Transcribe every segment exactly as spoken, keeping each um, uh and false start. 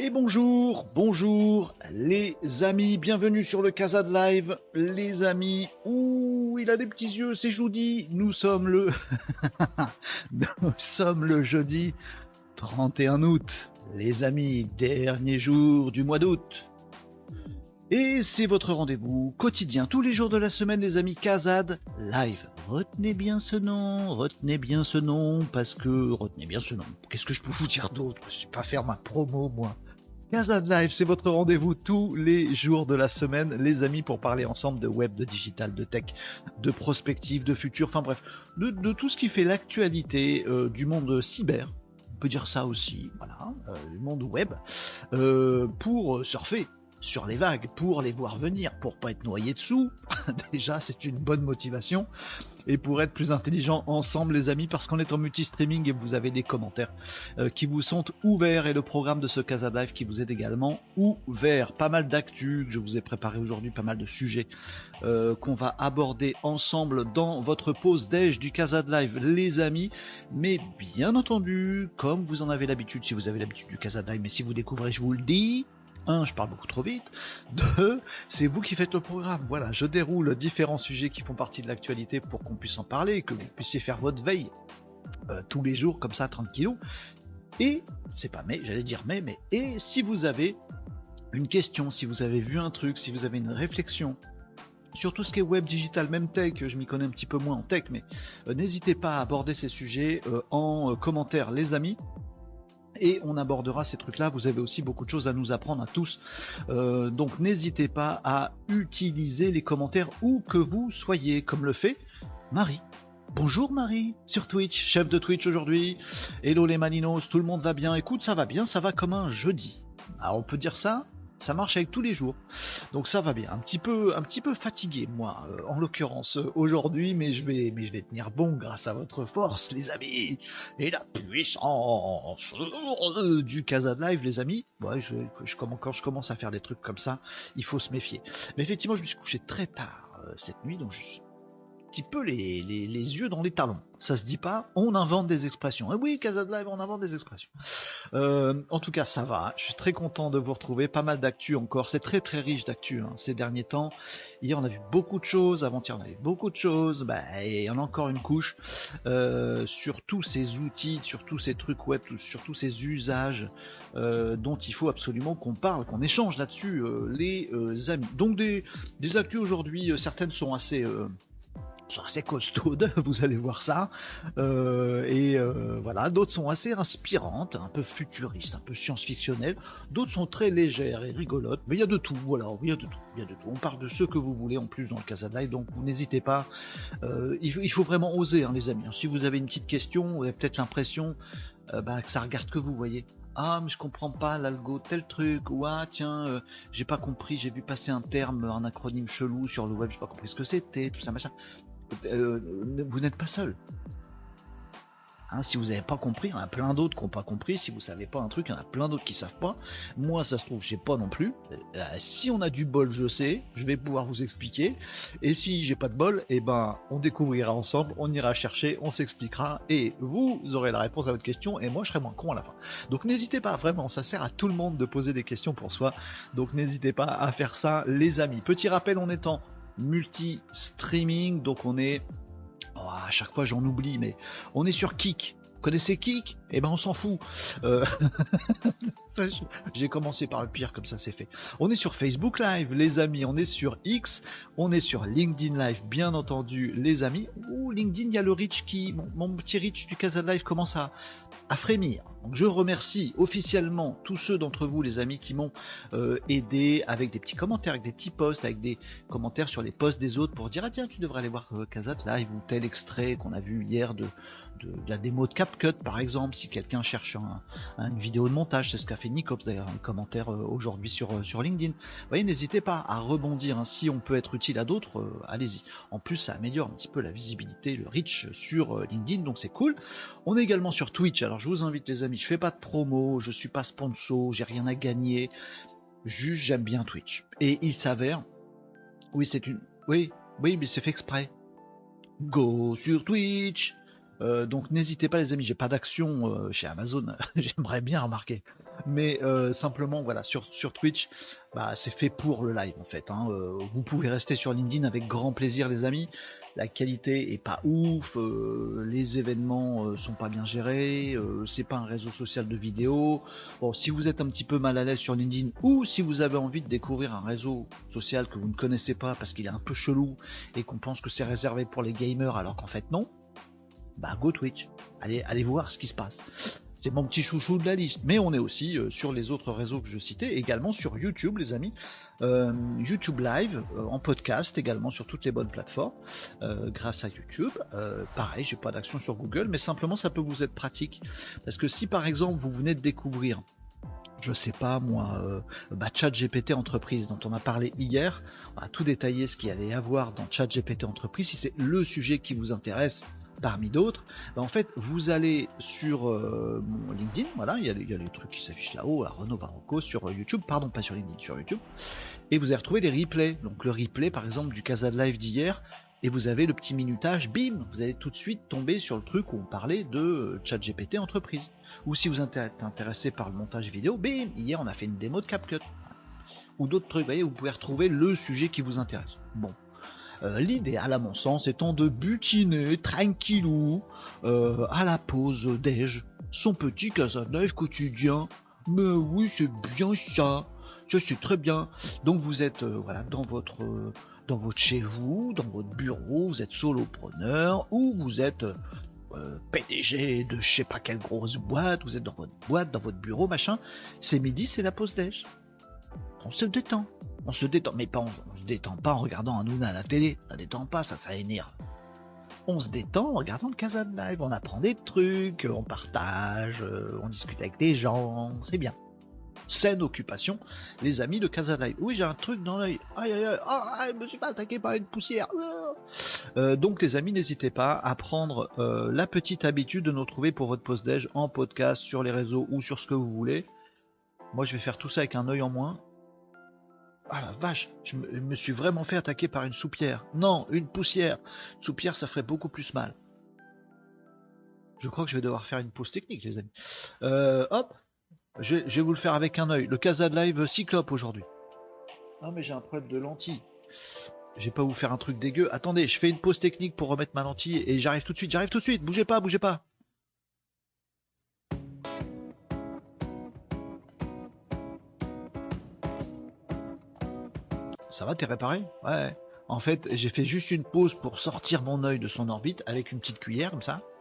Et bonjour, bonjour les amis, bienvenue sur le Casa de Live, les amis. Ouh, il a des petits yeux, c'est jeudi. Nous sommes le, nous sommes le jeudi trente et un août, les amis, dernier jour du mois d'août. Et c'est votre rendez-vous quotidien, tous les jours de la semaine, les amis, Casad Live. Retenez bien ce nom, retenez bien ce nom, parce que... Retenez bien ce nom. Qu'est-ce que je peux vous dire d'autre? Je ne vais pas faire ma promo, moi. Casad Live, c'est votre rendez-vous tous les jours de la semaine, les amis, pour parler ensemble de web, de digital, de tech, de prospective, de futur, enfin bref, de, de tout ce qui fait l'actualité euh, du monde cyber. On peut dire ça aussi, voilà, euh, du monde web, euh, pour surfer sur les vagues, pour les voir venir, pour pas être noyé dessous. Déjà, c'est une bonne motivation. Et pour être plus intelligent ensemble, les amis, parce qu'on est en multi-streaming et vous avez des commentaires euh, qui vous sont ouverts et le programme de ce Casa Live qui vous est également ouvert. Pas mal d'actu que je vous ai préparé aujourd'hui, pas mal de sujets euh, qu'on va aborder ensemble dans votre pause déj du Casa Live, les amis. Mais bien entendu, comme vous en avez l'habitude, si vous avez l'habitude du Casa Live, mais si vous découvrez, je vous le dis. Un, je parle beaucoup trop vite. Deux, c'est vous qui faites le programme. Voilà, je déroule différents sujets qui font partie de l'actualité pour qu'on puisse en parler et que vous puissiez faire votre veille euh, tous les jours, comme ça, tranquillou. Et, c'est pas mais, j'allais dire mais, mais, et si vous avez une question, si vous avez vu un truc, si vous avez une réflexion sur tout ce qui est web, digital, même tech, je m'y connais un petit peu moins en tech, mais euh, n'hésitez pas à aborder ces sujets euh, en euh, commentaire, les amis. Et on abordera ces trucs-là. Vous avez aussi beaucoup de choses à nous apprendre à tous. Euh, donc n'hésitez pas à utiliser les commentaires où que vous soyez, comme le fait Marie. Bonjour Marie, sur Twitch, chef de Twitch aujourd'hui. Hello les Maninos, tout le monde va bien. Écoute, ça va bien, ça va comme un jeudi. Alors on peut dire ça, ça marche avec tous les jours. Donc ça va bien. Un petit peu, un petit peu fatigué, moi, euh, en l'occurrence euh, aujourd'hui, mais je vais, mais je vais tenir bon grâce à votre force, les amis, et la puissance euh, du Casa de Live, les amis. Ouais, je, je, quand je commence à faire des trucs comme ça, il faut se méfier. Mais effectivement, je me suis couché très tard euh, cette nuit, donc je suis un petit peu les, les, les yeux dans les talons. Ça se dit pas, on invente des expressions. Et oui, Casa de Live, on invente des expressions. Euh, en tout cas, ça va. Je suis très content de vous retrouver. Pas mal d'actu encore. C'est très très riche d'actu hein, ces derniers temps. Hier, on a vu beaucoup de choses. Avant-hier, on a vu beaucoup de choses. Bah, et il y en a encore une couche euh, sur tous ces outils, sur tous ces trucs web, sur tous ces usages euh, dont il faut absolument qu'on parle, qu'on échange là-dessus, euh, les euh, amis. Donc des, des actus aujourd'hui, euh, certaines sont assez... Euh, sont assez costaudes, vous allez voir ça, euh, et euh, voilà, d'autres sont assez inspirantes, un peu futuristes, un peu science-fictionnelles, d'autres sont très légères et rigolotes, mais il y a de tout, voilà, il y a de tout, il y a de tout, on parle de ce que vous voulez en plus dans le Casa de Live, donc vous n'hésitez pas, euh, il, il faut vraiment oser, hein, les amis, si vous avez une petite question, vous avez peut-être l'impression euh, bah, que ça regarde que vous, voyez, ah mais je comprends pas l'algo tel truc, ou ah tiens euh, j'ai pas compris, j'ai vu passer un terme, un acronyme chelou sur le web, j'ai pas compris ce que c'était, tout ça machin. Euh, vous n'êtes pas seul. Hein, si vous n'avez pas compris, il y en a plein d'autres qui n'ont pas compris. Si vous ne savez pas un truc, il y en a plein d'autres qui ne savent pas. Moi, ça se trouve, je sais pas non plus. Euh, si on a du bol, je sais, je vais pouvoir vous expliquer. Et si j'ai pas de bol, eh ben, on découvrira ensemble, on ira chercher, on s'expliquera, et vous aurez la réponse à votre question, et moi, je serai moins con à la fin. Donc, n'hésitez pas, vraiment, ça sert à tout le monde de poser des questions pour soi. Donc, n'hésitez pas à faire ça, les amis. Petit rappel, on est en multi-streaming, donc on est, oh, à chaque fois j'en oublie, mais on est sur Kik. Vous connaissez Kik? Eh ben on s'en fout. Euh... J'ai commencé par le pire, comme ça c'est fait. On est sur Facebook Live, les amis. On est sur X. On est sur LinkedIn Live, bien entendu, les amis. Ouh, LinkedIn, il y a le Rich qui, mon, mon petit Rich du Casa Live commence à, à frémir. Donc je remercie officiellement tous ceux d'entre vous, les amis, qui m'ont euh, aidé avec des petits commentaires, avec des petits posts, avec des commentaires sur les posts des autres pour dire ah tiens tu devrais aller voir euh, Casa Live ou tel extrait qu'on a vu hier de, de, de la démo de CapCut par exemple. Si quelqu'un cherche un, un, une vidéo de montage, c'est ce qu'a fait Nicops d'ailleurs, un commentaire euh, aujourd'hui sur, euh, sur LinkedIn. Vous voyez, n'hésitez pas à rebondir, hein, si on peut être utile à d'autres, euh, allez-y. En plus, ça améliore un petit peu la visibilité, le reach sur euh, LinkedIn, donc c'est cool. On est également sur Twitch, alors je vous invite les amis, je fais pas de promo, je suis pas sponsor, j'ai rien à gagner, juste j'aime bien Twitch. Et il s'avère, oui c'est une, oui, oui mais c'est fait exprès. Go sur Twitch. Euh, donc n'hésitez pas les amis, j'ai pas d'action euh, chez Amazon, j'aimerais bien remarquer. Mais euh, simplement voilà, sur, sur Twitch, bah, c'est fait pour le live en fait. Hein. Euh, vous pouvez rester sur LinkedIn avec grand plaisir les amis. La qualité est pas ouf, euh, les événements euh, sont pas bien gérés, euh, c'est pas un réseau social de vidéos. Bon, si vous êtes un petit peu mal à l'aise sur LinkedIn ou si vous avez envie de découvrir un réseau social que vous ne connaissez pas parce qu'il est un peu chelou et qu'on pense que c'est réservé pour les gamers alors qu'en fait non, bah go Twitch, allez, allez voir ce qui se passe. C'est mon petit chouchou de la liste, mais on est aussi euh, sur les autres réseaux que je citais, également sur YouTube les amis, euh, YouTube Live, euh, en podcast également sur toutes les bonnes plateformes, euh, grâce à YouTube. Euh, pareil, j'ai pas d'action sur Google, mais simplement ça peut vous être pratique, parce que si par exemple vous venez de découvrir, je sais pas moi, euh, bah, ChatGPT Entreprise dont on a parlé hier, on a tout détaillé ce qu'il y allait y avoir dans ChatGPT Entreprise, si c'est le sujet qui vous intéresse, parmi d'autres, bah en fait vous allez sur euh, mon LinkedIn, voilà, il y, a les, il y a les trucs qui s'affichent là-haut, à Renaud Barocco sur euh, YouTube, pardon pas sur LinkedIn, sur YouTube, et vous allez retrouver des replays, donc le replay par exemple du Casa de Live d'hier, et vous avez le petit minutage, bim, vous allez tout de suite tomber sur le truc où on parlait de euh, ChatGPT Entreprise, ou si vous êtes intéressé par le montage vidéo, bim, hier on a fait une démo de CapCut, ou d'autres trucs, vous voyez, vous pouvez retrouver le sujet qui vous intéresse. Bon. Euh, l'idéal à mon sens étant de butiner tranquillou euh, à la pause déj son petit Casa de Live quotidien. Mais oui, c'est bien ça, ça c'est très bien. Donc vous êtes euh, voilà dans votre euh, dans votre chez vous, dans votre bureau, vous êtes solopreneur ou vous êtes euh, P D G de je sais pas quelle grosse boîte, vous êtes dans votre boîte, dans votre bureau, machin. C'est midi, c'est la pause déj. On se détend. On se détend, mais pas on, on se détend pas en regardant un Nouna à la télé, ça détend pas, ça, ça énerve. On se détend en regardant le Casa de Live, on apprend des trucs, on partage, on discute avec des gens, c'est bien. Saine occupation, les amis de Casa de Live. Oui, j'ai un truc dans l'œil, aïe aïe aïe, ah, je me suis pas attaqué par une poussière. Euh, donc les amis, n'hésitez pas à prendre euh, la petite habitude de nous retrouver pour votre pause déj en podcast, sur les réseaux ou sur ce que vous voulez. Moi je vais faire tout ça avec un œil en moins. Ah la vache, je me, je me suis vraiment fait attaquer par une soupière. Non, une poussière. Une soupière, ça ferait beaucoup plus mal. Je crois que je vais devoir faire une pause technique, les amis. Euh, hop, je, je vais vous le faire avec un œil. Le Casa de Live Cyclope aujourd'hui. Ah mais j'ai un problème de lentille. Je vais pas vous faire un truc dégueu. Attendez, je fais une pause technique pour remettre ma lentille et j'arrive tout de suite, j'arrive tout de suite. Bougez pas, bougez pas. Ça va, t'es réparé? Ouais. En fait, j'ai fait juste une pause pour sortir mon œil de son orbite avec une petite cuillère comme ça.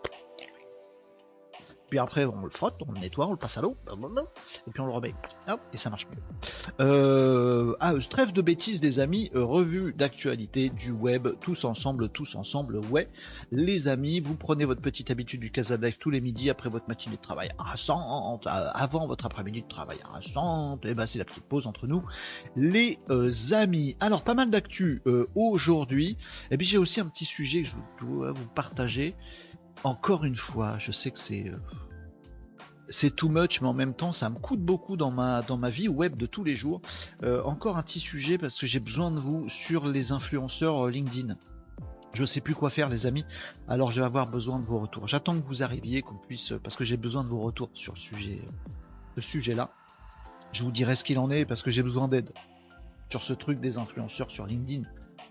Puis après, on le frotte, on le nettoie, on le passe à l'eau, et puis on le remet. Hop, et ça marche mieux. Euh, ah, trêve de bêtises, les amis. Euh, revue d'actualité du web, tous ensemble, tous ensemble, ouais. Les amis, vous prenez votre petite habitude du Casa de Live tous les midis après votre matinée de travail rassemble, avant votre après-midi de travail rassemble. Et ben, c'est la petite pause entre nous, les euh, amis. Alors, pas mal d'actu euh, aujourd'hui. Et puis, j'ai aussi un petit sujet que je dois vous partager. Encore une fois, je sais que c'est euh, c'est too much, mais en même temps, ça me coûte beaucoup dans ma dans ma vie web de tous les jours. Euh, encore un petit sujet parce que j'ai besoin de vous sur les influenceurs euh, LinkedIn. Je sais plus quoi faire, les amis. Alors, je vais avoir besoin de vos retours. J'attends que vous arriviez, qu'on puisse, parce que j'ai besoin de vos retours sur ce sujet, ce sujet-là. Je vous dirai ce qu'il en est parce que j'ai besoin d'aide sur ce truc des influenceurs sur LinkedIn.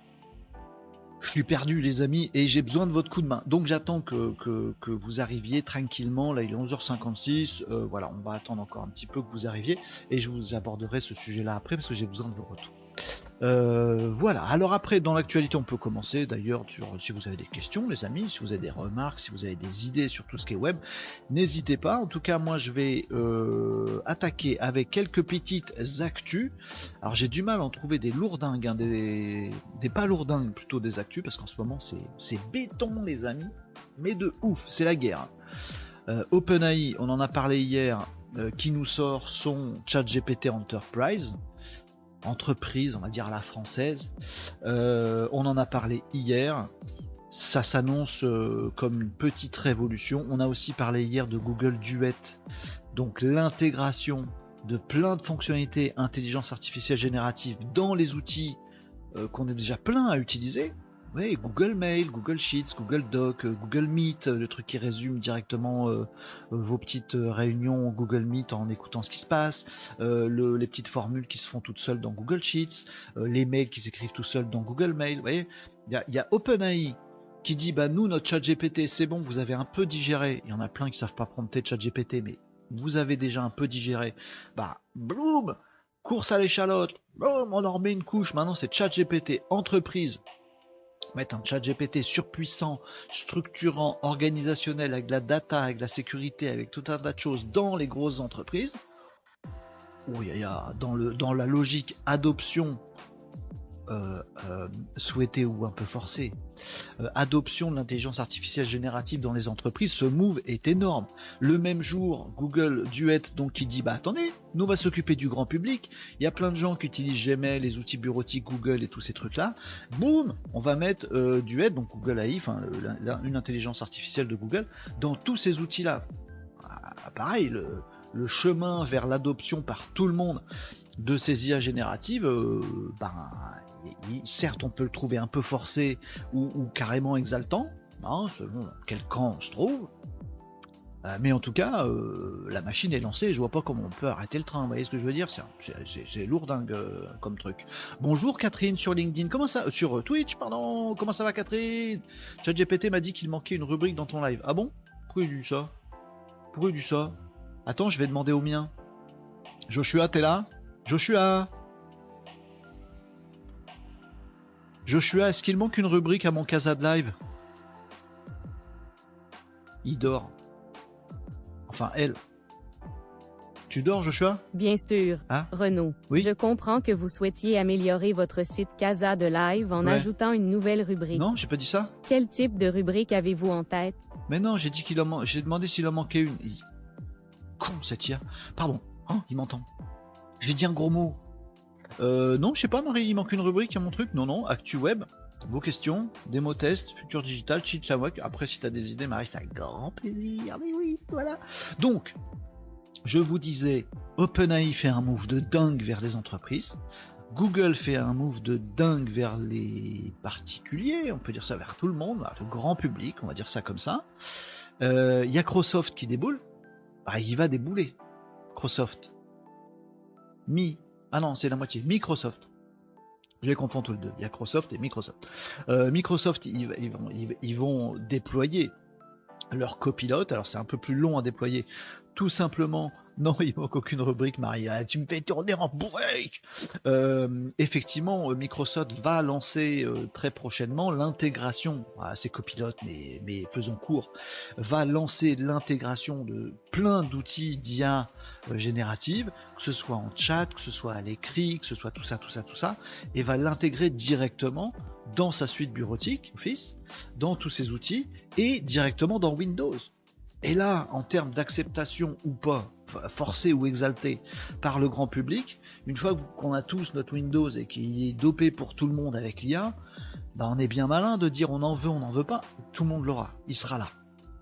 Je suis perdu les amis et j'ai besoin de votre coup de main. Donc j'attends que, que, que vous arriviez tranquillement. Là il est onze heures cinquante-six. Euh, voilà, on va attendre encore un petit peu que vous arriviez. Et je vous aborderai ce sujet là après parce que j'ai besoin de vos retours. Euh, voilà, alors après dans l'actualité on peut commencer d'ailleurs sur si vous avez des questions les amis, si vous avez des remarques, si vous avez des idées sur tout ce qui est web, n'hésitez pas. En tout cas moi je vais euh, attaquer avec quelques petites actus. Alors j'ai du mal à en trouver des lourdingues, hein, des, des pas lourdingues, plutôt des actus, parce qu'en ce moment c'est, c'est béton les amis, mais de ouf, c'est la guerre. euh, OpenAI, on en a parlé hier, euh, qui nous sort son ChatGPT Enterprise, entreprise, on va dire à la française. Euh, on en a parlé hier. Ça s'annonce euh, comme une petite révolution. On a aussi parlé hier de Google Duet, donc l'intégration de plein de fonctionnalités intelligence artificielle générative dans les outils euh, qu'on est déjà plein à utiliser. Oui, Google Mail, Google Sheets, Google Doc, euh, Google Meet, euh, le truc qui résume directement euh, euh, vos petites euh, réunions Google Meet en écoutant ce qui se passe, euh, le, les petites formules qui se font toutes seules dans Google Sheets, euh, les mails qui s'écrivent tout seuls dans Google Mail. Vous voyez, il y a, y a OpenAI qui dit bah nous notre chat G P T c'est bon, vous avez un peu digéré. Il y en a plein qui savent pas prompter chat G P T, mais vous avez déjà un peu digéré. Bah boum, course à l'échalote, boum, on en remet une couche. Maintenant c'est chat G P T entreprise. Mettre un chat G P T surpuissant, structurant, organisationnel, avec de la data, avec de la sécurité, avec tout un tas de choses dans les grosses entreprises, où il y a dans, le, dans la logique adoption euh, euh, souhaitée ou un peu forcée, euh, adoption de l'intelligence artificielle générative dans les entreprises, ce move est énorme. Le même jour, Google Duet donc qui dit bah attendez, nous on va s'occuper du grand public. Il y a plein de gens qui utilisent Gmail, les outils bureautiques Google et tous ces trucs là. Boum, on va mettre euh, Duet, donc Google A I, enfin une intelligence artificielle de Google, dans tous ces outils là. Ah, pareil, le, le chemin vers l'adoption par tout le monde de ces I A génératives, euh, ben, certes on peut le trouver un peu forcé ou, ou carrément exaltant, hein, selon quel camp on se trouve, euh, mais en tout cas euh, la machine est lancée et je vois pas comment on peut arrêter le train, vous voyez ce que je veux dire, c'est lourdingue euh, comme truc. Bonjour Catherine sur LinkedIn, comment ça, euh, sur Twitch pardon, comment ça va Catherine? ChatGPT m'a dit qu'il manquait une rubrique dans ton live. Ah bon? Pourquoi il dit ça? Pourquoi il dit ça? Attends, je vais demander au mien. Joshua, t'es là? Joshua Joshua, est-ce qu'il manque une rubrique à mon Casa de Live? Il dort. Enfin, elle. Tu dors, Joshua? Bien sûr, hein? Renaud. Oui? Je comprends que vous souhaitiez améliorer votre site Casa de Live en ouais. ajoutant une nouvelle rubrique. Non, j'ai pas dit ça. Quel type de rubrique avez-vous en tête? Mais non, j'ai dit qu'il en man... j'ai demandé s'il en manquait une. Il... Con, cette I A. Pardon, hein, il m'entend. J'ai dit un gros mot. Euh, non, je sais pas, Marie, il manque une rubrique à mon truc. Non, non, Actu Web, vos questions, démo test, futur digital, cheat la web. Après, si t'as des idées, Marie, c'est un grand plaisir. Mais oui, voilà. Donc, je vous disais, OpenAI fait un move de dingue vers les entreprises. Google fait un move de dingue vers les particuliers, on peut dire ça vers tout le monde, le grand public, on va dire ça comme ça. Il euh, y a Microsoft qui déboule. Bah, il va débouler. Microsoft. Mi. Ah non, c'est la moitié. Microsoft. Je les confonds tous les deux. Il y a Microsoft et Microsoft. Euh, Microsoft, ils, ils, vont, ils, ils vont déployer leur copilote. Alors c'est un peu plus long à déployer. Tout simplement, non, il manque aucune rubrique, Marie. Ah, tu me fais tourner en break. Euh, effectivement, Microsoft va lancer euh, très prochainement l'intégration. Ah, c'est copilote, mais, mais faisons court. Va lancer l'intégration de plein d'outils d'I A euh, générative, que ce soit en chat, que ce soit à l'écrit, que ce soit tout ça, tout ça, tout ça, et va l'intégrer directement dans sa suite bureautique, Office, dans tous ses outils, et directement dans Windows. Et là, en termes d'acceptation ou pas, forcée ou exaltée par le grand public, une fois qu'on a tous notre Windows et qu'il est dopé pour tout le monde avec l'I A, bah on est bien malin de dire on en veut, on n'en veut pas. Tout le monde l'aura, il sera là.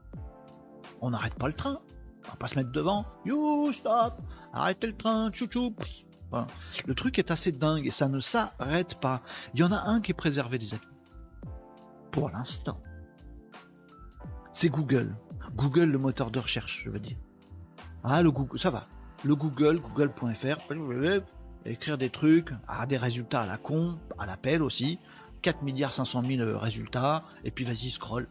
On n'arrête pas le train, on va pas se mettre devant. You stop, arrêtez le train, chouchou. Voilà. Le truc est assez dingue et ça ne s'arrête pas. Il y en a un qui est préservé, les amis. Pour l'instant. C'est Google. Google, le moteur de recherche, je veux dire. Ah, le Google, ça va. Le Google, google point f r, écrire des trucs, ah, des résultats à la con, à l'appel aussi, quatre milliards cinq cent mille résultats, et puis vas-y, scroll.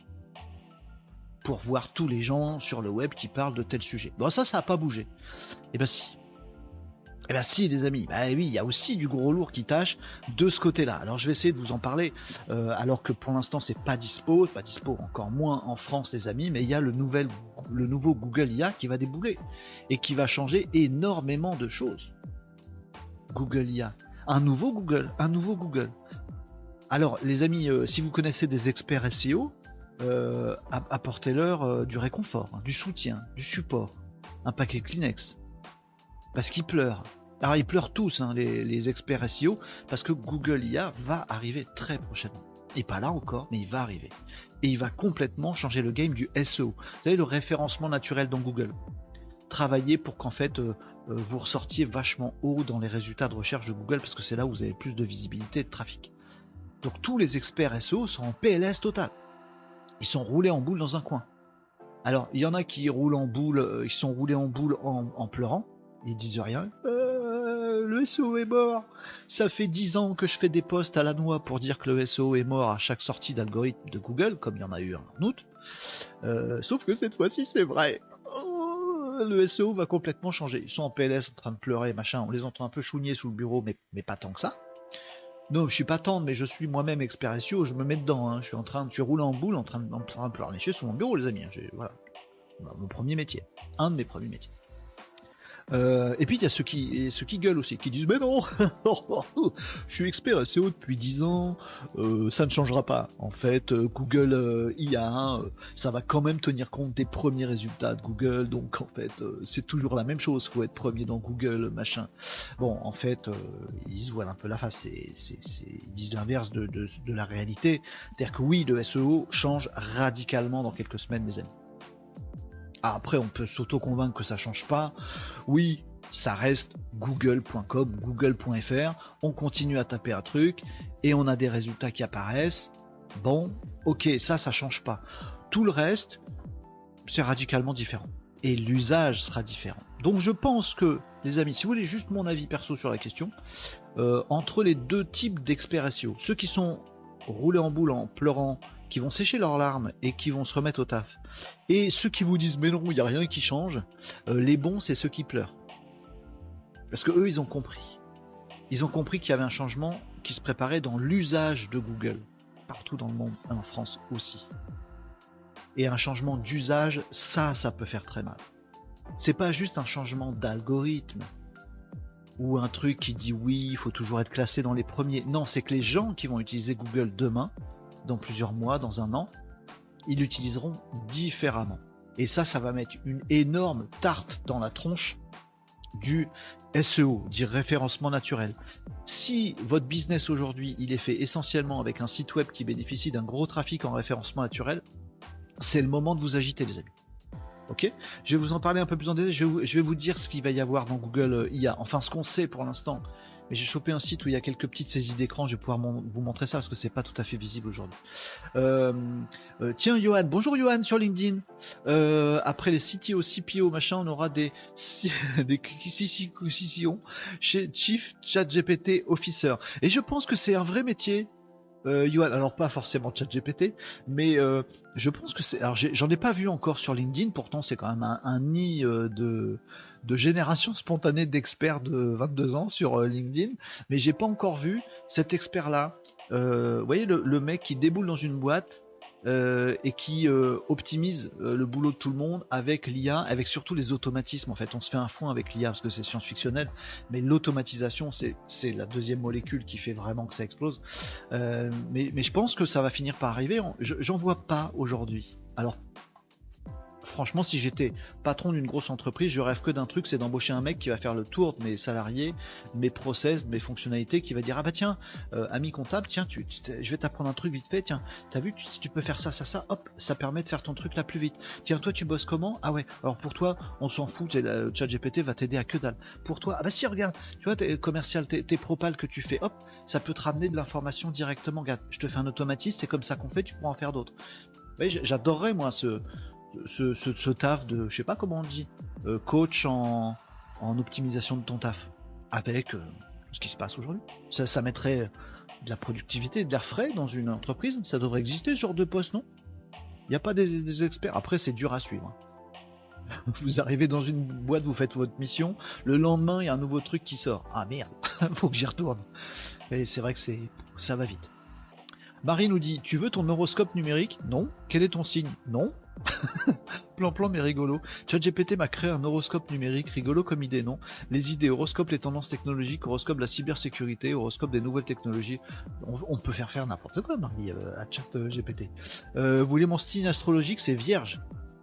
Pour voir tous les gens sur le web qui parlent de tel sujet. Bon, ça, ça n'a pas bougé. Eh ben si. Eh bien si les amis, bah oui, il y a aussi du gros lourd qui tâche de ce côté-là. Alors je vais essayer de vous en parler, euh, alors que pour l'instant c'est pas dispo, pas dispo encore moins en France les amis, mais il y a le, nouvel, le nouveau Google I A qui va débouler et qui va changer énormément de choses. Google I A, un nouveau Google, un nouveau Google. Alors les amis, euh, si vous connaissez des experts S E O, euh, apportez-leur euh, du réconfort, hein, du soutien, du support, un paquet Kleenex. Parce qu'ils pleurent. Alors ils pleurent tous, hein, les, les experts S E O, parce que Google I A va arriver très prochainement. Et pas là encore, mais il va arriver. Et il va complètement changer le game du S E O. Vous savez, le référencement naturel dans Google. Travailler pour qu'en fait, euh, euh, vous ressortiez vachement haut dans les résultats de recherche de Google, parce que c'est là où vous avez plus de visibilité et de trafic. Donc tous les experts S E O sont en P L S total. Ils sont roulés en boule dans un coin. Alors, il y en a qui roulent en boule, euh, ils sont roulés en boule en, en pleurant, ils disent rien. Euh, le S E O est mort. Ça fait dix ans que je fais des posts à la noix pour dire que le S E O est mort à chaque sortie d'algorithme de Google, comme il y en a eu un août. Euh, sauf que cette fois-ci, c'est vrai. Oh, le S E O va complètement changer. Ils sont en P L S en train de pleurer, machin. On les entend un peu chougner sous le bureau, mais, mais pas tant que ça. Non, je suis pas tendre, mais je suis moi-même expert S E O, je me mets dedans, hein. Je suis en train de, je suis roulé en boule, en train de, en train de pleurnicher sur mon bureau, les amis. Hein. Voilà. Voilà, mon premier métier, un de mes premiers métiers. Euh, et puis il y a ceux qui, ceux qui gueulent aussi, qui disent mais non, je suis expert S E O depuis dix ans, euh, ça ne changera pas. En fait, euh, Google euh, I A, euh, ça va quand même tenir compte des premiers résultats de Google, donc en fait euh, c'est toujours la même chose, faut être premier dans Google, machin. Bon, en fait, euh, ils se voilent un peu la face, c'est, c'est, c'est, ils disent l'inverse de, de, de la réalité. C'est-à-dire que oui, le S E O change radicalement dans quelques semaines, mes amis. Après, on peut s'auto-convaincre que ça change pas. Oui, ça reste google point com, google point f r. On continue à taper un truc et on a des résultats qui apparaissent. Bon, ok, ça, ça change pas. Tout le reste, c'est radicalement différent. Et l'usage sera différent. Donc je pense que, les amis, si vous voulez juste mon avis perso sur la question, euh, entre les deux types d'experts S E O, ceux qui sont roulés en boule en pleurant, qui vont sécher leurs larmes et qui vont se remettre au taf, et ceux qui vous disent mais non, il n'y a rien qui change, euh, les bons c'est ceux qui pleurent. Parce que eux ils ont compris. Ils ont compris qu'il y avait un changement qui se préparait dans l'usage de Google, partout dans le monde, en France aussi. Et un changement d'usage, ça, ça peut faire très mal. C'est pas juste un changement d'algorithme, ou un truc qui dit oui, il faut toujours être classé dans les premiers. Non, c'est que les gens qui vont utiliser Google demain, dans plusieurs mois, dans un an, ils l'utiliseront différemment. Et ça, ça va mettre une énorme tarte dans la tronche du S E O, dit référencement naturel. Si votre business aujourd'hui, il est fait essentiellement avec un site web qui bénéficie d'un gros trafic en référencement naturel, c'est le moment de vous agiter, les amis. Ok, je vais vous en parler un peu plus en détail. Je vais vous, je vais vous dire ce qu'il va y avoir dans Google I A. Enfin, ce qu'on sait pour l'instant. Mais j'ai chopé un site où il y a quelques petites saisies d'écran. Je vais pouvoir vous montrer ça parce que c'est pas tout à fait visible aujourd'hui. Euh, euh, tiens, Johan. Bonjour, Johan sur LinkedIn. Euh, après les C T O, C P O, machin, on aura des des C C O chez Chief ChatGPT Officer. Et je pense que c'est un vrai métier. Euh, Yoann, alors pas forcément ChatGPT, mais euh, je pense que c'est. Alors j'ai, j'en ai pas vu encore sur LinkedIn, pourtant c'est quand même un, un nid euh, de, de génération spontanée d'experts de vingt-deux ans sur euh, LinkedIn, mais j'ai pas encore vu cet expert-là. Euh, vous voyez le, le mec qui déboule dans une boîte euh, et qui euh, optimise euh, le boulot de tout le monde avec l'I A, avec surtout les automatismes. En fait, on se fait un foin avec l'I A parce que c'est science-fictionnel, mais l'automatisation, c'est, c'est la deuxième molécule qui fait vraiment que ça explose. Euh, mais, mais je pense que ça va finir par arriver. Je, j'en vois pas aujourd'hui. Alors, franchement, si j'étais patron d'une grosse entreprise, je rêve que d'un truc, c'est d'embaucher un mec qui va faire le tour de mes salariés, de mes process, de mes fonctionnalités, qui va dire ah bah tiens, euh, ami comptable, tiens, tu, tu, je vais t'apprendre un truc vite fait, tiens, t'as vu, tu, si tu peux faire ça, ça, ça, hop, ça permet de faire ton truc là plus vite. Tiens, toi tu bosses comment? Ah ouais, alors pour toi, on s'en fout, le ChatGPT va t'aider à que dalle. Pour toi, ah bah si, regarde, tu vois, t'es commercial, tes, tes propals que tu fais, hop, ça peut te ramener de l'information directement. Regarde, je te fais un automatisme, c'est comme ça qu'on fait, tu pourras en faire d'autres. Vous voyez, j'adorerais moi ce Ce, ce, ce taf de, je sais pas comment on dit, euh, coach en, en optimisation de ton taf, avec euh, ce qui se passe aujourd'hui. Ça, ça mettrait de la productivité, de l'air frais dans une entreprise. Ça devrait exister ce genre de poste, non? Il n'y a pas des, des experts. Après, c'est dur à suivre. Vous arrivez dans une boîte, vous faites votre mission. Le lendemain, il y a un nouveau truc qui sort. Ah merde, faut que j'y retourne. Et c'est vrai que c'est, ça va vite. Marie nous dit, tu veux ton horoscope numérique? Non. Quel est ton signe? Non. Plan plan mais rigolo. ChatGPT m'a créé un horoscope numérique, rigolo comme idée, non? Les idées, horoscope, les tendances technologiques, horoscope, la cybersécurité, horoscope des nouvelles technologies. On, on peut faire faire n'importe quoi, Marie, euh, à ChatGPT. Euh, vous voulez mon signe astrologique? C'est Vierge.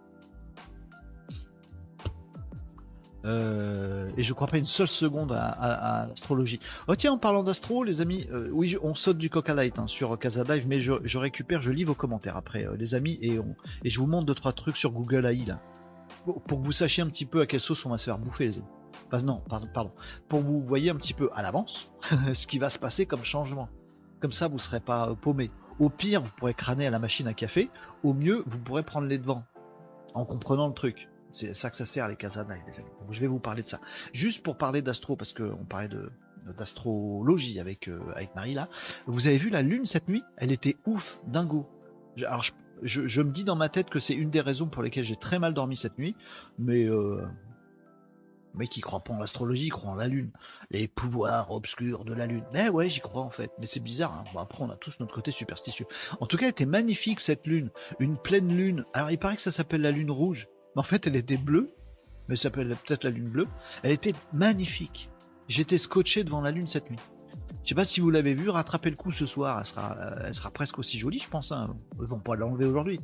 Euh, et je crois pas une seule seconde à, à, à l'astrologie. Oh tiens, en parlant d'astro, les amis, euh, oui, je, on saute du coq à light hein, sur Casa Live, mais je, je récupère, je lis vos commentaires après, euh, les amis, et, on, et je vous montre deux trois trucs sur Google A I là, pour, pour que vous sachiez un petit peu à quelle sauce on va se faire bouffer, les amis. Enfin, non, pardon, pardon, pour que vous voyez un petit peu à l'avance ce qui va se passer comme changement. Comme ça, vous ne serez pas euh, paumé. Au pire, vous pourrez crâner à la machine à café. Au mieux, vous pourrez prendre les devants en comprenant le truc. C'est ça que ça sert les Casa Live, les amis. Donc, je vais vous parler de ça. Juste pour parler d'astro, parce qu'on parlait de d'astrologie avec, euh, avec Marie là. Vous avez vu la lune cette nuit? Elle était ouf, dingo. Je, alors je, je, je me dis dans ma tête que c'est une des raisons pour lesquelles j'ai très mal dormi cette nuit, mais euh, le mec qui croit pas en l'astrologie, il croit en la lune, les pouvoirs obscurs de la lune. Mais ouais, j'y crois en fait, mais c'est bizarre. Hein. Bon, après, on a tous notre côté superstitieux. En tout cas, elle était magnifique cette lune, une pleine lune. Alors il paraît que ça s'appelle la lune rouge, mais en fait, elle était bleue, mais ça s'appelle peut-être la lune bleue. Elle était magnifique. J'étais scotché devant la lune cette nuit. Je sais pas si vous l'avez vu, rattrapez le coup ce soir, elle sera, elle sera presque aussi jolie, je pense. Hein. Ils vont pas l'enlever aujourd'hui.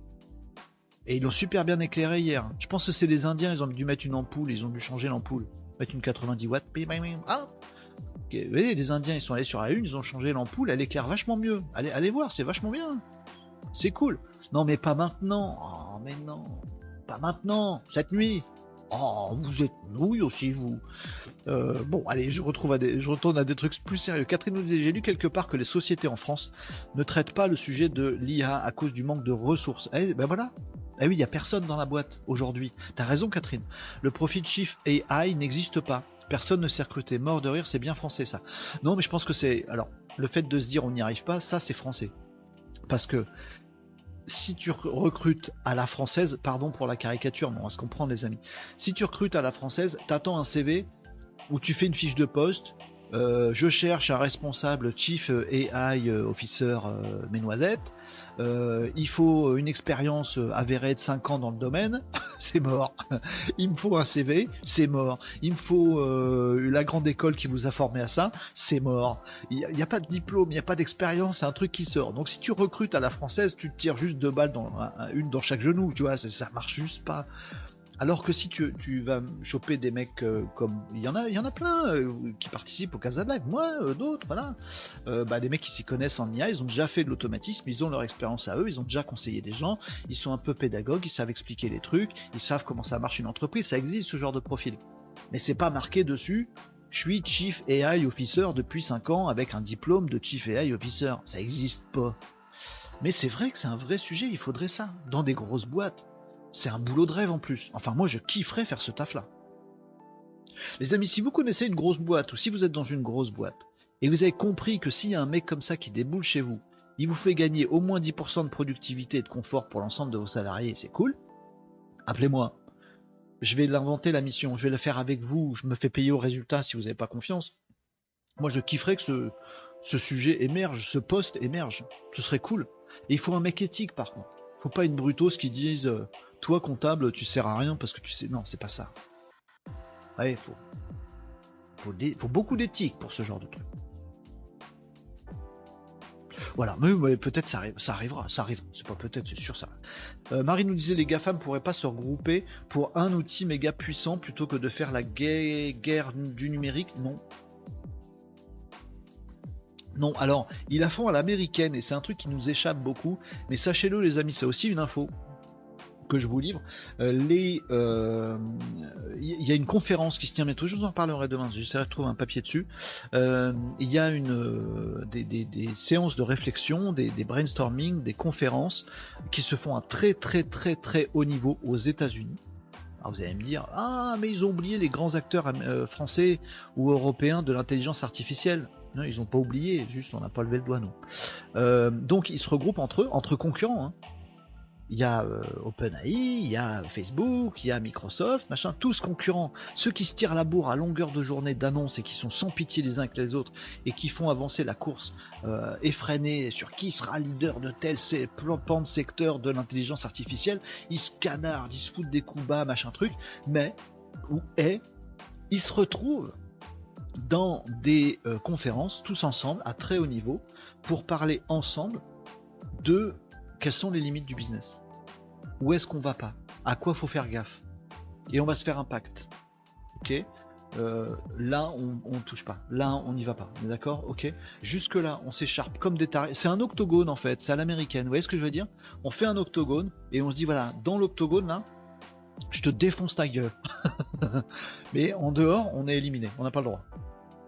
Et ils l'ont super bien éclairé hier. Je pense que c'est les Indiens, ils ont dû mettre une ampoule, ils ont dû changer l'ampoule, mettre une quatre-vingt-dix watts. Ah, vous voyez, les Indiens, ils sont allés sur la lune, ils ont changé l'ampoule, elle éclaire vachement mieux. Allez, allez voir, c'est vachement bien. C'est cool. Non, mais pas maintenant. Oh, mais non, pas maintenant. Cette nuit. Oh, vous êtes nouilles aussi, vous. Euh, bon, allez, je, retrouve à des, je retourne à des trucs plus sérieux. Catherine nous disait, j'ai lu quelque part que les sociétés en France ne traitent pas le sujet de l'I A à cause du manque de ressources. Eh ben voilà. Eh oui, il n'y a personne dans la boîte aujourd'hui. T'as raison, Catherine. Le profit chief A I n'existe pas. Personne ne s'est recruté. Mort de rire, c'est bien français, ça. Non, mais je pense que c'est... Alors, le fait de se dire on n'y arrive pas, ça, c'est français. Parce que si tu recrutes à la française, pardon pour la caricature, mais on va se comprendre, les amis. Si tu recrutes à la française, t'attends un C V où tu fais une fiche de poste. Euh, je cherche un responsable Chief A I Officer euh, mes noisettes. Euh, il faut une expérience avérée de cinq ans dans le domaine, c'est mort. Il me faut un C V, c'est mort. Il me faut euh, la grande école qui vous a formé à ça, c'est mort. Il n'y a, a pas de diplôme, il n'y a pas d'expérience, c'est un truc qui sort. Donc si tu recrutes à la française, tu te tires juste deux balles, dans, une dans chaque genou, tu vois, ça marche juste pas. Alors que si tu, tu vas choper des mecs euh, comme il y en a, il y en a plein euh, qui participent au Casa Live, moi, euh, d'autres, voilà, euh, bah, des mecs qui s'y connaissent en I A, ils ont déjà fait de l'automatisme, ils ont leur expérience à eux, ils ont déjà conseillé des gens, ils sont un peu pédagogues, ils savent expliquer les trucs, ils savent comment ça marche une entreprise, ça existe ce genre de profil. Mais c'est pas marqué dessus. Je suis Chief A I Officer depuis cinq ans avec un diplôme de Chief A I Officer. Ça existe pas. Mais c'est vrai que c'est un vrai sujet, il faudrait ça dans des grosses boîtes. C'est un boulot de rêve en plus. Enfin, moi, je kifferais faire ce taf-là. Les amis, si vous connaissez une grosse boîte ou si vous êtes dans une grosse boîte et vous avez compris que s'il y a un mec comme ça qui déboule chez vous, il vous fait gagner au moins dix pour cent de productivité et de confort pour l'ensemble de vos salariés, c'est cool. Appelez-moi. Je vais l'inventer la mission. Je vais le faire avec vous. Je me fais payer au résultat si vous n'avez pas confiance. Moi, je kifferais que ce, ce sujet émerge, ce poste émerge. Ce serait cool. Et il faut un mec éthique, par contre. Faut pas une brutos qui dise euh, toi comptable tu sers à rien parce que tu sais, non, c'est pas ça. Ouais, faut faut, des... faut beaucoup d'éthique pour ce genre de truc. Voilà, mais, mais peut-être ça arrive, ça arrivera, ça arrive. C'est pas peut-être, c'est sûr ça. Euh, Marie nous disait les GAFAM pourraient pas se regrouper pour un outil méga puissant plutôt que de faire la guerre, guerre du numérique. Non. Non, alors, ils la font à l'américaine et c'est un truc qui nous échappe beaucoup. Mais sachez-le, les amis, c'est aussi une info que je vous livre. Euh, les, il euh, y a une conférence qui se tient bientôt. Je vous en parlerai demain. J'essaierai de trouver un papier dessus. Il euh, y a une euh, des, des, des séances de réflexion, des, des brainstorming, des conférences qui se font à très très très très haut niveau aux États-Unis. Alors vous allez me dire, ah mais ils ont oublié les grands acteurs euh, français ou européens de l'intelligence artificielle. Non, ils n'ont pas oublié, juste on n'a pas levé le doigt, non. Euh, donc ils se regroupent entre eux, entre concurrents. Hein. Il y a euh, OpenAI, il y a Facebook, il y a Microsoft, machin, tous concurrents. Ceux qui se tirent la bourre à longueur de journée d'annonces et qui sont sans pitié les uns avec les autres et qui font avancer la course euh, effrénée sur qui sera leader de tel pan de secteur de l'intelligence artificielle, ils se canardent, ils se foutent des coups bas, machin truc, mais, ou est, ils se retrouvent dans des euh, conférences, tous ensemble, à très haut niveau, pour parler ensemble de quelles sont les limites du business. Où est-ce qu'on va pas? À quoi faut faire gaffe? Et on va se faire un pacte. Ok, euh, là, on, on touche pas. Là, on n'y va pas. On est d'accord? Ok. Jusque là, on s'écharpe comme des tarés. C'est un octogone en fait. C'est à l'américaine. Vous voyez ce que je veux dire? On fait un octogone et on se dit voilà, dans l'octogone là, je te défonce ta gueule. Mais en dehors, on est éliminé. On n'a pas le droit.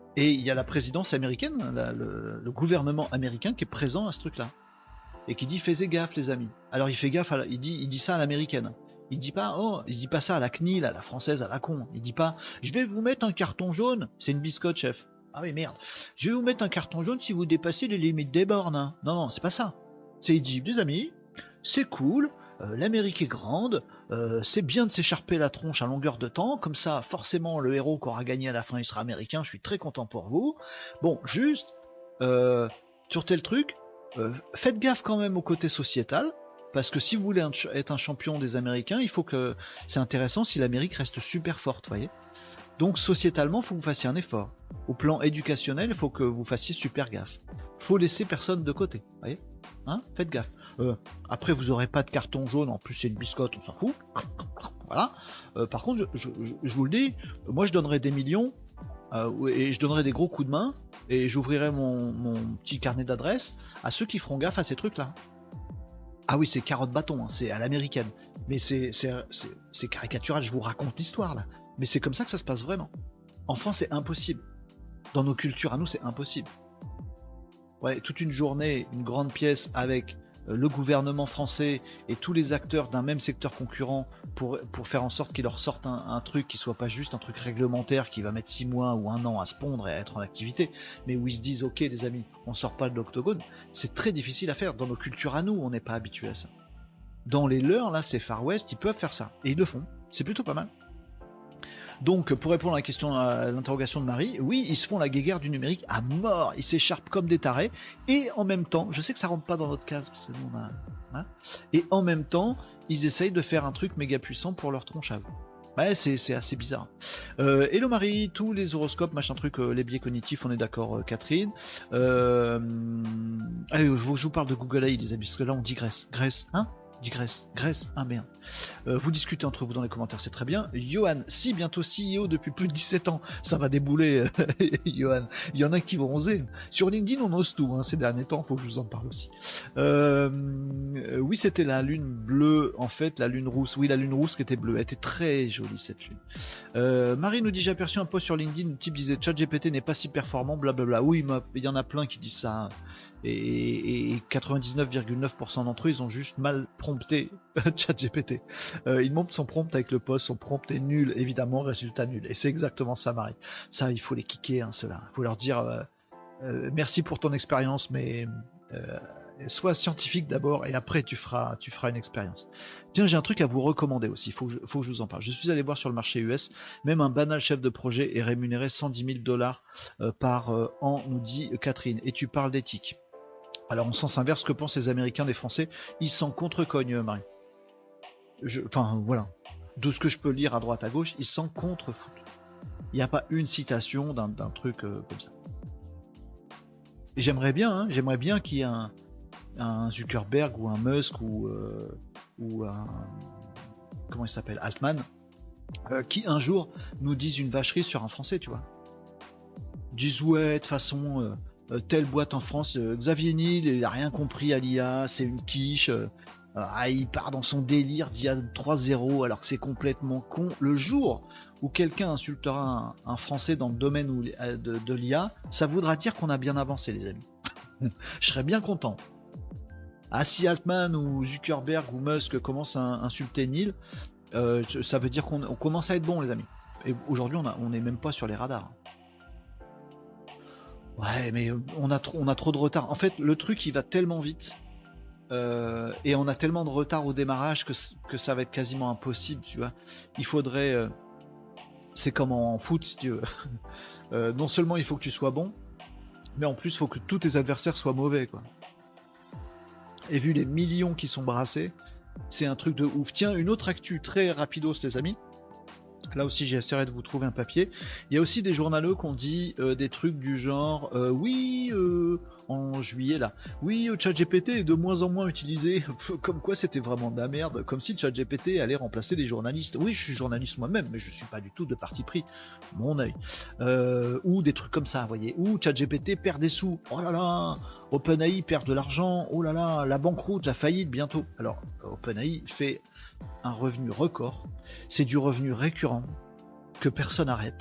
Et il y a la présidence américaine, la, le, le gouvernement américain qui est présent à ce truc-là. Et qui dit faites gaffe les amis. Alors il fait gaffe, à la, il, dit, il dit ça à l'américaine. Il dit pas oh, il dit pas ça à la C N I L, à la française, à la con. Il dit pas je vais vous mettre un carton jaune. C'est une biscotte chef. Ah oui merde. Je vais vous mettre un carton jaune si vous dépassez les limites des bornes. Hein. Non non c'est pas ça. C'est il dit les amis, c'est cool. Euh, L'Amérique est grande, euh, c'est bien de s'écharper la tronche à longueur de temps, comme ça forcément le héros qui aura gagné à la fin il sera américain, je suis très content pour vous. Bon, juste, euh, sur tel truc, euh, faites gaffe quand même au côté sociétal, parce que si vous voulez un ch- être un champion des Américains, il faut que, c'est intéressant si l'Amérique reste super forte, vous voyez. Donc sociétalement, il faut que vous fassiez un effort. Au plan éducationnel, il faut que vous fassiez super gaffe. Faut laisser personne de côté, vous voyez, hein, faites gaffe. Euh, après, vous aurez pas de carton jaune, en plus c'est une biscotte, on s'en fout. Voilà. Euh, par contre, je, je, je vous le dis, moi je donnerais des millions euh, et je donnerais des gros coups de main et j'ouvrirais mon, mon petit carnet d'adresses à ceux qui feront gaffe à ces trucs-là. Ah oui, c'est carotte bâton, hein, c'est à l'américaine. Mais c'est, c'est, c'est, c'est caricatural, je vous raconte l'histoire là. Mais c'est comme ça que ça se passe vraiment. En France, c'est impossible. Dans nos cultures à nous, c'est impossible. Ouais, toute une journée, une grande pièce avec le gouvernement français et tous les acteurs d'un même secteur concurrent pour, pour faire en sorte qu'ils leur sortent un, un truc qui soit pas juste un truc réglementaire qui va mettre six mois ou un an à se pondre et à être en activité, mais où ils se disent ok les amis, on sort pas de l'octogone, c'est très difficile à faire. Dans nos cultures à nous, on n'est pas habitué à ça. Dans les leurs, là, c'est Far West, ils peuvent faire ça. Et ils le font. C'est plutôt pas mal. Donc, pour répondre à la question, à l'interrogation de Marie, oui, ils se font la guéguerre du numérique à mort. Ils s'écharpent comme des tarés. Et en même temps, je sais que ça rentre pas dans notre case, parce que nous, on a, hein, et en même temps, ils essayent de faire un truc méga puissant pour leur tronche à vous. Ouais, c'est, c'est assez bizarre. Euh, hello Marie, tous les horoscopes, machin truc, euh, les biais cognitifs, on est d'accord, euh, Catherine. Euh, allez, je vous, je vous parle de Google A I, les amis, parce que là, on digresse. Grèce, hein? Digresse, Grèce, ah merde. Euh, vous discutez entre vous dans les commentaires, c'est très bien. Johan, si bientôt C E O depuis plus de dix-sept ans, ça va débouler, Johan. Il y en a qui vont oser. Sur LinkedIn, on ose tout, hein, ces derniers temps, faut que je vous en parle aussi. Euh, euh, oui, c'était la lune bleue, en fait, la lune rousse. Oui, la lune rousse qui était bleue, elle était très jolie cette lune. Euh, Marie nous dit, j'ai aperçu un post sur LinkedIn, le type disait ChatGPT n'est pas si performant, blablabla. Oui, il y en a plein qui disent ça. Et, et quatre-vingt-dix-neuf virgule neuf pour cent d'entre eux, ils ont juste mal prompté ChatGPT. Euh, ils montrent son prompt avec le post, son prompt est nul, évidemment, résultat nul. Et c'est exactement ça, Marie. Ça, il faut les kicker, hein, ceux-là. Il faut leur dire euh, euh, merci pour ton expérience, mais euh, sois scientifique d'abord et après tu feras, tu feras une expérience. Tiens, j'ai un truc à vous recommander aussi, il faut, faut que je vous en parle. Je suis allé voir sur le marché U S, même un banal chef de projet est rémunéré cent dix mille dollars euh, par euh, an, nous dit Catherine. Et tu parles d'éthique. Alors, en sens inverse, que pensent les Américains des Français? Ils s'en contre-cognent, Marie. Je, enfin, voilà. De ce que je peux lire à droite à gauche, ils s'en contre-foutent. Il n'y a pas une citation d'un, d'un truc euh, comme ça. Et j'aimerais bien, hein, j'aimerais bien qu'il y ait un, un Zuckerberg ou un Musk ou, euh, ou un... comment il s'appelle, Altman, euh, qui un jour nous dise une vacherie sur un Français, tu vois. Disent ouais, de toute façon... Euh, Euh, telle boîte en France, euh, Xavier Niel, il a rien compris à l'I A, c'est une quiche, euh, ah, il part dans son délire d'I A trois zéro alors que c'est complètement con. Le jour où quelqu'un insultera un, un Français dans le domaine où, de, de l'I A, ça voudra dire qu'on a bien avancé, les amis. Je serais bien content. Ah, si Altman ou Zuckerberg ou Musk commencent à insulter Niel, euh, ça veut dire qu'on on commence à être bon, les amis. Et aujourd'hui, on n'est même pas sur les radars. Ouais, mais on a trop, on a trop de retard. En fait, le truc, il va tellement vite euh, et on a tellement de retard au démarrage que, que ça va être quasiment impossible, tu vois. Il faudrait, euh, c'est comme en foot, si tu veux. euh, non seulement il faut que tu sois bon, mais en plus, il faut que tous tes adversaires soient mauvais, quoi. Et vu les millions qui sont brassés, c'est un truc de ouf. Tiens, une autre actu très rapidos, les amis. Là aussi, j'essaierai de vous trouver un papier. Il y a aussi des journaleux qui ont dit euh, des trucs du genre euh, oui, euh, en juillet là, oui, euh, ChatGPT est de moins en moins utilisé, comme quoi c'était vraiment de la merde, comme si ChatGPT allait remplacer les journalistes. Oui, je suis journaliste moi-même, mais je suis pas du tout de parti pris, mon œil. Euh, ou des trucs comme ça, vous voyez. Ou ChatGPT perd des sous. Oh là là, OpenAI perd de l'argent. Oh là là, la banqueroute, la faillite bientôt. Alors, OpenAI fait un revenu record. C'est du revenu récurrent que personne n'arrête,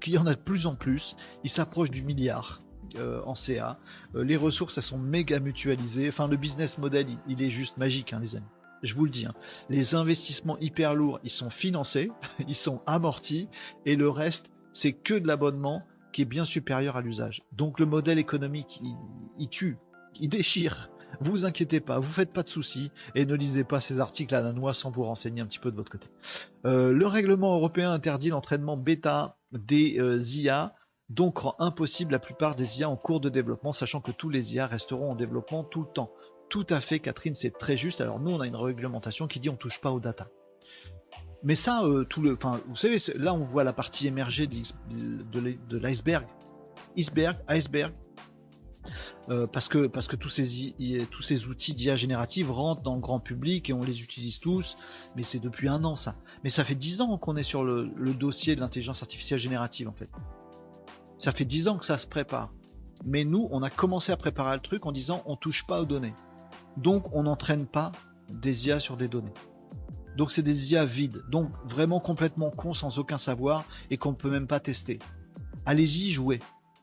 Donc il y en a de plus en plus, il s'approche du milliard euh, en C A, euh, les ressources elles sont méga mutualisées, enfin le business model il, il est juste magique hein, les amis. Je vous le dis, hein. Les investissements hyper lourds ils sont financés, ils sont amortis et le reste c'est que de l'abonnement qui est bien supérieur à l'usage. Donc le modèle économique il, il tue, il déchire. Vous inquiétez pas, vous faites pas de soucis et ne lisez pas ces articles à la noix sans vous renseigner un petit peu de votre côté. Euh, le règlement européen interdit l'entraînement bêta des euh, I A, donc rend impossible la plupart des I A en cours de développement, sachant que tous les I A resteront en développement tout le temps. Tout à fait, Catherine, c'est très juste. Alors nous, on a une réglementation qui dit on touche pas aux data. Mais ça, euh, tout le, enfin, vous savez, là, on voit la partie émergée de l'iceberg, iceberg, iceberg. Euh, parce que parce que tous ces tous ces outils d'I A générative rentrent dans le grand public et on les utilise tous, mais c'est depuis un an ça. Mais ça fait dix ans qu'on est sur le, le dossier de l'intelligence artificielle générative en fait. Ça fait dix ans que ça se prépare. Mais nous, on a commencé à préparer le truc en disant on touche pas aux données. Donc on n'entraîne pas des I A sur des données. Donc c'est des I A vides, donc vraiment complètement cons sans aucun savoir et qu'on ne peut même pas tester. Allez-y, jouez.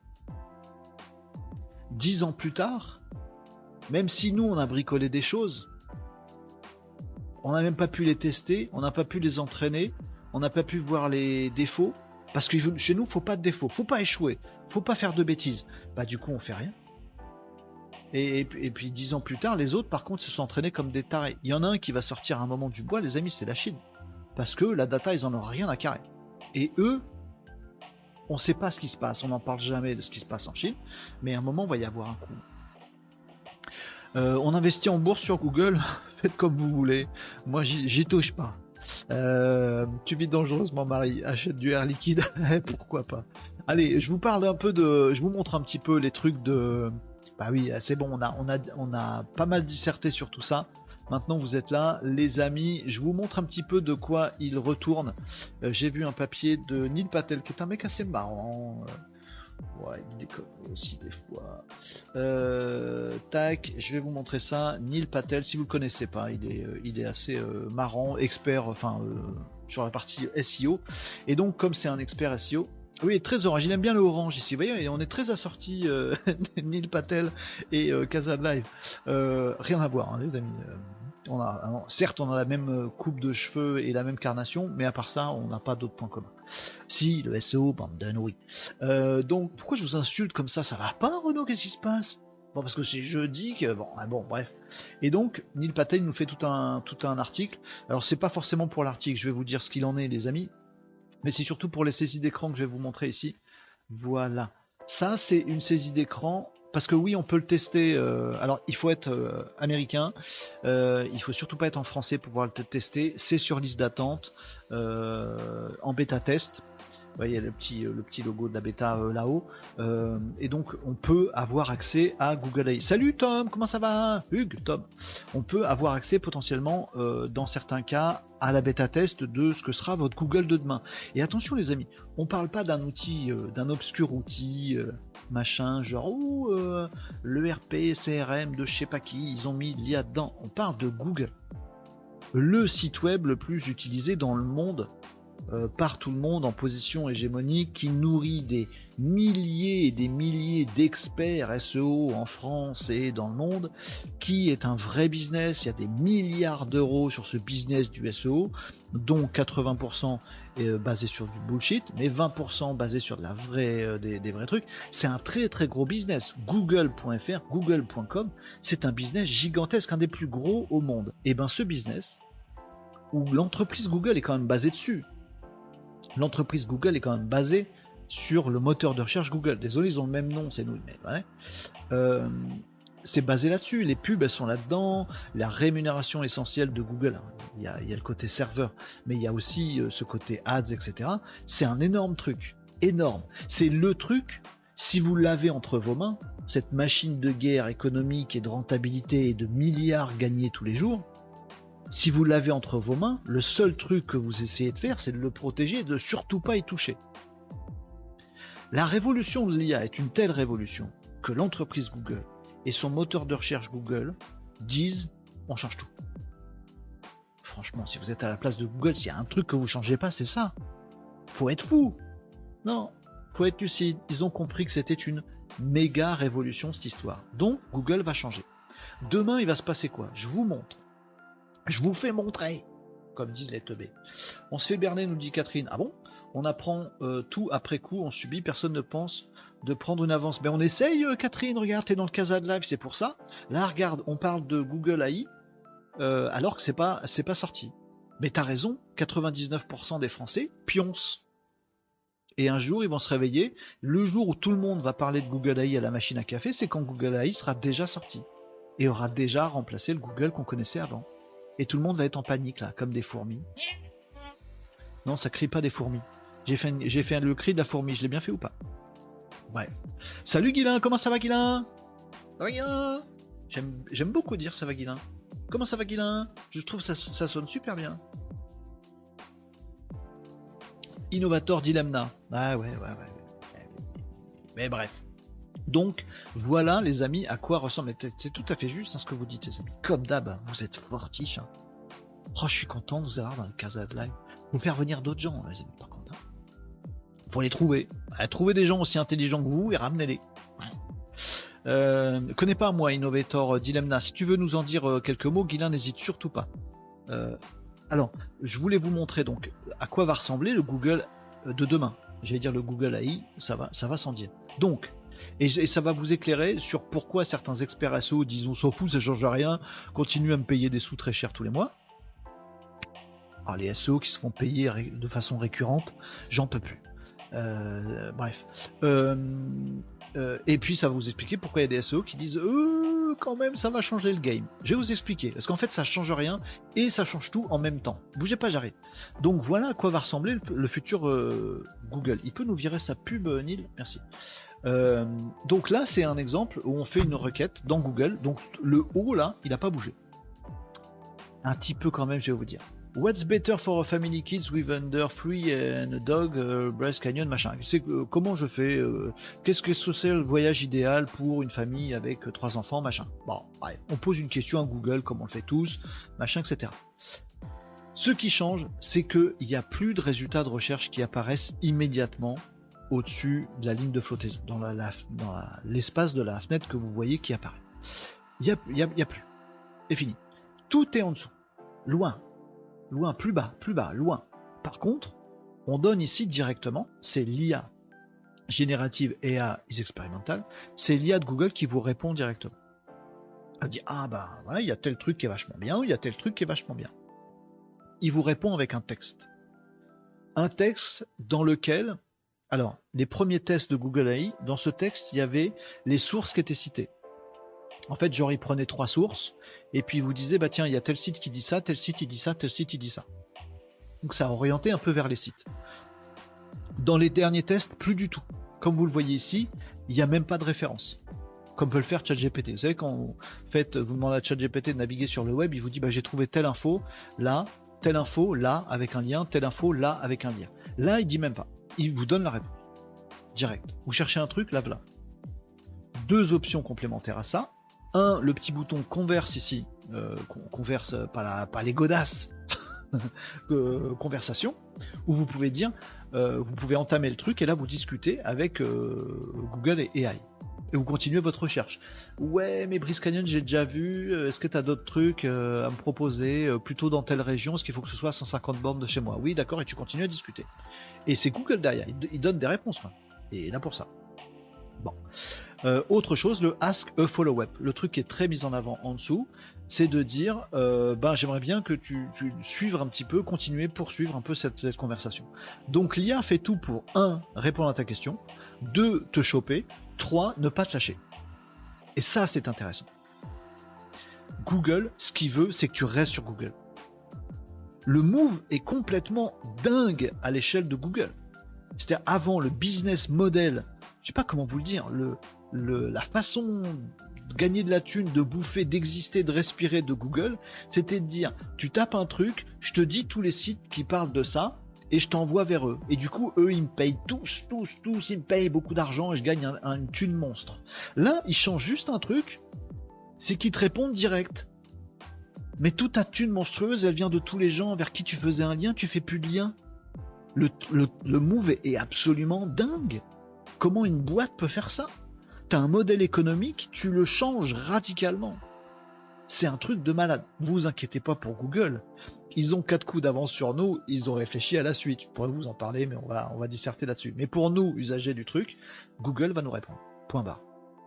Dix ans plus tard, même si nous on a bricolé des choses, on n'a même pas pu les tester, on n'a pas pu les entraîner, on n'a pas pu voir les défauts, parce que chez nous, faut pas de défauts, faut pas échouer, faut pas faire de bêtises. Bah du coup on fait rien. Et, et, et puis dix ans plus tard, les autres par contre se sont entraînés comme des tarés. Il y en a un qui va sortir à un moment du bois, les amis, c'est la Chine. Parce que la data, ils en ont rien à carrer. Et eux, on ne sait pas ce qui se passe, on n'en parle jamais de ce qui se passe en Chine, mais à un moment, il va y avoir un coup. Euh, on investit en bourse sur Google, faites comme vous voulez, moi j'y touche pas. Euh, tu vis dangereusement, Marie, achète du air liquide, pourquoi pas. Allez, je vous parle un peu de... Je vous montre un petit peu les trucs de... Bah oui, c'est bon, on a, on, a, on a pas mal disserté sur tout ça. Maintenant vous êtes là, les amis, je vous montre un petit peu de quoi il retourne. Euh, j'ai vu un papier de Neil Patel, qui est un mec assez marrant. Euh, ouais, il déconne aussi des fois. Euh, tac, je vais vous montrer ça. Neil Patel, si vous le connaissez pas, il est, euh, il est assez euh, marrant, expert, enfin, euh, sur la partie S E O. Et donc, comme c'est un expert S E O, oui, très orange, il aime bien le orange ici, vous voyez, et on est très assortis, euh, Neil Patel et euh, Casa de Live. Euh, rien à voir, hein, les amis. Euh, on a, alors, certes, on a la même coupe de cheveux et la même carnation, mais à part ça, on n'a pas d'autres points communs. Si, le S E O, bande de oui. Euh, donc, pourquoi je vous insulte comme ça? Ça va pas, Renaud? Qu'est-ce qui se passe? Bon, parce que c'est jeudi que... Bon, ah bon, bref. Et donc, Neil Patel nous fait tout un, tout un article. Alors, c'est pas forcément pour l'article, je vais vous dire ce qu'il en est, les amis. Mais c'est surtout pour les saisies d'écran que je vais vous montrer ici. Voilà. Ça, c'est une saisie d'écran. Parce que oui, on peut le tester. Euh, alors, il faut être euh, américain. Euh, il faut surtout pas être en français pour pouvoir le tester. C'est sur liste d'attente euh, en bêta test. Vous voyez le petit, le petit logo de la bêta euh, là-haut. Euh, et donc, on peut avoir accès à Google A I. Salut Tom, comment ça va? Hugues, Tom. On peut avoir accès potentiellement, euh, dans certains cas, à la bêta test de ce que sera votre Google de demain. Et attention les amis, on parle pas d'un outil, euh, d'un obscur outil, euh, machin, genre oh, euh, le R P, C R M de je sais pas qui, ils ont mis l'I A dedans. On parle de Google. Le site web le plus utilisé dans le monde. Euh, par tout le monde en position hégémonique, qui nourrit des milliers et des milliers d'experts S E O en France et dans le monde, qui est un vrai business. Il y a des milliards d'euros sur ce business du S E O, dont quatre-vingts pour cent est basé sur du bullshit, mais vingt pour cent basé sur de la vraie, euh, des, des vrais trucs. C'est un très très gros business. Google point F R, Google point com, c'est un business gigantesque, un des plus gros au monde. Et ben ce business, où l'entreprise Google est quand même basée dessus, l'entreprise Google est quand même basée sur le moteur de recherche Google. Désolé, ils ont le même nom, c'est nous, mais ouais. Euh, c'est basé là-dessus. Les pubs, elles sont là-dedans. La rémunération essentielle de Google, il y a, il y a le côté serveur, mais il y a aussi euh, ce côté ads, et cetera. C'est un énorme truc, énorme. C'est le truc, si vous l'avez entre vos mains, cette machine de guerre économique et de rentabilité et de milliards gagnés tous les jours, si vous l'avez entre vos mains, le seul truc que vous essayez de faire, c'est de le protéger et de surtout pas y toucher. La révolution de l'I A est une telle révolution que l'entreprise Google et son moteur de recherche Google disent on change tout. Franchement, si vous êtes à la place de Google, s'il y a un truc que vous changez pas, c'est ça. Faut être fou. Non, faut être lucide. Ils ont compris que c'était une méga révolution cette histoire. Donc Google va changer. Demain, il va se passer quoi? Je vous montre. Je vous fais montrer, comme disent les teubés. On se fait berner, nous dit Catherine. Ah bon? On apprend euh, tout après coup, on subit, personne ne pense de prendre une avance. Ben on essaye, euh, Catherine, regarde, t'es dans le Casa de Live, c'est pour ça. Là, regarde, on parle de Google A I, euh, alors que c'est pas, c'est pas sorti. Mais t'as raison, quatre-vingt-dix-neuf pour cent des Français pioncent. Et un jour, ils vont se réveiller. Le jour où tout le monde va parler de Google A I à la machine à café, c'est quand Google A I sera déjà sorti. Et aura déjà remplacé le Google qu'on connaissait avant. Et tout le monde va être en panique, là, comme des fourmis. Non, ça crie pas des fourmis. J'ai fait, une, j'ai fait le cri de la fourmi, je l'ai bien fait ou pas? Bref. Salut Guilain, comment ça va Guilain? Ça va Guilain? J'aime, j'aime beaucoup dire ça va Guilain. Comment ça va Guilain? Je trouve ça, ça sonne super bien. Innovator Dilemna. Ah ouais, ouais, ouais. Mais bref. Donc, voilà les amis à quoi ressemble. C'est tout à fait juste hein, ce que vous dites les amis. Comme d'hab, vous êtes fortiches. Hein. Oh, je suis content de vous avoir dans le Casa de Live. Vous faire venir d'autres gens, les amis, par contre. Hein. Faut les trouver. Ah, trouver des gens aussi intelligents que vous et ramenez-les. Ouais. Euh, connais pas moi, Innovator Dilemna. Si tu veux nous en dire euh, quelques mots, Guilain, n'hésite surtout pas. Euh, alors, je voulais vous montrer donc à quoi va ressembler le Google de demain. J'allais dire le Google A I, ça va, ça va sans dire. Donc, et, et ça va vous éclairer sur pourquoi certains experts S E O disent on s'en fout, ça change rien, continuent à me payer des sous très chers tous les mois. Alors les S E O qui se font payer de façon récurrente, j'en peux plus. Euh, bref. Euh, euh, et puis ça va vous expliquer pourquoi il y a des S E O qui disent euh, quand même ça va changer le game. Je vais vous expliquer. Parce qu'en fait ça change rien et ça change tout en même temps. Bougez pas, j'arrête. Donc voilà à quoi va ressembler le, le futur euh, Google. Il peut nous virer sa pub, Neil? Merci. Euh, donc là c'est un exemple où on fait une requête dans Google. Donc le haut là, il n'a pas bougé. Un petit peu quand même, je vais vous dire. What's better for a family kids with under three and a dog, uh, Bryce Canyon, machin. C'est euh, comment je fais euh, Qu'est-ce que c'est le voyage idéal pour une famille avec euh, trois enfants, machin. Bon, ouais, on pose une question à Google, comme on le fait tous, machin, et cetera. Ce qui change, c'est qu'il n'y a plus de résultats de recherche qui apparaissent immédiatement au-dessus de la ligne de flottaison, dans, la, la, dans la, l'espace de la fenêtre que vous voyez qui apparaît. Il n'y a, y a, y a plus. C'est fini. Tout est en dessous. Loin. Loin, plus bas, plus bas, loin. Par contre, on donne ici directement, c'est l'I A générative A I is expérimentale, c'est l'I A de Google qui vous répond directement. Elle dit, ah bah voilà, il y a tel truc qui est vachement bien, il y a tel truc qui est vachement bien. Il vous répond avec un texte. Un texte dans lequel, alors, les premiers tests de Google A I, dans ce texte, il y avait les sources qui étaient citées. En fait, genre, il prenait trois sources, et puis il vous disait, bah tiens, il y a tel site qui dit ça, tel site il dit ça, tel site il dit ça. Donc ça a orienté un peu vers les sites. Dans les derniers tests, plus du tout. Comme vous le voyez ici, il n'y a même pas de référence. Comme peut le faire ChatGPT. Vous savez, quand vous, faites, vous demandez à ChatGPT de naviguer sur le web, il vous dit, bah j'ai trouvé telle info, là, telle info, là, avec un lien, telle info, là, avec un lien. Là, il dit même pas. Il vous donne la réponse. Direct. Vous cherchez un truc, là, là. Deux options complémentaires à ça. Un, le petit bouton converse ici, euh, converse, pas, la, pas les godasses, euh, conversation, où vous pouvez dire, euh, vous pouvez entamer le truc et là vous discutez avec euh, Google et A I. Et vous continuez votre recherche. Ouais, mais Bryce Canyon, j'ai déjà vu, est-ce que tu as d'autres trucs euh, à me proposer, euh, plutôt dans telle région, est-ce qu'il faut que ce soit à cent cinquante bornes de chez moi? Oui, d'accord, et tu continues à discuter. Et c'est Google derrière, il, il donne des réponses, là. Et là pour ça. Bon. Euh, autre chose, le Ask a Follow-up. Le truc qui est très mis en avant en dessous, c'est de dire euh, ben, j'aimerais bien que tu, tu suives un petit peu, continuer, poursuivre un peu cette, cette conversation. Donc l'I A fait tout pour un, répondre à ta question, deux, te choper, trois, ne pas te lâcher. Et ça, c'est intéressant. Google, ce qu'il veut, c'est que tu restes sur Google. Le move est complètement dingue à l'échelle de Google. C'est-à-dire avant le business model, je sais pas comment vous le dire, le, le, la façon de gagner de la thune, de bouffer, d'exister, de respirer de Google, c'était de dire, tu tapes un truc, je te dis tous les sites qui parlent de ça, et je t'envoie vers eux. Et du coup, eux, ils me payent tous, tous, tous, ils me payent beaucoup d'argent et je gagne un, un, une thune monstre. Là, ils changent juste un truc, c'est qu'ils te répondent direct. Mais toute ta thune monstrueuse, elle vient de tous les gens vers qui tu faisais un lien, tu fais plus de lien. Le, le, le move est absolument dingue. Comment une boîte peut faire ça? Tu as un modèle économique, tu le changes radicalement. C'est un truc de malade. Vous inquiétez pas pour Google. Ils ont quatre coups d'avance sur nous, ils ont réfléchi à la suite. Je pourrais vous en parler, mais on va, on va disserter là-dessus. Mais pour nous, usagers du truc, Google va nous répondre. Point barre.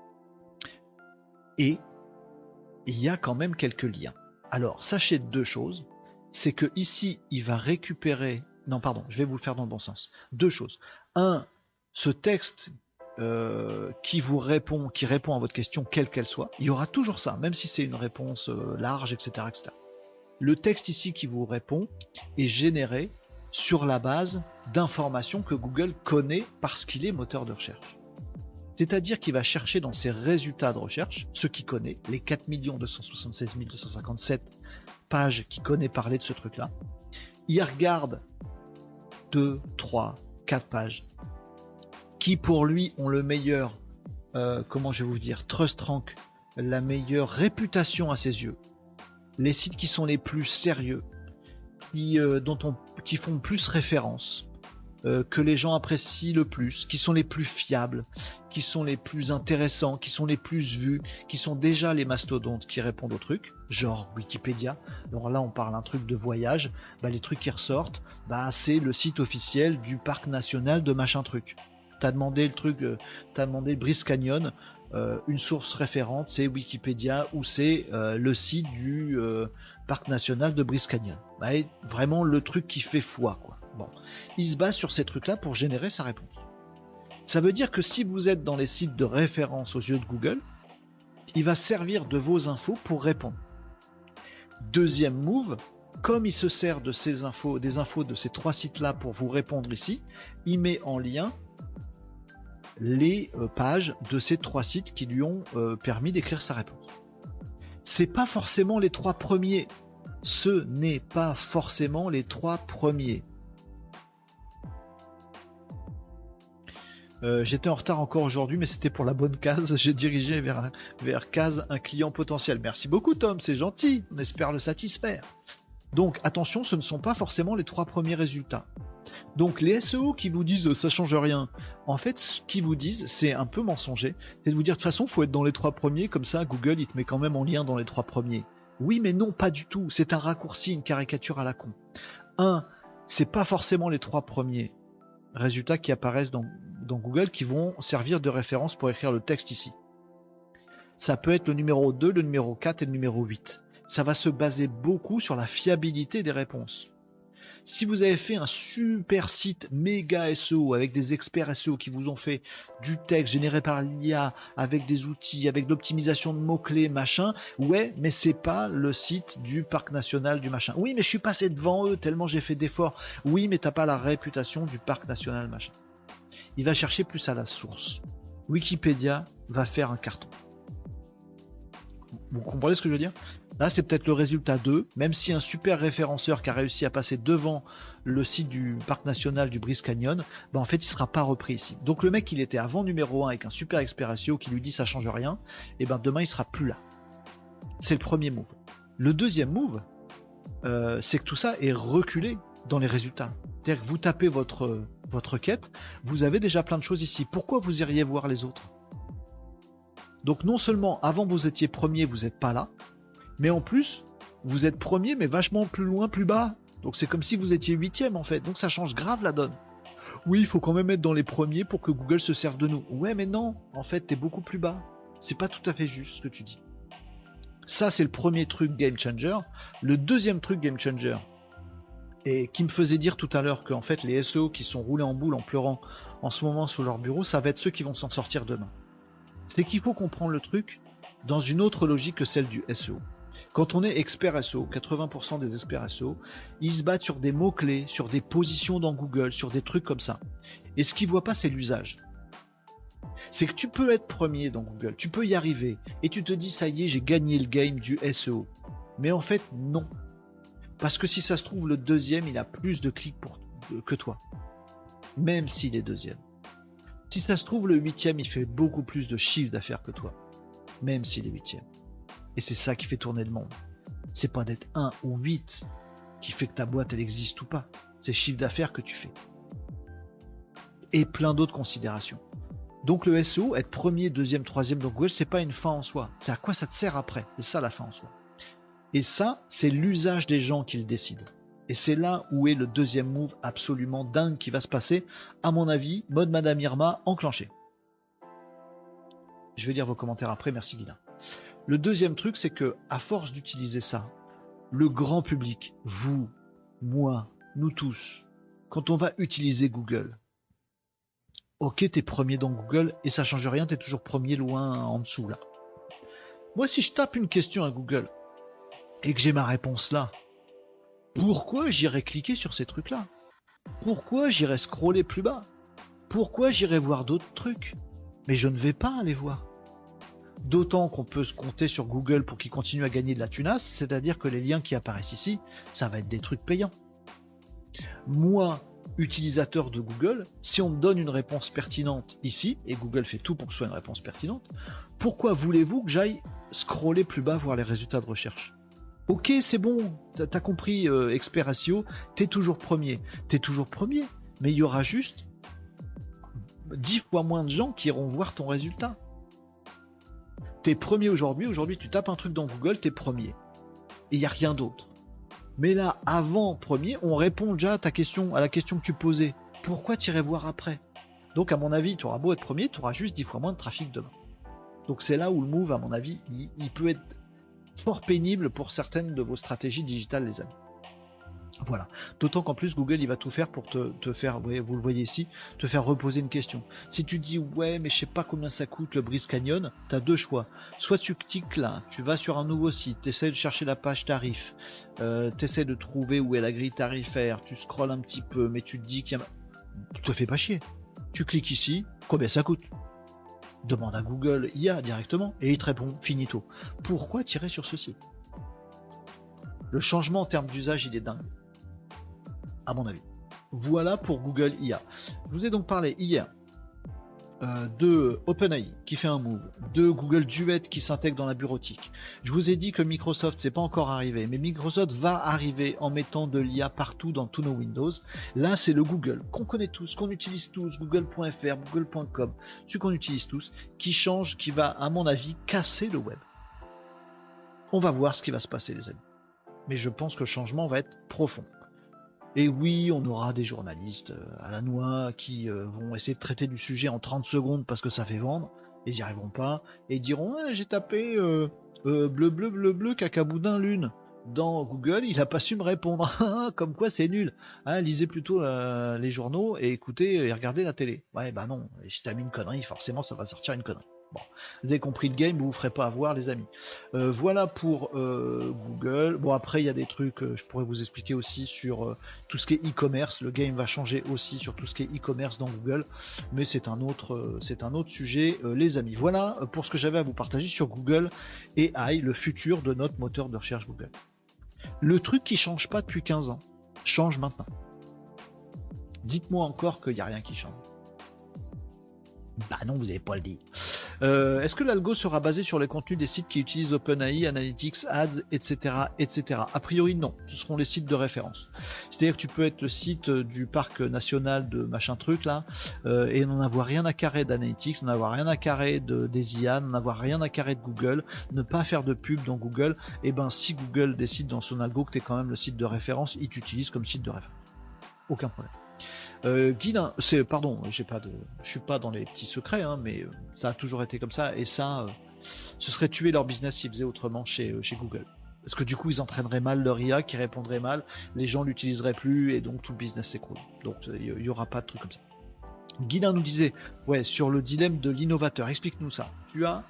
Et il y a quand même quelques liens. Alors, sachez deux choses. C'est que ici, il va récupérer... Non, pardon, je vais vous le faire dans le bon sens. Deux choses. Un, ce texte euh, qui vous répond, qui répond à votre question, quelle qu'elle soit, il y aura toujours ça, même si c'est une réponse euh, large, et cetera, et cetera. Le texte ici qui vous répond est généré sur la base d'informations que Google connaît parce qu'il est moteur de recherche. C'est-à-dire qu'il va chercher dans ses résultats de recherche, ce qu'il connaît, les quatre millions deux cent soixante-seize mille deux cent cinquante-sept pages qu'il connaît parler de ce truc-là. Il regarde deux, trois, quatre pages qui pour lui ont le meilleur, euh, comment je vais vous dire, trust rank, la meilleure réputation à ses yeux. Les sites qui sont les plus sérieux, qui, euh, dont on, qui font plus référence, euh, que les gens apprécient le plus, qui sont les plus fiables, qui sont les plus intéressants, qui sont les plus vus, qui sont déjà les mastodontes qui répondent aux trucs, genre Wikipédia. Alors là on parle un truc de voyage, bah, les trucs qui ressortent, bah, c'est le site officiel du parc national de machin truc. T'as demandé le truc, euh, t'as demandé Bryce Canyon, euh, une source référente c'est Wikipédia ou c'est euh, le site du euh, parc national de Bryce Canyon. Bah, vraiment le truc qui fait foi, quoi. Bon, il se base sur ces trucs-là pour générer sa réponse. Ça veut dire que si vous êtes dans les sites de référence aux yeux de Google, il va servir de vos infos pour répondre. Deuxième move, comme il se sert de ces infos, des infos de ces trois sites-là pour vous répondre ici, il met en lien les euh, pages de ces trois sites qui lui ont euh, permis d'écrire sa réponse. C'est pas forcément les trois premiers. Ce n'est pas forcément les trois premiers. Euh, J'étais en retard encore aujourd'hui, mais c'était pour la bonne case. J'ai dirigé vers, vers case un client potentiel. Merci beaucoup Tom, c'est gentil. On espère le satisfaire. Donc attention, ce ne sont pas forcément les trois premiers résultats. Donc les S E O qui vous disent ça change rien, en fait ce qu'ils vous disent c'est un peu mensonger, c'est de vous dire de toute façon il faut être dans les trois premiers, comme ça Google il te met quand même en lien dans les trois premiers. Oui mais non, pas du tout, c'est un raccourci, une caricature à la con. Un, c'est pas forcément les trois premiers résultats qui apparaissent dans, dans Google qui vont servir de référence pour écrire le texte ici. Ça peut être le numéro deux, le numéro quatre et le numéro huit. Ça va se baser beaucoup sur la fiabilité des réponses. Si vous avez fait un super site méga S E O avec des experts S E O qui vous ont fait du texte généré par l'I A avec des outils, avec de l'optimisation de mots-clés, machin, ouais, mais c'est pas le site du parc national du machin. Oui, mais je suis passé devant eux tellement j'ai fait d'efforts. Oui, mais t'as pas la réputation du parc national machin. Il va chercher plus à la source. Wikipédia va faire un carton. Vous comprenez ce que je veux dire? Là, c'est peut-être le résultat deux, même si un super référenceur qui a réussi à passer devant le site du parc national du Bryce Canyon, ben en fait, il ne sera pas repris ici. Donc le mec, il était avant numéro un avec un super expert S E O qui lui dit ça change rien, et ben demain, il sera plus là. C'est le premier move. Le deuxième move, euh, c'est que tout ça est reculé dans les résultats. C'est-à-dire que vous tapez votre, votre requête, vous avez déjà plein de choses ici. Pourquoi vous iriez voir les autres? Donc non seulement avant vous étiez premier, vous n'êtes pas là, mais en plus vous êtes premier mais vachement plus loin, plus bas. Donc c'est comme si vous étiez huitième en fait. Donc ça change grave la donne. Oui, il faut quand même être dans les premiers pour que Google se serve de nous. Ouais mais non, en fait t'es beaucoup plus bas. C'est pas tout à fait juste ce que tu dis. Ça c'est le premier truc game changer. Le deuxième truc game changer, et qui me faisait dire tout à l'heure qu'en fait les S E O qui sont roulés en boule en pleurant en ce moment sous leur bureau, ça va être ceux qui vont s'en sortir demain. C'est qu'il faut comprendre le truc dans une autre logique que celle du S E O. Quand on est expert S E O, quatre-vingts pour cent des experts S E O, ils se battent sur des mots-clés, sur des positions dans Google, sur des trucs comme ça. Et ce qu'ils ne voient pas, c'est l'usage. C'est que tu peux être premier dans Google, tu peux y arriver, et tu te dis, ça y est, j'ai gagné le game du S E O. Mais en fait, non. Parce que si ça se trouve, le deuxième, il a plus de clics pour, que toi. Même s'il est deuxième. Si ça se trouve, le huitième, il fait beaucoup plus de chiffre d'affaires que toi, même s'il est huitième. Et c'est ça qui fait tourner le monde. C'est pas d'être un ou huit qui fait que ta boîte, elle existe ou pas. C'est le chiffre d'affaires que tu fais. Et plein d'autres considérations. Donc le S E O, être premier, deuxième, troisième dans Google, c'est pas une fin en soi. C'est à quoi ça te sert après. C'est ça la fin en soi. Et ça, c'est l'usage des gens qui le décident. Et c'est là où est le deuxième move absolument dingue qui va se passer, à mon avis, mode Madame Irma enclenché. Je vais lire vos commentaires après, merci Guilla. Le deuxième truc, c'est que à force d'utiliser ça, le grand public, vous, moi, nous tous, quand on va utiliser Google, ok, t'es premier dans Google et ça change rien, t'es toujours premier loin en dessous là. Moi, si je tape une question à Google et que j'ai ma réponse là, pourquoi j'irais cliquer sur ces trucs-là? Pourquoi j'irais scroller plus bas? Pourquoi j'irais voir d'autres trucs? Mais je ne vais pas aller voir. D'autant qu'on peut se compter sur Google pour qu'il continue à gagner de la tunasse, c'est-à-dire que les liens qui apparaissent ici, ça va être des trucs payants. Moi, utilisateur de Google, si on me donne une réponse pertinente ici, et Google fait tout pour que ce soit une réponse pertinente, pourquoi voulez-vous que j'aille scroller plus bas voir les résultats de recherche? Ok, c'est bon, t'as compris, euh, expert S E O, t'es toujours premier. T'es toujours premier, mais il y aura juste dix fois moins de gens qui iront voir ton résultat. T'es premier aujourd'hui, aujourd'hui tu tapes un truc dans Google, t'es premier. Et il n'y a rien d'autre. Mais là, avant premier, on répond déjà à ta question, à la question que tu posais. Pourquoi t'irais voir après? Donc à mon avis, tu auras beau être premier, tu auras juste dix fois moins de trafic demain. Donc c'est là où le move, à mon avis, il, il peut être fort pénible pour certaines de vos stratégies digitales, les amis. Voilà. D'autant qu'en plus, Google, il va tout faire pour te, te faire, vous le voyez ici, te faire reposer une question. Si tu te dis, ouais, mais je sais pas combien ça coûte le Breeze Canyon, tu as deux choix. Soit tu cliques là, tu vas sur un nouveau site, tu essaies de chercher la page tarif, euh, tu essaies de trouver où est la grille tarifaire, tu scrolles un petit peu, mais tu te dis qu'il y a... Tu te fais pas chier. Tu cliques ici, combien ça coûte? Demande à Google I A directement et il te répond finito. Pourquoi tirer sur ce site? Le changement en termes d'usage, il est dingue, à mon avis. Voilà pour Google I A. Je vous ai donc parlé hier euh, de OpenAI qui fait un move, de Google Duet qui s'intègre dans la bureautique. Je vous ai dit que Microsoft, c'est pas encore arrivé, mais Microsoft va arriver en mettant de l'I A partout dans tous nos Windows. Là, c'est le Google qu'on connaît tous, qu'on utilise tous, google point f r, google point com, celui qu'on utilise tous, qui change, qui va, à mon avis, casser le web. On va voir ce qui va se passer, les amis. Mais je pense que le changement va être profond. Et oui, on aura des journalistes à la noix qui vont essayer de traiter du sujet en trente secondes parce que ça fait vendre, et ils n'y arriveront pas, et ils diront ah, j'ai tapé euh, euh, bleu bleu bleu bleu cacaboudin lune dans Google, il n'a pas su me répondre, comme quoi c'est nul, hein, lisez plutôt euh, les journaux et écoutez et regardez la télé. Ouais bah non, et si t'as mis une connerie, forcément ça va sortir une connerie. Bon, vous avez compris le game, vous vous ferez pas avoir les amis. Euh, voilà pour euh, Google. Bon après il y a des trucs, euh, je pourrais vous expliquer aussi sur euh, tout ce qui est e-commerce. Le game va changer aussi sur tout ce qui est e-commerce dans Google, mais c'est un autre, euh, c'est un autre sujet, euh, les amis. Voilà euh, pour ce que j'avais à vous partager sur Google et A I, le futur de notre moteur de recherche Google. Le truc qui change pas depuis quinze ans change maintenant. Dites-moi encore qu'il n'y a rien qui change. Bah non, vous n'allez pas le dire. Euh, est-ce que l'algo sera basé sur les contenus des sites qui utilisent OpenAI, Analytics, Ads, et cetera, et cetera. A priori, non. Ce seront les sites de référence. C'est-à-dire que tu peux être le site du parc national de machin truc là, euh, et n'en avoir rien à carrer d'Analytics, n'en avoir rien à carrer de, des I A, n'en avoir rien à carrer de Google, ne pas faire de pub dans Google. Et ben, si Google décide dans son algo que tu es quand même le site de référence, il t'utilise comme site de référence. Aucun problème. Euh, Guilin, c'est pardon, j'ai pas de, je suis pas dans les petits secrets, hein, mais euh, ça a toujours été comme ça et ça, euh, ce serait tuer leur business s'ils faisaient autrement chez euh, chez Google. Parce que du coup, ils entraîneraient mal leur I A, qui répondrait mal, les gens l'utiliseraient plus et donc tout le business s'écroule. Donc il euh, y, y aura pas de truc comme ça. Guilin nous disait, ouais, sur le dilemme de l'innovateur, explique-nous ça. Tu as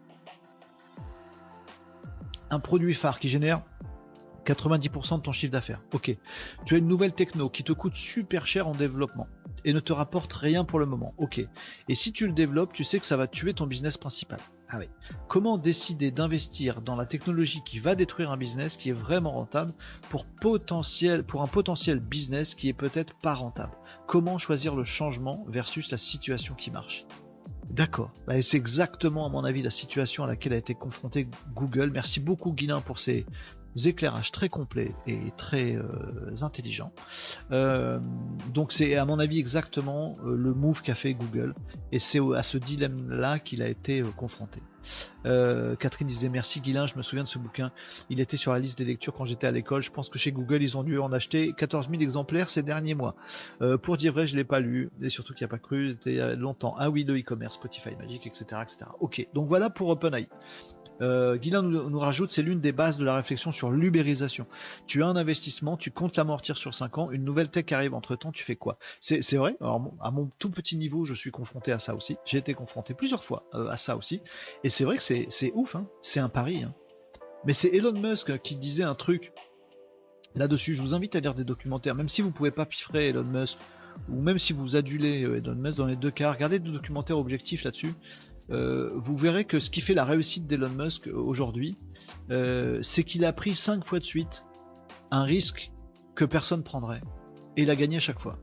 un produit phare qui génère quatre-vingt-dix pour cent de ton chiffre d'affaires. Ok. Tu as une nouvelle techno qui te coûte super cher en développement et ne te rapporte rien pour le moment. Ok. Et si tu le développes, tu sais que ça va tuer ton business principal. Ah oui. Comment décider d'investir dans la technologie qui va détruire un business qui est vraiment rentable pour potentiel, pour un potentiel business qui est peut-être pas rentable? Comment choisir le changement versus la situation qui marche? D'accord. Bah, c'est exactement à mon avis la situation à laquelle a été confronté Google. Merci beaucoup Guilin pour ces éclairages très complets et très euh, intelligents. Euh, donc c'est à mon avis exactement euh, le move qu'a fait Google, et c'est à ce dilemme-là qu'il a été euh, confronté. Euh, Catherine disait merci Guilain, je me souviens de ce bouquin, il était sur la liste des lectures quand j'étais à l'école. Je pense que chez Google ils ont dû en acheter quatorze mille exemplaires ces derniers mois. Euh, pour dire vrai, je l'ai pas lu, et surtout qu'il n'y a pas cru, c'était longtemps. Ah oui, le e-commerce, Spotify Magic, etc., etc. Ok, donc voilà pour OpenAI. Euh, Guilain nous, nous rajoute, c'est l'une des bases de la réflexion sur l'ubérisation. Tu as un investissement, tu comptes l'amortir sur cinq ans, une nouvelle tech arrive entre temps, tu fais quoi? C'est c'est vrai, alors, à mon tout petit niveau, je suis confronté à ça aussi. J'ai été confronté plusieurs fois euh, à ça aussi. Et c'est vrai que c'est c'est ouf, hein. C'est un pari. Hein. Mais c'est Elon Musk qui disait un truc là-dessus. Je vous invite à lire des documentaires, même si vous pouvez pas piffrer Elon Musk, ou même si vous adulez euh, Elon Musk, dans les deux cas, regardez des documentaires objectifs là-dessus. Euh, vous verrez que ce qui fait la réussite d'Elon Musk aujourd'hui, euh, c'est qu'il a pris cinq fois de suite un risque que personne prendrait, et il a gagné à chaque fois.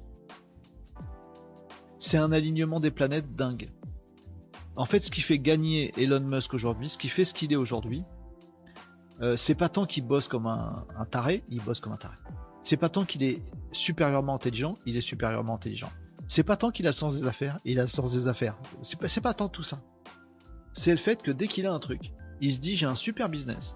C'est un alignement des planètes dingue. En fait, ce qui fait gagner Elon Musk aujourd'hui, ce qui fait ce qu'il est aujourd'hui, euh, c'est pas tant qu'il bosse comme un, un taré, il bosse comme un taré. C'est pas tant qu'il est supérieurement intelligent, il est supérieurement intelligent. C'est pas tant qu'il a le sens des affaires, il a le sens des affaires. C'est pas, c'est pas tant tout ça. C'est le fait que dès qu'il a un truc, il se dit j'ai un super business.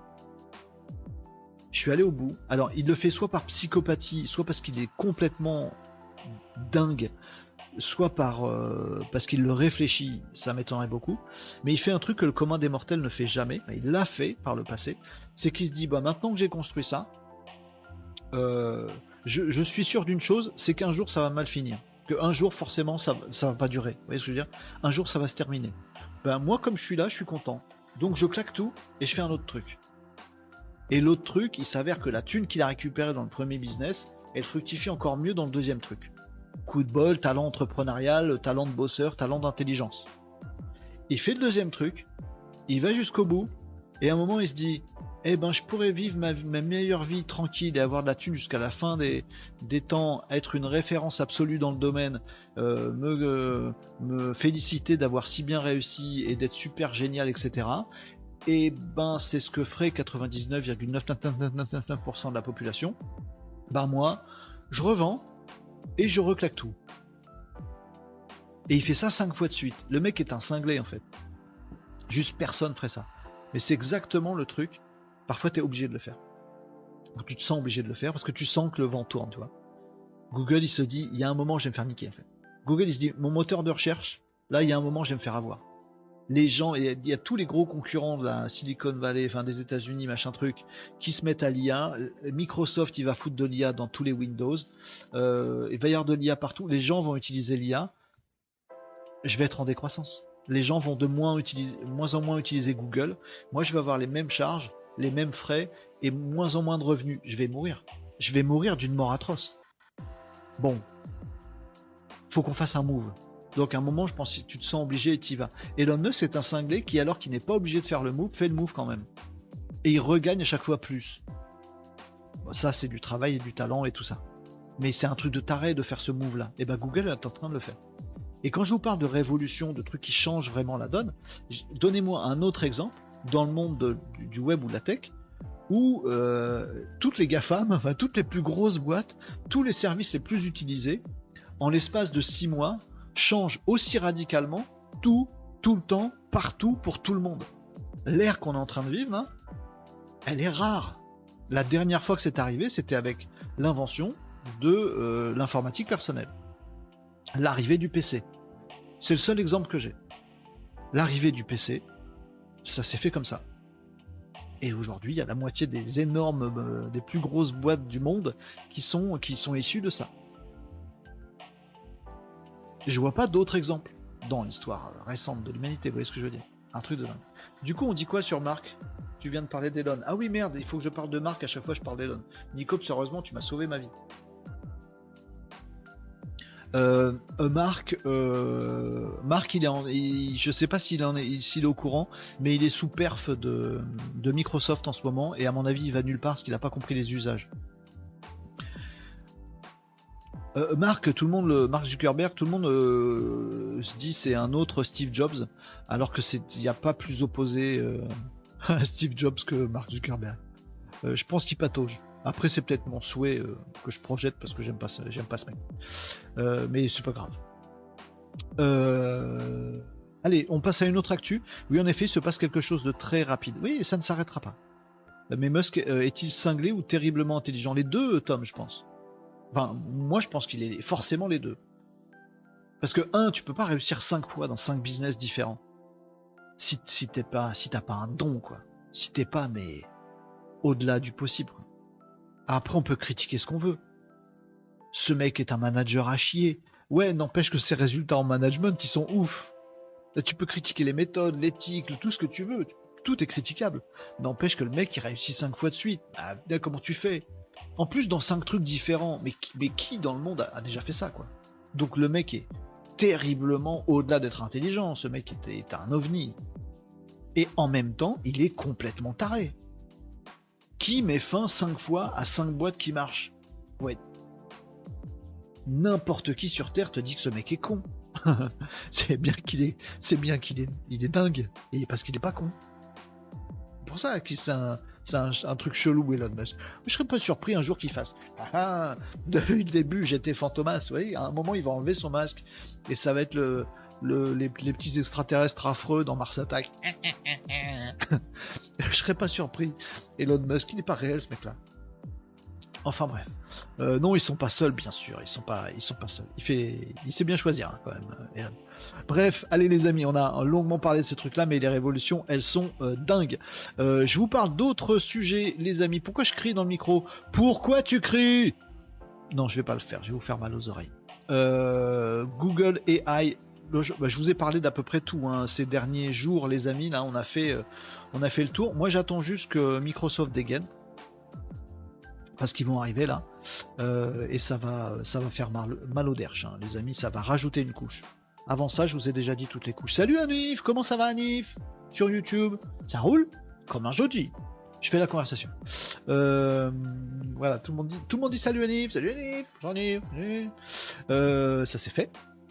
Je suis allé au bout. Alors il le fait soit par psychopathie, soit parce qu'il est complètement dingue, soit par euh, parce qu'il le réfléchit, ça m'étonnerait beaucoup. Mais il fait un truc que le commun des mortels ne fait jamais. Il l'a fait par le passé. C'est qu'il se dit bah maintenant que j'ai construit ça, euh, je, je suis sûr d'une chose, c'est qu'un jour ça va mal finir. Que un jour forcément ça, ça va pas durer. Vous voyez ce que je veux dire? Un jour ça va se terminer. Ben moi comme je suis là, je suis content. Donc je claque tout et je fais un autre truc. Et l'autre truc, il s'avère que la thune qu'il a récupérée dans le premier business, elle fructifie encore mieux dans le deuxième truc. Coup de bol, talent entrepreneurial, talent de bosseur, talent d'intelligence. Il fait le deuxième truc, il va jusqu'au bout, et à un moment il se dit eh ben je pourrais vivre ma, ma meilleure vie tranquille et avoir de la thune jusqu'à la fin des, des temps, être une référence absolue dans le domaine, euh, me, euh, me féliciter d'avoir si bien réussi et d'être super génial, et cetera. Et ben c'est ce que ferait quatre-vingt-dix-neuf virgule neuf neuf neuf pour cent de la population. Ben moi, je revends et je reclaque tout. Et il fait ça cinq fois de suite. Le mec est un cinglé en fait. Juste personne ferait ça. Mais c'est exactement le truc. Parfois, tu es obligé de le faire. Donc, tu te sens obligé de le faire parce que tu sens que le vent tourne, tu vois. Google, il se dit, il y a un moment, je vais me faire niquer, en fait. Google, il se dit, mon moteur de recherche, là, il y a un moment, je vais me faire avoir. Les gens, il y a, il y a tous les gros concurrents de la Silicon Valley, enfin des États-Unis, machin truc, qui se mettent à l'I A. Microsoft, il va foutre de l'I A dans tous les Windows. Euh, il va y avoir de l'I A partout. Les gens vont utiliser l'I A. Je vais être en décroissance. Les gens vont de moins, utiliser, moins en moins utiliser Google. Moi, je vais avoir les mêmes charges, les mêmes frais et moins en moins de revenus. Je vais mourir. Je vais mourir d'une mort atroce. Bon. Faut qu'on fasse un move. Donc à un moment, je pense que tu te sens obligé et tu y vas. Elon Musk, c'est un cinglé qui, alors qu'il n'est pas obligé de faire le move, fait le move quand même. Et il regagne à chaque fois plus. Bon, ça, c'est du travail et du talent et tout ça. Mais c'est un truc de taré de faire ce move-là. Et ben Google est en train de le faire. Et quand je vous parle de révolution, de trucs qui changent vraiment la donne, donnez-moi un autre exemple dans le monde de, du, du web ou de la tech, où euh, toutes les GAFAM, enfin toutes les plus grosses boîtes, tous les services les plus utilisés, en l'espace de six mois, changent aussi radicalement, tout, tout le temps, partout, pour tout le monde. L'ère qu'on est en train de vivre, hein, elle est rare. La dernière fois que c'est arrivé, c'était avec l'invention de euh, l'informatique personnelle. L'arrivée du P C. C'est le seul exemple que j'ai. L'arrivée du P C, ça s'est fait comme ça. Et aujourd'hui, il y a la moitié des énormes, euh, des plus grosses boîtes du monde qui sont, qui sont issues de ça. Je vois pas d'autres exemples dans l'histoire récente de l'humanité, vous voyez ce que je veux dire? Un truc de dingue. Du coup, on dit quoi sur Marc? Tu viens de parler d'Elon. Ah oui, merde, il faut que je parle de Marc, à chaque fois je parle d'Elon. Nico, heureusement, tu m'as sauvé ma vie. Euh, Marc, euh, Marc, il est en, il, je sais pas s'il en est, s'il est au courant, mais il est sous perf de, de Microsoft en ce moment, et à mon avis, il va nulle part parce qu'il n'a pas compris les usages. Euh, Marc, tout le monde, le, Mark Zuckerberg, tout le monde euh, se dit c'est un autre Steve Jobs, alors que c'est, il n'y a pas plus opposé euh, à Steve Jobs que Mark Zuckerberg. Euh, je pense qu'il patauge. Après, c'est peut-être mon souhait euh, que je projette parce que j'aime pas, ça- j'aime pas ce mec. Euh, mais c'est pas grave. Euh... Allez, on passe à une autre actu. Oui, en effet, il se passe quelque chose de très rapide. Oui, et ça ne s'arrêtera pas. Mais Musk euh, est-il cinglé ou terriblement intelligent? Les deux, Tom, je pense. Enfin, moi, je pense qu'il est forcément les deux. Parce que, un, tu peux pas réussir cinq fois dans cinq business différents. Si, si t'es pas, si t'as pas un don, quoi. Si t'es pas, mais au-delà du possible. Quoi. Après, on peut critiquer ce qu'on veut. Ce mec est un manager à chier. Ouais, n'empêche que ses résultats en management, ils sont ouf. Là, tu peux critiquer les méthodes, l'éthique, tout ce que tu veux. Tout est critiquable. N'empêche que le mec, il réussit cinq fois de suite. Ah, bien, comment tu fais? En plus, dans cinq trucs différents. Mais, mais qui dans le monde a, a déjà fait ça, quoi? Donc le mec est terriblement au-delà d'être intelligent. Ce mec est, est un ovni. Et en même temps, il est complètement taré. Qui met fin cinq fois à cinq boîtes qui marchent? Ouais. N'importe qui sur Terre te dit que ce mec est con. c'est bien qu'il est, c'est bien qu'il est, il est dingue. Et parce qu'il est pas con. C'est pour ça que c'est un, c'est un, un truc chelou, Elon Musk. Je serais pas surpris un jour qu'il fasse. Ah ah, depuis le début, j'étais Fantomas. Vous voyez, à un moment, il va enlever son masque et ça va être le, le les, les petits extraterrestres affreux dans Mars Attack. Je serais pas surpris. Elon Musk, il n'est pas réel, ce mec-là. Enfin bref. Euh, non, ils sont pas seuls, bien sûr. Ils sont pas, ils sont pas seuls. Il fait, il sait bien choisir hein, quand même. Euh, Bref, allez les amis, on a longuement parlé de ces trucs-là, mais les révolutions, elles sont euh, dingues. Euh, je vous parle d'autres sujets, les amis. Pourquoi je crie dans le micro? Pourquoi tu cries? Non, je vais pas le faire. Je vais vous faire mal aux oreilles. Euh, Google A I. Je, bah, je vous ai parlé d'à peu près tout hein, ces derniers jours, les amis. Là, on a fait, euh, on a fait le tour. Moi, j'attends juste que Microsoft dégaine. Parce qu'ils vont arriver là euh, et ça va, ça va faire mal, mal au derche, hein, les amis, ça va rajouter une couche. Avant ça, je vous ai déjà dit toutes les couches. Salut Anif, comment ça va Anif? Sur YouTube, ça roule comme un jeudi. Je fais la conversation. Euh, voilà, tout le monde dit, tout le monde dit salut Anif, salut Anif, Jean-Yves. Euh, ça c'est fait.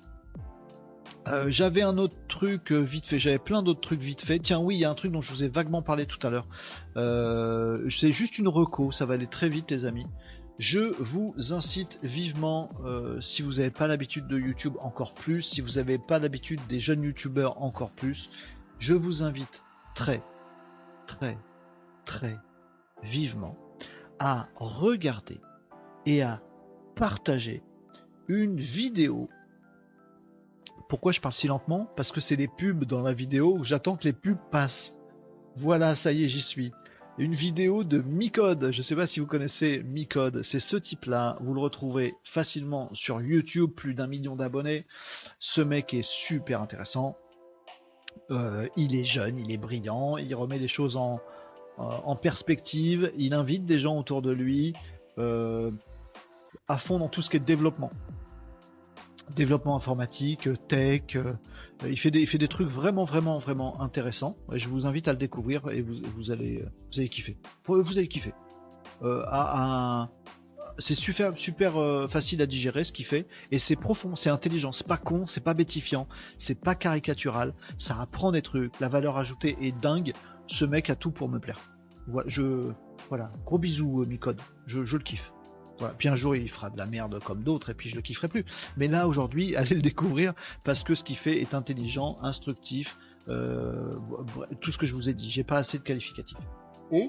Euh, j'avais un autre truc euh, vite fait, j'avais plein d'autres trucs vite fait. Tiens oui, il y a un truc dont je vous ai vaguement parlé tout à l'heure. Euh, c'est juste une reco, ça va aller très vite les amis. Je vous incite vivement, euh, si vous n'avez pas l'habitude de YouTube encore plus, si vous n'avez pas l'habitude des jeunes YouTubeurs encore plus, je vous invite très, très, très vivement à regarder et à partager une vidéo. Pourquoi je parle si lentement? Parce que c'est les pubs dans la vidéo où j'attends que les pubs passent. Voilà, ça y est, j'y suis. Une vidéo de Micode. Je ne sais pas si vous connaissez Micode. C'est ce type-là. Vous le retrouvez facilement sur YouTube, plus d'un million d'abonnés. Ce mec est super intéressant. Euh, il est jeune, il est brillant. Il remet les choses en, en perspective. Il invite des gens autour de lui euh, à fond dans tout ce qui est développement. Développement informatique, tech, euh, il, fait des, il fait des trucs vraiment vraiment vraiment intéressants. Et je vous invite à le découvrir et vous, vous allez vous allez kiffer. Vous allez kiffer. Euh, à, à, c'est super super euh, facile à digérer ce qu'il fait et c'est profond, c'est intelligent, c'est pas con, c'est pas bêtifiant, c'est pas caricatural, ça apprend des trucs. La valeur ajoutée est dingue. Ce mec a tout pour me plaire. Voilà, je voilà, gros bisous Micode, je, je le kiffe. Voilà. Puis un jour il fera de la merde comme d'autres et puis je le kifferai plus. Mais là aujourd'hui, allez le découvrir parce que ce qu'il fait est intelligent, instructif, euh, tout ce que je vous ai dit. J'ai pas assez de qualificatifs. Et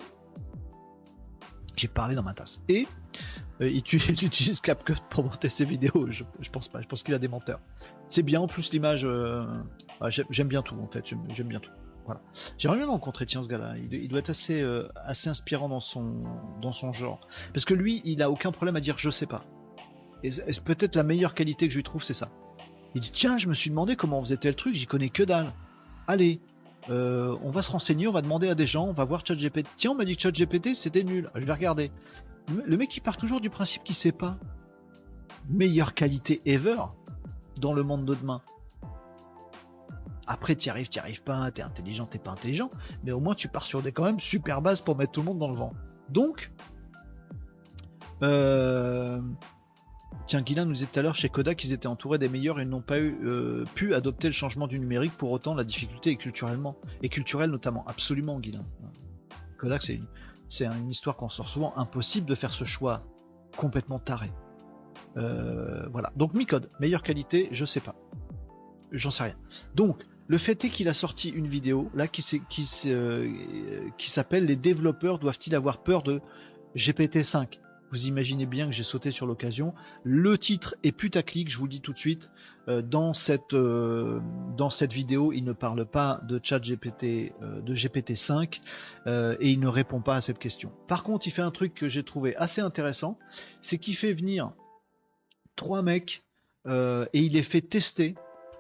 j'ai parlé dans ma tasse. Et euh, il, il utilise CapCut pour monter ses vidéos. Je, je pense pas. Je pense qu'il a des menteurs. C'est bien. En plus l'image, euh, ah, j'aime, j'aime bien tout en fait. J'aime, j'aime bien tout. Voilà. J'aimerais bien le rencontrer, tiens, ce gars-là. Il, il doit être assez, euh, assez inspirant dans son, dans son genre. Parce que lui, il a aucun problème à dire je sais pas. Et, et peut-être la meilleure qualité que je lui trouve, c'est ça. Il dit tiens, je me suis demandé comment on faisait tel truc, j'y connais que dalle. Allez, euh, on va se renseigner, on va demander à des gens, on va voir ChatGPT. Tiens, on m'a dit que ChatGPT c'était nul. Je vais regarder. Le mec, il part toujours du principe qu'il sait pas. Meilleure qualité ever dans le monde de demain. Après, t'y arrives, t'y arrives pas, t'es intelligent, t'es pas intelligent, mais au moins tu pars sur des quand même super bases pour mettre tout le monde dans le vent. Donc, euh... tiens, Guilain nous disait tout à l'heure chez Kodak qu'ils étaient entourés des meilleurs et n'ont pas eu, euh, pu adopter le changement du numérique. Pour autant, la difficulté est culturellement et culturelle notamment. Absolument, Guilain. Kodak, c'est une, c'est une histoire qu'on sort souvent, impossible de faire ce choix complètement taré. Euh, voilà. Donc Micode, meilleure qualité, je sais pas. J'en sais rien. Donc, le fait est qu'il a sorti une vidéo là qui, qui, euh, qui s'appelle Les développeurs doivent-ils avoir peur de G P T cinq. Vous imaginez bien que j'ai sauté sur l'occasion. Le titre est putaclic, je vous le dis tout de suite. Euh, dans, cette, euh, dans cette vidéo, il ne parle pas de ChatGPT, euh, de G P T cinq euh, et il ne répond pas à cette question. Par contre, il fait un truc que j'ai trouvé assez intéressant, c'est qu'il fait venir trois mecs euh, et il les fait tester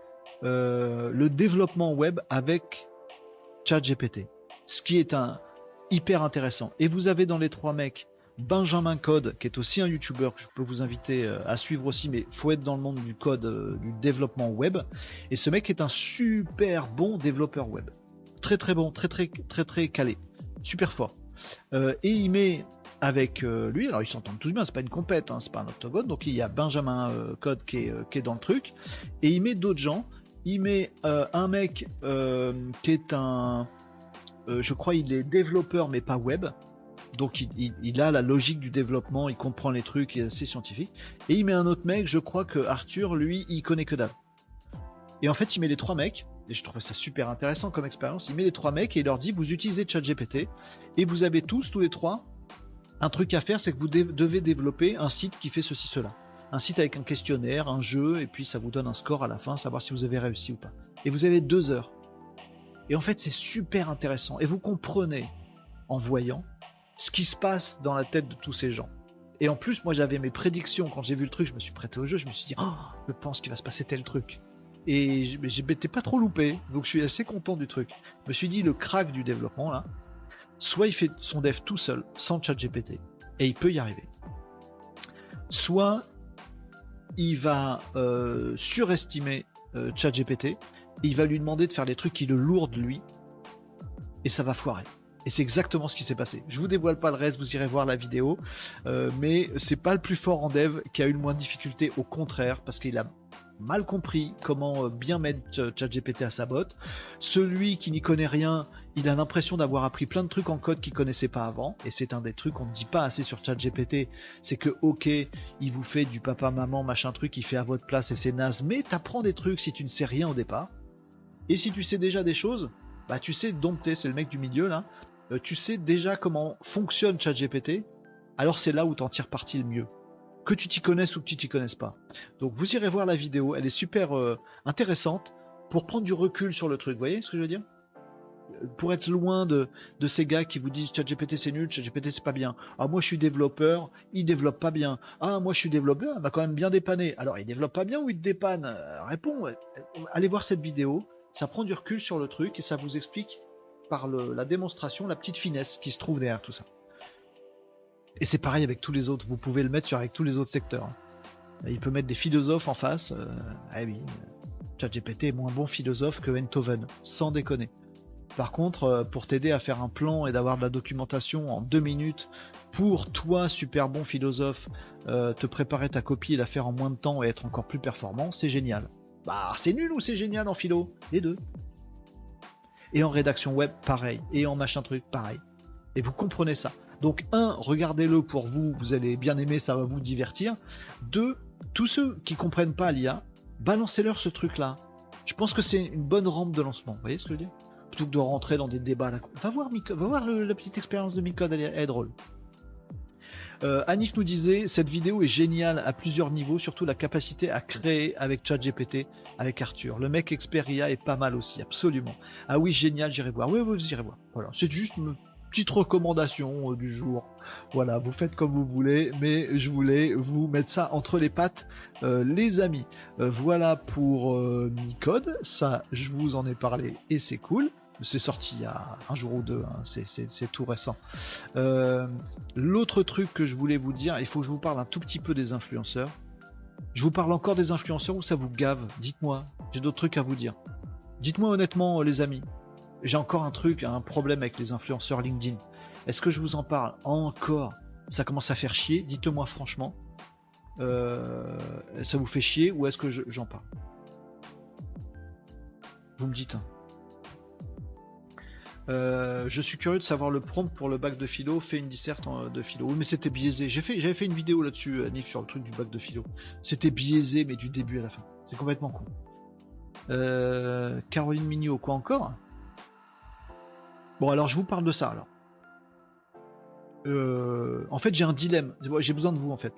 euh, le développement web avec ChatGPT, ce qui est un hyper intéressant. Et vous avez dans les trois mecs Benjamin Code, qui est aussi un YouTuber que je peux vous inviter à suivre aussi, mais il faut être dans le monde du code, euh, du développement web. Et ce mec est un super bon développeur web, très très bon, très très très très calé, super fort. Euh, et il met avec euh, lui, alors ils s'entendent tous bien, c'est pas une compète, hein, c'est pas un octogone, donc il y a Benjamin euh, Code qui est, euh, qui est dans le truc, et il met d'autres gens. Il met euh, un mec euh, qui est un, euh, je crois, il est développeur mais pas web. Donc il, il, il a la logique du développement, il comprend les trucs, il est assez scientifique. Et il met un autre mec, je crois que Arthur, lui, il connaît que dalle. Et en fait, il met les trois mecs, et je trouve ça super intéressant comme expérience, il met les trois mecs et il leur dit, vous utilisez ChatGPT, et vous avez tous, tous les trois, un truc à faire, c'est que vous dé- devez développer un site qui fait ceci, cela. Un site avec un questionnaire, un jeu, et puis ça vous donne un score à la fin, savoir si vous avez réussi ou pas. Et vous avez deux heures. Et en fait, c'est super intéressant. Et vous comprenez, en voyant, ce qui se passe dans la tête de tous ces gens. Et en plus, moi j'avais mes prédictions, quand j'ai vu le truc, je me suis prêté au jeu, je me suis dit, oh, je pense qu'il va se passer tel truc. Et j'étais pas trop loupé, donc je suis assez content du truc. Je me suis dit, le crack du développement là, soit il fait son dev tout seul, sans ChatGPT, et il peut y arriver. Soit il va euh, surestimer euh, ChatGPT, et il va lui demander de faire les trucs qui le lourdent lui, et ça va foirer. Et c'est exactement ce qui s'est passé. Je vous dévoile pas le reste, vous irez voir la vidéo, euh, mais c'est pas le plus fort en dev qui a eu le moins de difficultés, au contraire, parce qu'il a mal compris comment bien mettre ChatGPT à sa botte. Celui qui n'y connaît rien, il a l'impression d'avoir appris plein de trucs en code qu'il connaissait pas avant, et c'est un des trucs qu'on ne dit pas assez sur ChatGPT, c'est que ok, il vous fait du papa maman machin truc, il fait à votre place et c'est naze, mais t'apprends des trucs si tu ne sais rien au départ. Et si tu sais déjà des choses, bah tu sais dompter, c'est le mec du milieu là. Euh, tu sais déjà comment fonctionne ChatGPT, alors c'est là où t'en tires parti le mieux. Que tu t'y connaisses ou que tu t'y connaisses pas. Donc vous irez voir la vidéo, elle est super euh, intéressante pour prendre du recul sur le truc, vous voyez ce que je veux dire? Pour être loin de, de ces gars qui vous disent ChatGPT c'est nul, ChatGPT c'est pas bien. Ah moi je suis développeur, il développe pas bien. Ah moi je suis développeur, il m'a quand même bien dépanné. Alors il développe pas bien ou il te dépanne? euh, Réponds, allez voir cette vidéo, ça prend du recul sur le truc et ça vous explique par le, la démonstration, la petite finesse qui se trouve derrière tout ça. Et c'est pareil avec tous les autres, vous pouvez le mettre sur avec tous les autres secteurs. Il peut mettre des philosophes en face, euh, ah oui, ChatGPT est moins bon philosophe que Enthoven, sans déconner. Par contre, euh, pour t'aider à faire un plan et d'avoir de la documentation en deux minutes, pour toi, super bon philosophe, euh, te préparer ta copie et la faire en moins de temps et être encore plus performant, c'est génial. Bah, c'est nul ou c'est génial en philo? Les deux. Et en rédaction web, pareil. Et en machin truc, pareil. Et vous comprenez ça. Donc, un, regardez-le pour vous, vous allez bien aimer, ça va vous divertir. Deux, tous ceux qui comprennent pas l'I A, balancez-leur ce truc-là. Je pense que c'est une bonne rampe de lancement. Vous voyez ce que je veux dire? Plutôt que de rentrer dans des débats. Là. Va voir, Micode, va voir le, la petite expérience de Micode, elle, elle est drôle. Euh, Anif nous disait, cette vidéo est géniale à plusieurs niveaux, surtout la capacité à créer avec ChatGPT, avec Arthur. Le mec expert I A est pas mal aussi, absolument. Ah oui, génial, j'irai voir. Oui, vous irez voir. Voilà, c'est juste une petite recommandation euh, du jour. Voilà, vous faites comme vous voulez, mais je voulais vous mettre ça entre les pattes, euh, les amis. Euh, voilà pour euh, Micode, ça, je vous en ai parlé et c'est cool. C'est sorti il y a un jour ou deux, hein. c'est, c'est, c'est tout récent. Euh, l'autre truc que je voulais vous dire, il faut que je vous parle un tout petit peu des influenceurs. Je vous parle encore des influenceurs ou ça vous gave? Dites-moi, j'ai d'autres trucs à vous dire. Dites-moi honnêtement les amis, j'ai encore un truc, un problème avec les influenceurs LinkedIn. Est-ce que je vous en parle encore? Ça commence à faire chier, dites-moi franchement. Euh, ça vous fait chier ou est-ce que je, j'en parle? Vous me dites hein. Euh, je suis curieux de savoir le prompt pour le bac de philo. Fais une disserte en- de philo. Oui, mais c'était biaisé. J'ai fait, j'avais fait une vidéo là-dessus, Anif, sur le truc du bac de philo. C'était biaisé, mais du début à la fin. C'est complètement con. Euh, Caroline Mignot, quoi encore? Bon, alors je vous parle de ça alors. Euh, en fait, j'ai un dilemme. J'ai besoin de vous en fait.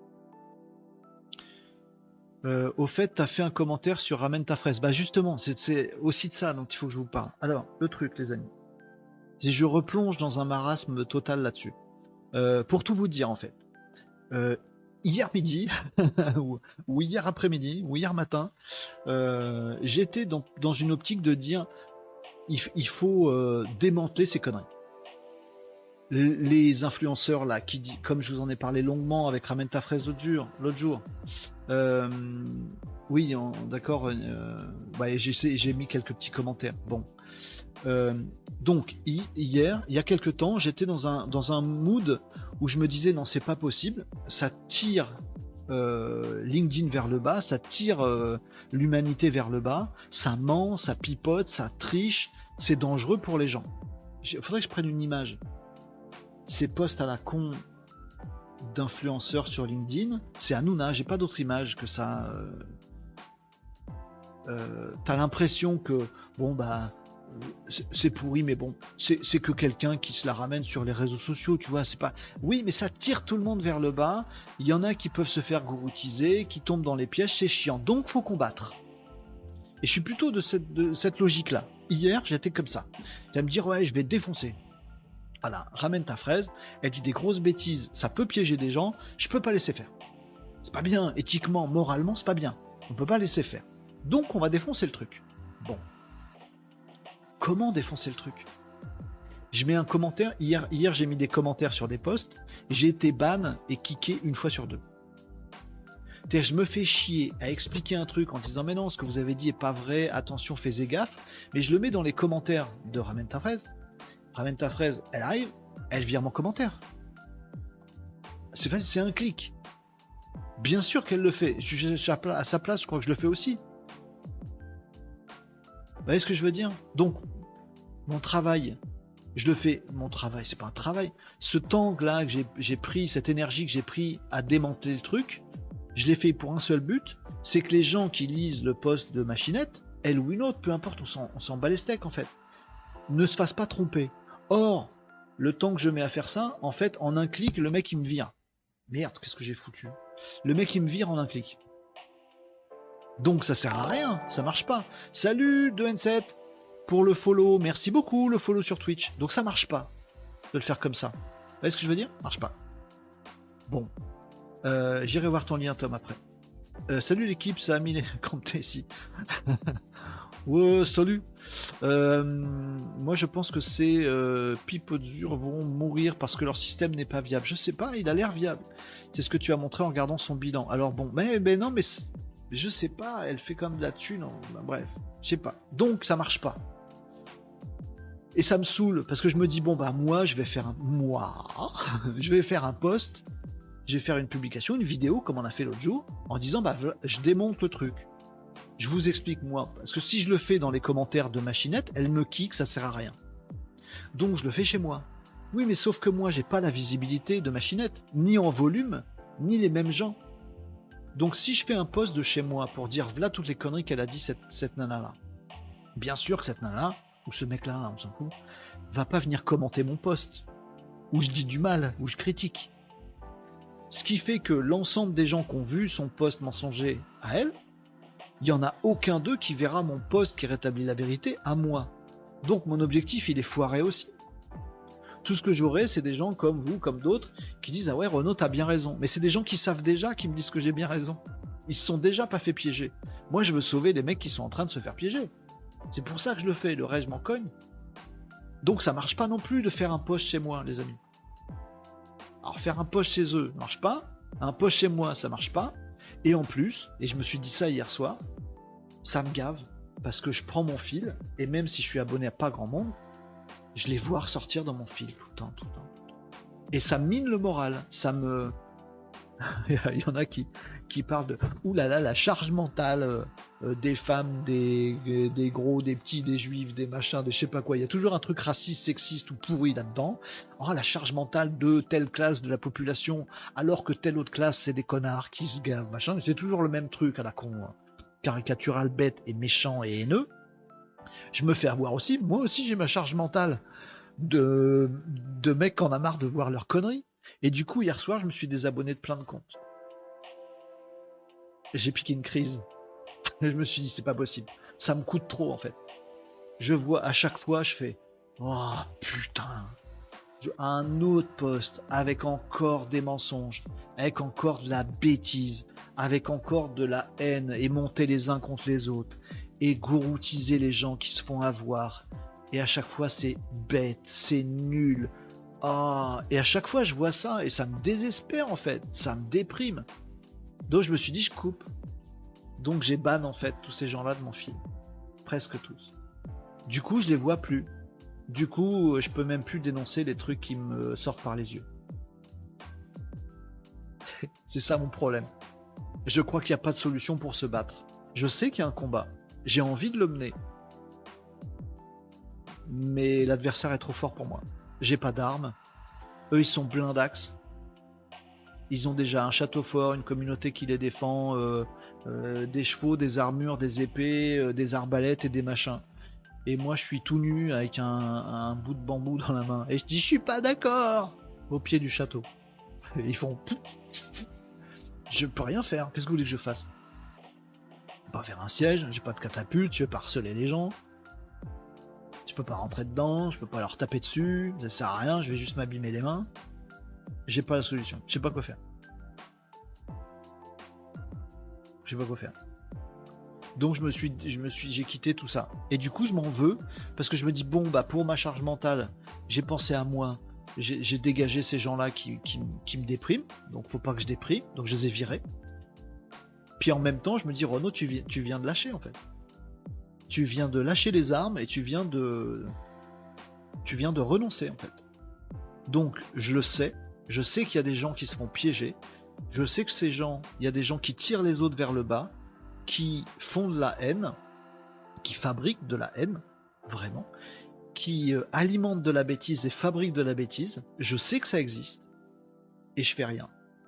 Euh, au fait, t'as fait un commentaire sur Ramène ta fraise. Bah justement, c'est aussi de ça dont il faut que je vous parle. Alors, le truc, les amis. Si je replonge dans un marasme total là-dessus. Euh, pour tout vous dire en fait. Euh, hier midi, ou, ou hier après-midi, ou hier matin, euh, j'étais dans, dans une optique de dire il, il faut euh, démanteler ces conneries. Les, les influenceurs là, qui dit, comme je vous en ai parlé longuement avec Ramène ta fraise l'autre jour, l'autre jour. Euh, oui, d'accord. Euh, bah, j'ai mis quelques petits commentaires. Bon. Euh, donc hi, hier, il y a quelques temps, j'étais dans un dans un mood où je me disais non, c'est pas possible. Ça tire euh, LinkedIn vers le bas, ça tire euh, l'humanité vers le bas. Ça ment, ça pipote, ça triche. C'est dangereux pour les gens. Il faudrait que je prenne une image. Ces posts à la con d'influenceurs sur LinkedIn, c'est Hanouna, j'ai pas d'autre image que ça. Euh, euh, T'as l'impression que bon bah c'est pourri, mais bon, c'est que quelqu'un qui se la ramène sur les réseaux sociaux, tu vois, c'est pas. Oui, mais ça tire tout le monde vers le bas. Il y en a qui peuvent se faire gouroutiser, qui tombent dans les pièges, c'est chiant. Donc faut combattre. Et je suis plutôt de cette, de cette logique-là. Hier, j'étais comme ça. J'allais me dire ouais, je vais défoncer. Voilà, ramène ta fraise, elle dit des grosses bêtises, ça peut piéger des gens, je peux pas laisser faire. C'est pas bien, éthiquement, moralement, c'est pas bien. On peut pas laisser faire. Donc on va défoncer le truc. Bon. Comment défoncer le truc? Je mets un commentaire, hier, hier j'ai mis des commentaires sur des posts, j'ai été ban et kické une fois sur deux. C'est-à-dire, je me fais chier à expliquer un truc en disant mais non, ce que vous avez dit est pas vrai, attention, fais gaffe, mais je le mets dans les commentaires de Ramène ta fraise. Ramène ta fraise, elle arrive, elle vire mon commentaire. C'est facile, c'est un clic. Bien sûr qu'elle le fait. Je suis à sa place, je crois que je le fais aussi. Vous voyez ce que je veux dire? Donc, mon travail, je le fais. Mon travail, c'est pas un travail. Ce temps-là que j'ai pris, cette énergie que j'ai pris à démanteler le truc, je l'ai fait pour un seul but, c'est que les gens qui lisent le post de Machinette, elle ou une autre, peu importe, on s'en bat les steaks en fait, ne se fassent pas tromper. Or, le temps que je mets à faire ça, en fait, en un clic, le mec il me vire. Merde, qu'est-ce que j'ai foutu? Le mec il me vire en un clic. Donc ça sert à rien, ça marche pas. Salut deux N sept pour le follow, merci beaucoup le follow sur Twitch. Donc ça marche pas de le faire comme ça. Vous voyez ce que je veux dire? Marche pas. Bon, euh, j'irai voir ton lien Tom après. Euh, salut l'équipe, ça a mis les comptes ici. Ouais, salut. Euh, moi je pense que ces euh, pipodures vont mourir parce que leur système n'est pas viable. Je sais pas, il a l'air viable. C'est ce que tu as montré en regardant son bilan. Alors bon, mais, mais non, mais je sais pas, elle fait comme de la thune. Ben, bref, je sais pas. Donc ça marche pas. Et ça me saoule parce que je me dis bon bah moi je vais faire un moi, je vais faire un post, je vais faire une publication, une vidéo comme on a fait l'autre jour, en disant bah je démonte le truc. Je vous explique moi, parce que si je le fais dans les commentaires de Machinette, elle me kick, ça sert à rien. Donc je le fais chez moi. Oui, mais sauf que moi, j'ai pas la visibilité de Machinette, ni en volume, ni les mêmes gens. Donc si je fais un post de chez moi pour dire voilà toutes les conneries qu'elle a dit cette, cette nana-là, bien sûr que cette nana, ou ce mec-là, on s'en fout, va pas venir commenter mon post, où je dis du mal, où je critique. Ce qui fait que l'ensemble des gens qui ont vu son post mensonger à elle, il n'y en a aucun d'eux qui verra mon post qui rétablit la vérité à moi. Donc mon objectif, il est foiré aussi. Tout ce que j'aurai, c'est des gens comme vous, comme d'autres, qui disent « Ah ouais, Renaud, t'as bien raison ». Mais c'est des gens qui savent déjà, qui me disent que j'ai bien raison. Ils se sont déjà pas fait piéger. Moi, je veux sauver les mecs qui sont en train de se faire piéger. C'est pour ça que je le fais, le reste, je m'en cogne. Donc ça marche pas non plus de faire un post chez moi, les amis. Alors faire un post chez eux, ça marche pas. Un post chez moi, ça marche pas. Et en plus, et je me suis dit ça hier soir, ça me gave, parce que je prends mon fil, et même si je suis abonné à pas grand monde, je les vois ressortir dans mon fil tout le temps, tout le temps. Et ça mine le moral, ça me... Il y en a qui, qui parlent de ouh là là, la charge mentale euh, euh, des femmes, des, des gros, des petits, des juifs, des machins, des je sais pas quoi. Il y a toujours un truc raciste, sexiste ou pourri là-dedans. Oh, la charge mentale de telle classe de la population, alors que telle autre classe, c'est des connards qui se gavent, machin. C'est toujours le même truc à la con, hein. Caricatural, bête et méchant et haineux. Je me fais avoir aussi. Moi aussi, j'ai ma charge mentale de, de mecs qui en a marre de voir leurs conneries. Et du coup, hier soir, je me suis désabonné de plein de comptes. J'ai piqué une crise. Et je me suis dit, c'est pas possible. Ça me coûte trop, en fait. Je vois, à chaque fois, je fais, oh putain. Je, un autre poste, avec encore des mensonges, avec encore de la bêtise, avec encore de la haine, et monter les uns contre les autres, et gouroutiser les gens qui se font avoir. Et à chaque fois, c'est bête, c'est nul. Ah, et à chaque fois je vois ça et ça me désespère en fait, ça me déprime. Donc je me suis dit je coupe. Donc j'ai ban en fait tous ces gens-là de mon film. Presque tous. Du coup je les vois plus. Du coup je peux même plus dénoncer les trucs qui me sortent par les yeux. C'est ça mon problème. Je crois qu'il n'y a pas de solution pour se battre. Je sais qu'il y a un combat. J'ai envie de le mener. Mais l'adversaire est trop fort pour moi. J'ai pas d'armes. Eux, ils sont blindax. Ils ont déjà un château fort, une communauté qui les défend, euh, euh, des chevaux, des armures, des épées, euh, des arbalètes et des machins. Et moi, je suis tout nu avec un, un bout de bambou dans la main. Et je dis, je suis pas d'accord au pied du château. Et ils font... Je peux rien faire. Qu'est-ce que vous voulez que je fasse? Je peux pas faire un siège, j'ai pas de catapulte, je vais pas harceler les gens. Je peux pas rentrer dedans, je peux pas leur taper dessus, ça sert à rien, je vais juste m'abîmer les mains. J'ai pas la solution, je sais pas quoi faire. Je sais pas quoi faire. Donc je me suis, je me suis, j'ai quitté tout ça. Et du coup je m'en veux parce que je me dis bon bah pour ma charge mentale, j'ai pensé à moi, j'ai, j'ai dégagé ces gens-là qui, qui, qui me dépriment, donc faut pas que je déprime, donc je les ai virés. Puis en même temps je me dis Renaud tu viens, tu viens de lâcher en fait. Tu viens de lâcher les armes et tu viens de tu viens de renoncer en fait. Donc je le sais, je sais qu'il y a des gens qui se font piéger, je sais que ces gens, il y a des gens qui tirent les autres vers le bas, qui font de la haine, qui fabriquent de la haine, vraiment, qui euh, alimentent de la bêtise et fabriquent de la bêtise. Je sais que ça existe et je fais rien.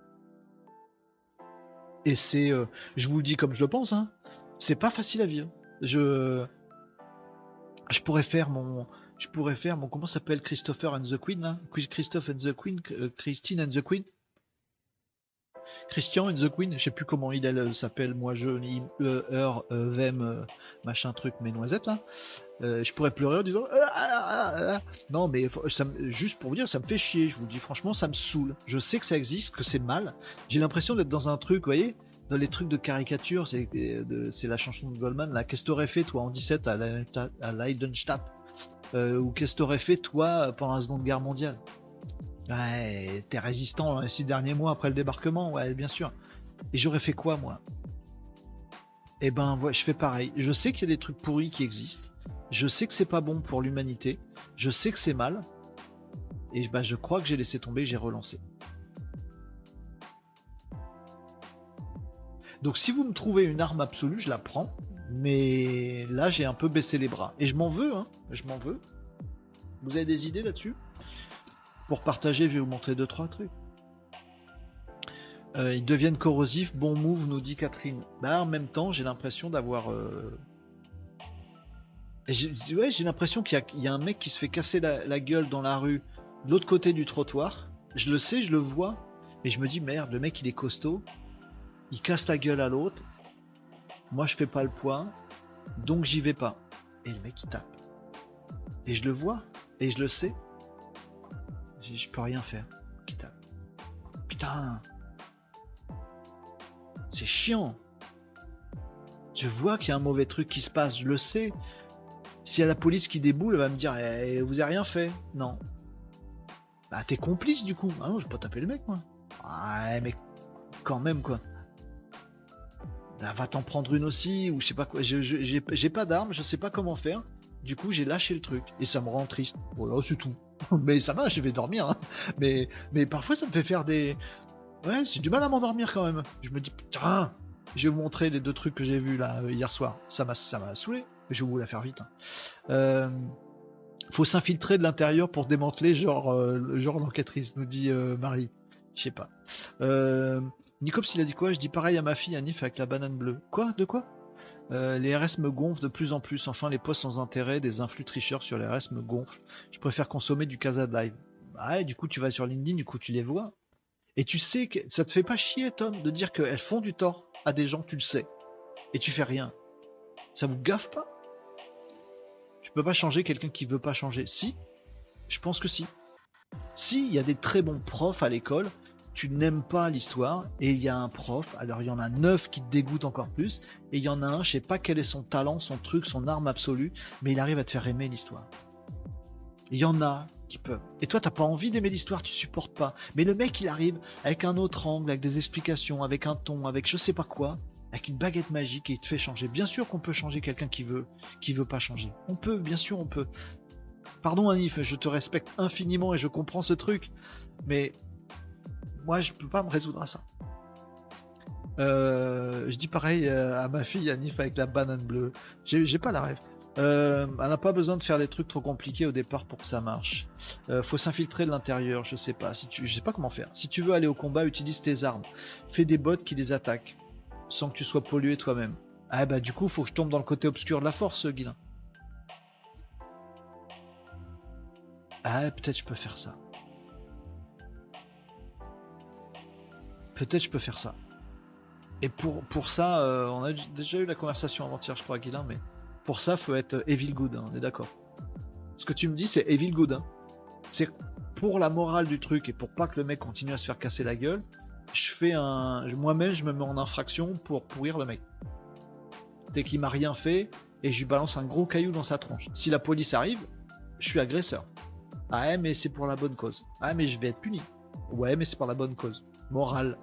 Et c'est, euh, je vous le dis comme je le pense, hein, c'est pas facile à vivre. Je, je pourrais faire mon, je pourrais faire mon, comment s'appelle Christopher and the Queen là, Christophe and the Queen, euh, Christine and the Queen, Christian and the Queen, je sais plus comment il elle s'appelle, moi je, il, euh, heure, euh, vem, euh, machin truc, mes noisettes là. Euh, je pourrais pleurer en disant, ah, ah, ah, ah. Non mais ça, juste pour vous dire, ça me fait chier. Je vous dis franchement, ça me saoule. Je sais que ça existe, que c'est mal. J'ai l'impression d'être dans un truc, vous voyez. Dans les trucs de caricature, c'est, c'est la chanson de Goldman, là. Qu'est-ce que t'aurais fait, toi, en dix-sept à, la, à Leidenstadt euh, ou qu'est-ce que t'aurais fait, toi, pendant la Seconde Guerre mondiale? Ouais, t'es résistant les six derniers mois après le débarquement, ouais, bien sûr. Et j'aurais fait quoi, moi? Eh ben, ouais, je fais pareil. Je sais qu'il y a des trucs pourris qui existent. Je sais que c'est pas bon pour l'humanité. Je sais que c'est mal. Et ben, je crois que j'ai laissé tomber, j'ai relancé. Donc si vous me trouvez une arme absolue, je la prends. Mais là, j'ai un peu baissé les bras. Et je m'en veux, hein. Je m'en veux. Vous avez des idées là-dessus? Pour partager, je vais vous montrer deux, trois trucs. Euh, ils deviennent corrosifs. Bon move, nous dit Catherine. Bah, en même temps, j'ai l'impression d'avoir... Euh... J'ai, ouais, j'ai l'impression qu'il y a, il y a un mec qui se fait casser la, la gueule dans la rue, de l'autre côté du trottoir. Je le sais, je le vois. Mais je me dis, merde, le mec, il est costaud. Il casse la gueule à l'autre. Moi, je fais pas le point. Donc, j'y vais pas. Et le mec, il tape. Et je le vois. Et je le sais. Je, je peux rien faire. Qui tape. Putain. C'est chiant. Je vois qu'il y a un mauvais truc qui se passe. Je le sais. S'il y a la police qui déboule, elle va me dire eh, vous avez rien fait. Non. Bah, t'es complice du coup. Ah non, je vais pas taper le mec, moi. Ouais, mais quand même, quoi. Va t'en prendre une aussi, ou je sais pas quoi, je, je, j'ai, j'ai pas d'armes, je sais pas comment faire, du coup j'ai lâché le truc, et ça me rend triste, voilà c'est tout, mais ça va, je vais dormir, hein. mais, mais parfois ça me fait faire des, Ouais, j'ai du mal à m'endormir quand même. Je me dis, putain, je vais vous montrer les deux trucs que j'ai vus là euh, hier soir. Ça m'a ça m'a saoulé, mais je vais vous la faire vite. Hein. Euh, faut s'infiltrer de l'intérieur pour démanteler, genre, euh, genre l'enquêtrice, nous dit euh, Marie. Je sais pas. Euh, Nicops, il a dit quoi? Je dis pareil à ma fille Anif avec la banane bleue. Quoi? De quoi? Euh, les R S me gonflent de plus en plus. Enfin, les posts sans intérêt, des influx tricheurs sur les R S me gonflent. Je préfère consommer du Casa de Live. Ah ouais, du coup, tu vas sur LinkedIn, du coup, tu les vois. Et tu sais que ça te fait pas chier, Tom, de dire qu'elles font du tort à des gens, tu le sais. Et tu fais rien. Ça vous gaffe pas? Tu peux pas changer quelqu'un qui veut pas changer. Si, je pense que si. Si, il y a des très bons profs à l'école, tu n'aimes pas l'histoire, et il y a un prof, alors il y en a neuf qui te dégoûtent encore plus, et il y en a un, je sais pas quel est son talent, son truc, son arme absolue, mais il arrive à te faire aimer l'histoire. Il y en a qui peuvent. Et toi, t'as pas envie d'aimer l'histoire, tu supportes pas. Mais le mec, il arrive avec un autre angle, avec des explications, avec un ton, avec je sais pas quoi, avec une baguette magique, et il te fait changer. Bien sûr qu'on peut changer quelqu'un qui veut, qui veut pas changer. On peut, bien sûr, on peut. Pardon Anif, je te respecte infiniment et je comprends ce truc, mais moi je peux pas me résoudre à ça. Euh, je dis pareil à ma fille Anif avec la banane bleue. J'ai, j'ai pas la rêve. Euh, elle n'a pas besoin de faire des trucs trop compliqués au départ pour que ça marche. Euh, faut s'infiltrer de l'intérieur, je sais pas. Si tu, je sais pas comment faire. Si tu veux aller au combat, utilise tes armes. Fais des bots qui les attaquent, sans que tu sois pollué toi-même. Ah bah du coup, faut que je tombe dans le côté obscur de la force, Guilin. Ah, peut-être je peux faire ça. Peut-être je peux faire ça. Et pour, pour ça, euh, on a déjà eu la conversation avant-hier, je crois, Guilin, mais pour ça, faut être Evil Good, hein, on est d'accord. Ce que tu me dis, c'est Evil Good. Hein. C'est pour la morale du truc et pour pas que le mec continue à se faire casser la gueule, je fais un. Moi-même, je me mets en infraction pour pourrir le mec. Dès qu'il m'a rien fait, et je lui balance un gros caillou dans sa tronche. Si la police arrive, je suis agresseur. Ah ouais, mais c'est pour la bonne cause. Ah mais je vais être puni. Ouais, mais c'est pour la bonne cause. Morale.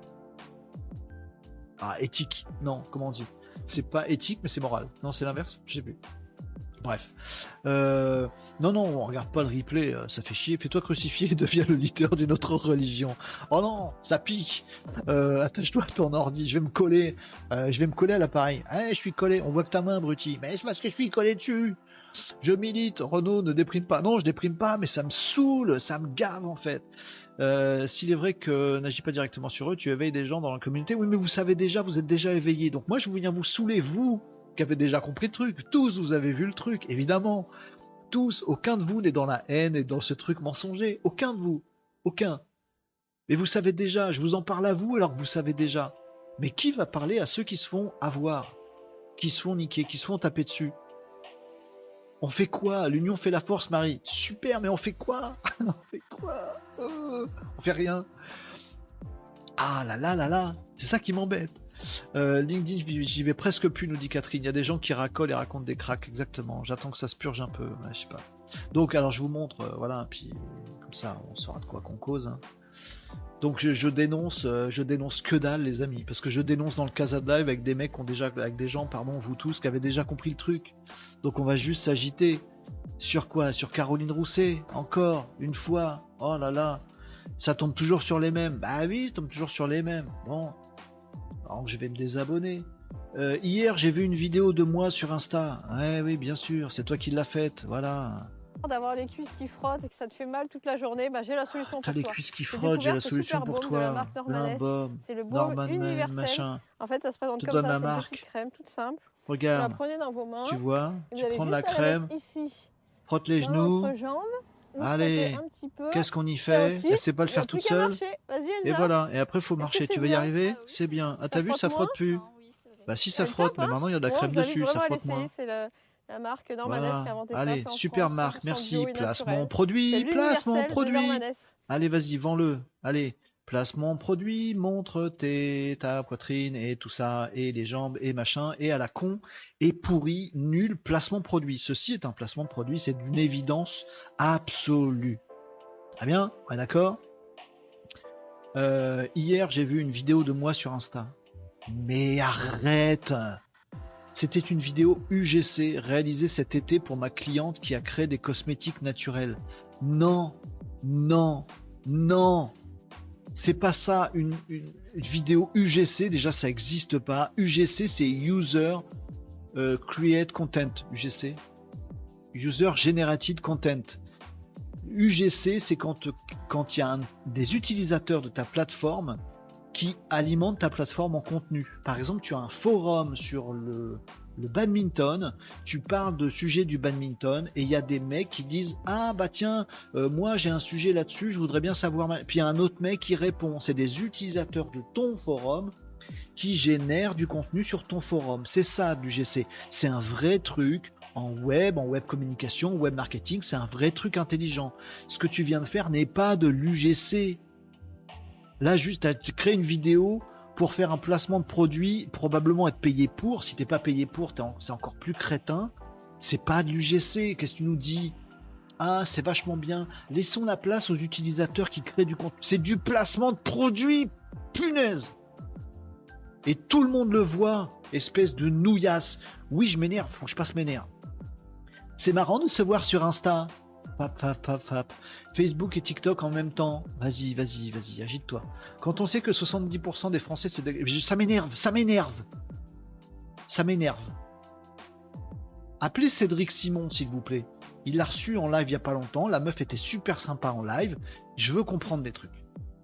Ah, éthique. Non, comment on dit? C'est pas éthique, mais c'est moral. Non, c'est l'inverse. Je sais plus. Bref. Euh... Non, non, on regarde pas le replay. Ça fait chier. Fais-toi crucifier et deviens le leader d'une autre religion. Oh non, ça pique. Euh, attache-toi à ton ordi. Je vais me coller. Euh, je vais me coller à l'appareil. Ah, je suis collé. On voit que ta main, Brutti. Mais c'est parce que je suis collé dessus. Je milite, Renaud, ne déprime pas. Non, je déprime pas, mais ça me saoule, ça me gave en fait. Euh, S'il est vrai que n'agis pas directement sur eux, tu éveilles des gens dans la communauté. Oui, mais vous savez déjà, vous êtes déjà éveillés. Donc moi, je viens vous saouler, vous, qui avez déjà compris le truc. Tous, vous avez vu le truc, évidemment. Tous, aucun de vous n'est dans la haine et dans ce truc mensonger. Aucun de vous. Aucun. Mais vous savez déjà, je vous en parle à vous alors que vous savez déjà. Mais qui va parler à ceux qui se font avoir, qui se font niquer, qui se font taper dessus? On fait quoi? L'union fait la force, Marie. Super, mais on fait quoi? On fait quoi? euh, On fait rien. Ah là là là là, c'est ça qui m'embête. Euh, LinkedIn, j'y vais presque plus, nous dit Catherine. Il y a des gens qui racolent et racontent des cracks, exactement. J'attends que ça se purge un peu, ouais, je sais pas. Donc, alors je vous montre, euh, voilà, puis comme ça, on saura de quoi qu'on cause. Hein. Donc je, je dénonce, euh, je dénonce que dalle, les amis, parce que je dénonce dans le Casa de Live avec des mecs qui ont déjà, avec des gens, pardon, vous tous, qui avaient déjà compris le truc. Donc on va juste s'agiter. Sur quoi? Sur Caroline Rousset, encore, une fois. Oh là là, ça tombe toujours sur les mêmes. Bah oui, ça tombe toujours sur les mêmes. Bon, alors je vais me désabonner. Euh, hier, j'ai vu une vidéo de moi sur Insta. Ouais, oui, bien sûr, c'est toi qui l'as faite, voilà. D'avoir les cuisses qui frottent et que ça te fait mal toute la journée, bah j'ai la solution ah, pour les toi. cuisses qui frottent, j'ai la solution pour toi. C'est le baume universel. Machin. En fait, ça se présente comme ça, c'est une petite crème toute simple. Regarde. Vous la prenez dans vos mains. Tu vois, vous tu avez prends de juste la à crème. La ici, frotte les genoux. Jambe, allez, qu'est-ce qu'on y fait? Essaie pas de le faire toute seule. Et voilà, et après faut marcher. Tu veux y arriver? C'est bien. Ah, t'as vu, ça frotte plus. Bah si, ça frotte, mais maintenant il y a de la crème dessus, ça frotte moins. La marque Normanès voilà. Qui a inventé allez, ça. Allez, super France, marque, merci. Placement produit, placement produit. Allez, vas-y, vends-le. Allez, placement produit, montre tes, ta poitrine et tout ça, et les jambes et machin, et à la con, et pourri, nul, placement produit. Ceci est un placement de produit, c'est d'une évidence absolue. Très bien, on est d'accord. euh, Hier, j'ai vu une vidéo de moi sur Insta. Mais arrête! C'était une vidéo U G C réalisée cet été pour ma cliente qui a créé des cosmétiques naturels. Non, non, non. C'est pas ça une, une, une vidéo U G C, déjà ça n'existe pas. U G C c'est User euh, Create Content, U G C. User Generated Content. U G C c'est quand il quand y a un, des utilisateurs de ta plateforme qui alimentent ta plateforme en contenu. Par exemple, tu as un forum sur le, le badminton, tu parles de sujet du badminton et il y a des mecs qui disent « Ah bah tiens, euh, moi j'ai un sujet là-dessus, je voudrais bien savoir... » Puis il y a un autre mec qui répond. C'est des utilisateurs de ton forum qui génèrent du contenu sur ton forum. C'est ça du U G C. C'est un vrai truc en web, en web communication, web marketing, c'est un vrai truc intelligent. Ce que tu viens de faire n'est pas de l'U G C. Là, juste, tu crées une vidéo pour faire un placement de produit, probablement être payé pour. Si t'es pas payé pour, en, c'est encore plus crétin. C'est pas de l'U G C. Qu'est-ce que tu nous dis? Ah, c'est vachement bien. Laissons la place aux utilisateurs qui créent du contenu. C'est du placement de produit. Punaise. Et tout le monde le voit. Espèce de nouillasse. Oui, je m'énerve. Faut que je passe m'énerve. C'est marrant de se voir sur Insta. Pap, pap, pap, pap. Facebook et TikTok en même temps. Vas-y, vas-y, vas-y, agite-toi. Quand on sait que soixante-dix pour cent des Français se dégagent, ça m'énerve, ça m'énerve. Ça m'énerve. Appelez Cédric Simon, s'il vous plaît. Il l'a reçu en live il n'y a pas longtemps. La meuf était super sympa en live. Je veux comprendre des trucs.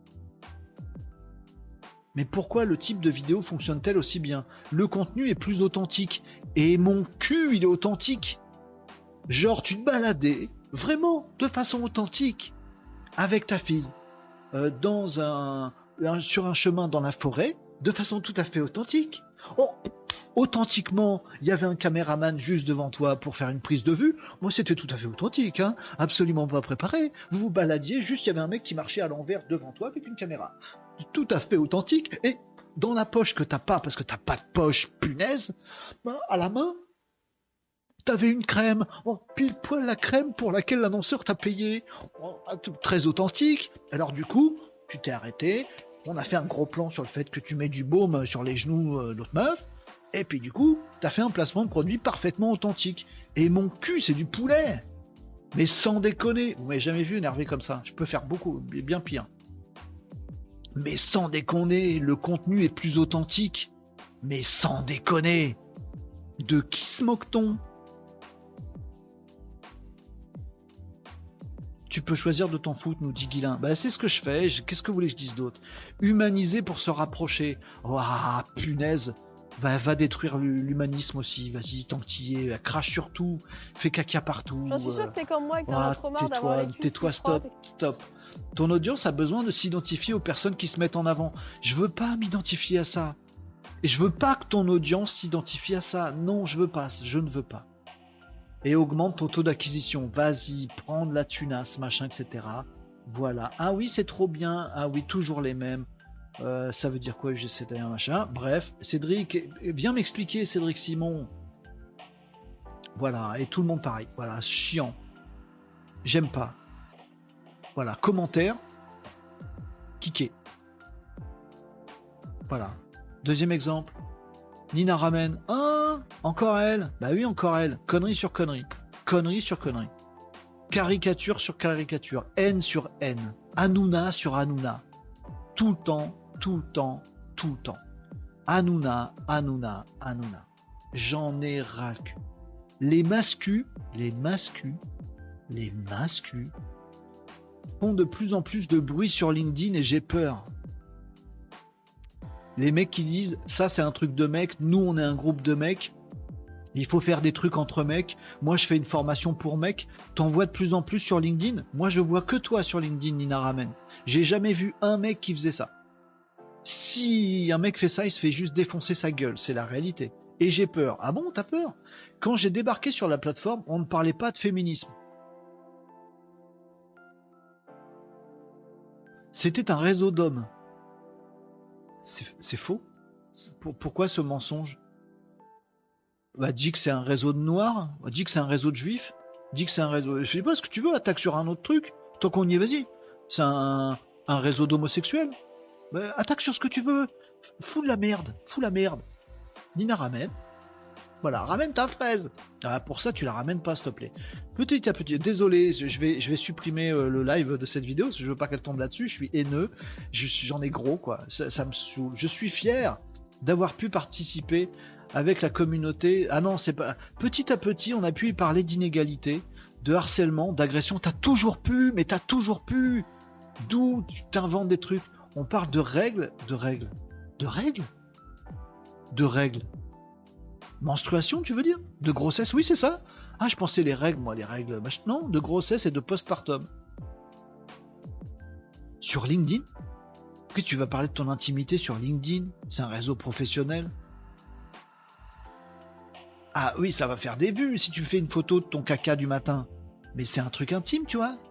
Mais pourquoi le type de vidéo fonctionne-t-elle aussi bien? Le contenu est plus authentique. Et mon cul, il est authentique. Genre, tu te baladais vraiment de façon authentique avec ta fille euh, dans un, un sur un chemin dans la forêt de façon tout à fait authentique. Oh, authentiquement, il y avait un caméraman juste devant toi pour faire une prise de vue. Moi, c'était tout à fait authentique, hein, absolument pas préparé. Vous vous baladiez, juste il y avait un mec qui marchait à l'envers devant toi avec une caméra. Tout à fait authentique. Et dans la poche que t'as pas, parce que t'as pas de poche, punaise, ben, à la main, t'avais une crème, oh, pile poil la crème pour laquelle l'annonceur t'a payé, oh, très authentique. Alors du coup, tu t'es arrêté, on a fait un gros plan sur le fait que tu mets du baume sur les genoux euh, de l'autre meuf, et puis du coup, t'as fait un placement de produit parfaitement authentique. Et mon cul, c'est du poulet. Mais sans déconner, vous m'avez jamais vu énervé comme ça, je peux faire beaucoup, bien pire. Mais sans déconner, le contenu est plus authentique. Mais sans déconner, de qui se moque-t-on? Tu peux choisir de t'en foutre, nous dit Guilain. Bah, c'est ce que je fais. Qu'est-ce que vous voulez que je dise d'autre? Humaniser pour se rapprocher. Oh, punaise. Va, va détruire l'humanisme aussi. Vas-y, tant que t'y es. Crache sur tout. Fais caca partout. J'en suis sûr que t'es comme moi et que t'en oh, as trop marre d'avoir les cuisses Tais-toi, qui stop, frottent. stop. Ton audience a besoin de s'identifier aux personnes qui se mettent en avant. Je veux pas m'identifier à ça. Et je veux pas que ton audience s'identifie à ça. Non, je veux pas. Je ne veux pas. Et augmente ton taux d'acquisition. Vas-y, prends de la tunasse, machin, et cetera. Voilà. Ah oui, c'est trop bien. Ah oui, toujours les mêmes. Euh, ça veut dire quoi, U G C derrière, machin. Bref, Cédric, viens m'expliquer, Cédric Simon. Voilà, et tout le monde pareil. Voilà, chiant. J'aime pas. Voilà, commentaire. Kiké. Voilà. Deuxième exemple. Nina Ramen. Ah, encore elle. Bah oui, encore elle. Connerie sur connerie. Connerie sur connerie. Caricature sur caricature. Haine sur haine. Hanouna sur Hanouna. Tout le temps, tout le temps, tout le temps. Hanouna, Hanouna, Hanouna. J'en ai ras le cul. Les mascus, les mascus, les mascus font de plus en plus de bruit sur LinkedIn et j'ai peur. Les mecs qui disent ça c'est un truc de mec, nous on est un groupe de mecs, il faut faire des trucs entre mecs, moi je fais une formation pour mecs, t'en vois de plus en plus sur LinkedIn. Moi je vois que toi sur LinkedIn, Nina Ramen. J'ai jamais vu un mec qui faisait ça. Si un mec fait ça, il se fait juste défoncer sa gueule, c'est la réalité. Et j'ai peur. Ah bon, t'as peur? Quand j'ai débarqué sur la plateforme, on ne parlait pas de féminisme. C'était un réseau d'hommes. C'est faux. Pourquoi ce mensonge? Bah, dis que c'est un réseau de noirs, bah, dis que c'est un réseau de juifs, dis que c'est un réseau... Je sais pas ce que tu veux, attaque sur un autre truc. Tant qu'on y est, vas-y. C'est un, un réseau d'homosexuels. Bah, attaque sur ce que tu veux. Fous de la merde, fous la merde. Nina Ramen. Voilà, ramène ta fraise. Ah, pour ça, tu la ramènes pas, s'il te plaît. Petit à petit, désolé, je vais, je vais supprimer euh, le live de cette vidéo, parce que je veux pas qu'elle tombe là-dessus, je suis haineux, je suis- j'en ai gros, quoi. Ça, ça me saoule. Je suis fier d'avoir pu participer avec la communauté. Ah non, c'est pas... Petit à petit, on a pu y parler d'inégalité, de harcèlement, d'agression. T'as toujours pu, mais t'as toujours pu. D'où tu t'inventes des trucs. On parle de règles, de règles, de règles, de règles. Menstruation, tu veux dire? De grossesse, oui, c'est ça. Ah, je pensais les règles, moi, les règles. Non, de grossesse et de postpartum. Sur LinkedIn? Que tu vas parler de ton intimité sur LinkedIn? C'est un réseau professionnel. Ah oui, ça va faire des vues si tu fais une photo de ton caca du matin. Mais c'est un truc intime, tu vois?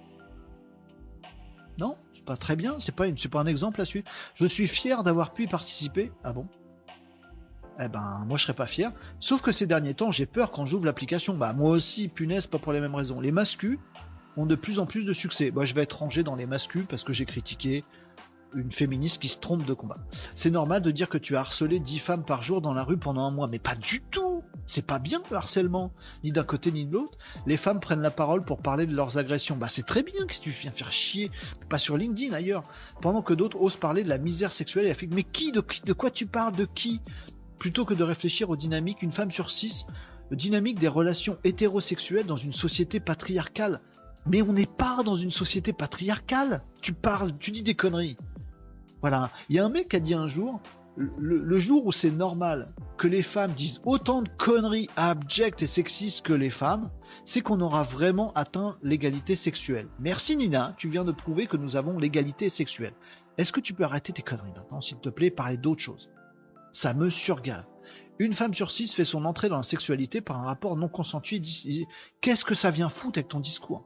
Non? C'est pas très bien, c'est pas, une, c'est pas un exemple à suivre. Je suis fier d'avoir pu y participer. Ah bon? Eh ben, moi je serais pas fier. Sauf que ces derniers temps, j'ai peur quand j'ouvre l'application. Bah, moi aussi, punaise, pas pour les mêmes raisons. Les mascus ont de plus en plus de succès. Moi, je vais être rangé dans les mascus parce que j'ai critiqué une féministe qui se trompe de combat. C'est normal de dire que tu as harcelé dix femmes par jour dans la rue pendant un mois, mais pas du tout. C'est pas bien le harcèlement, ni d'un côté ni de l'autre. Les femmes prennent la parole pour parler de leurs agressions. Bah c'est très bien, qu'est-ce que tu viens faire chier? Pas sur LinkedIn ailleurs. Pendant que d'autres osent parler de la misère sexuelle et affecte. Mais qui de, de quoi tu parles? De qui? Plutôt que de réfléchir aux dynamiques, une femme sur six, dynamique des relations hétérosexuelles dans une société patriarcale. Mais on n'est pas dans une société patriarcale. Tu parles, tu dis des conneries. Voilà. Il y a un mec qui a dit un jour, le, le jour où c'est normal que les femmes disent autant de conneries abjectes et sexistes que les femmes, c'est qu'on aura vraiment atteint l'égalité sexuelle. Merci Nina, tu viens de prouver que nous avons l'égalité sexuelle. Est-ce que tu peux arrêter tes conneries maintenant, s'il te plaît, et parler d'autre chose? Ça me surgave. Une femme sur six fait son entrée dans la sexualité par un rapport non consenti. Qu'est-ce que ça vient foutre avec ton discours?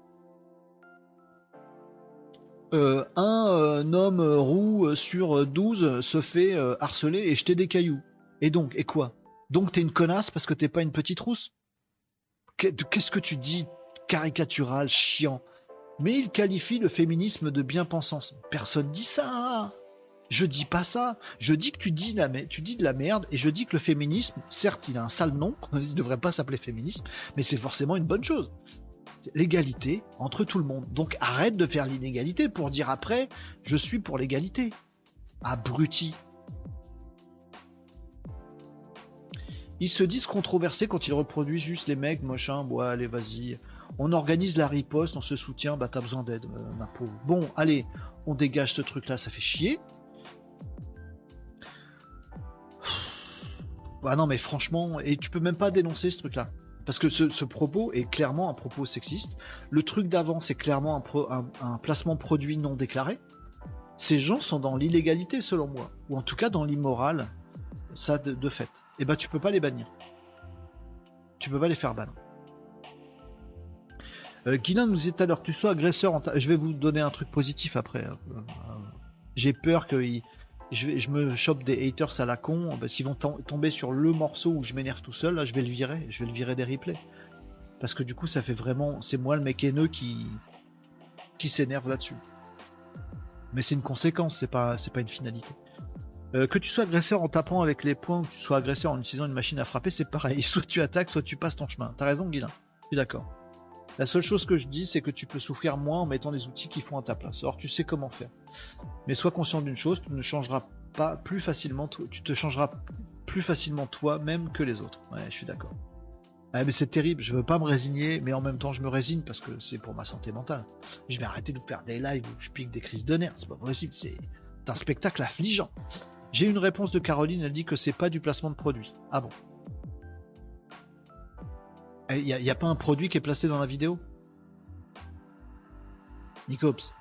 euh, Un euh, homme euh, roux sur douze se fait euh, harceler et jeter des cailloux. Et donc, et quoi? Donc t'es une connasse parce que t'es pas une petite rousse? Qu'est-ce que tu dis? Caricatural, chiant. Mais il qualifie le féminisme de bien-pensance. Personne dit ça. Je dis pas ça, je dis que tu dis, la, tu dis de la merde, et je dis que le féminisme, certes il a un sale nom, il ne devrait pas s'appeler féminisme, mais c'est forcément une bonne chose. L'égalité entre tout le monde. Donc arrête de faire l'inégalité pour dire après, je suis pour l'égalité. Abruti. Ils se disent controversés quand ils reproduisent juste les mecs, machin, bon allez vas-y. On organise la riposte, on se soutient, bah t'as besoin d'aide, euh, ma pauvre. Bon, allez, on dégage ce truc là, ça fait chier. Ah non mais franchement, et tu peux même pas dénoncer ce truc là. Parce que ce, ce propos est clairement un propos sexiste. Le truc d'avant c'est clairement un, pro, un, un placement produit non déclaré. Ces gens sont dans l'illégalité selon moi. Ou en tout cas dans l'immoral. Ça de, de fait. Et bah tu peux pas les bannir. Tu peux pas les faire ban. Euh, Guilin nous disait tout à l'heure, tu sois agresseur en ta... Je vais vous donner un truc positif après. Euh, J'ai peur qu'il... Je, vais, je me chope des haters à la con parce qu'ils vont tomber sur le morceau où je m'énerve tout seul. Là, je vais le virer, je vais le virer des replays parce que du coup, ça fait vraiment, c'est moi le mec haineux qui qui s'énerve là-dessus. Mais c'est une conséquence, c'est pas c'est pas une finalité. Euh, que tu sois agresseur en tapant avec les poings, ou que tu sois agresseur en utilisant une machine à frapper, c'est pareil. Soit tu attaques, soit tu passes ton chemin. T'as raison, Guilin. Je suis d'accord. La seule chose que je dis, c'est que tu peux souffrir moins en mettant des outils qui font à ta place. Or, tu sais comment faire. Mais sois conscient d'une chose, tu ne changeras pas plus facilement, tu te changeras plus facilement toi-même que les autres. Ouais, je suis d'accord. Ouais, mais c'est terrible, je veux pas me résigner, mais en même temps je me résigne parce que c'est pour ma santé mentale. Je vais arrêter de faire des lives où je pique des crises de nerfs, c'est pas possible, c'est un spectacle affligeant. J'ai une réponse de Caroline, elle dit que c'est pas du placement de produit. Ah bon? Il n'y a, a pas un produit qui est placé dans la vidéo? Nicops.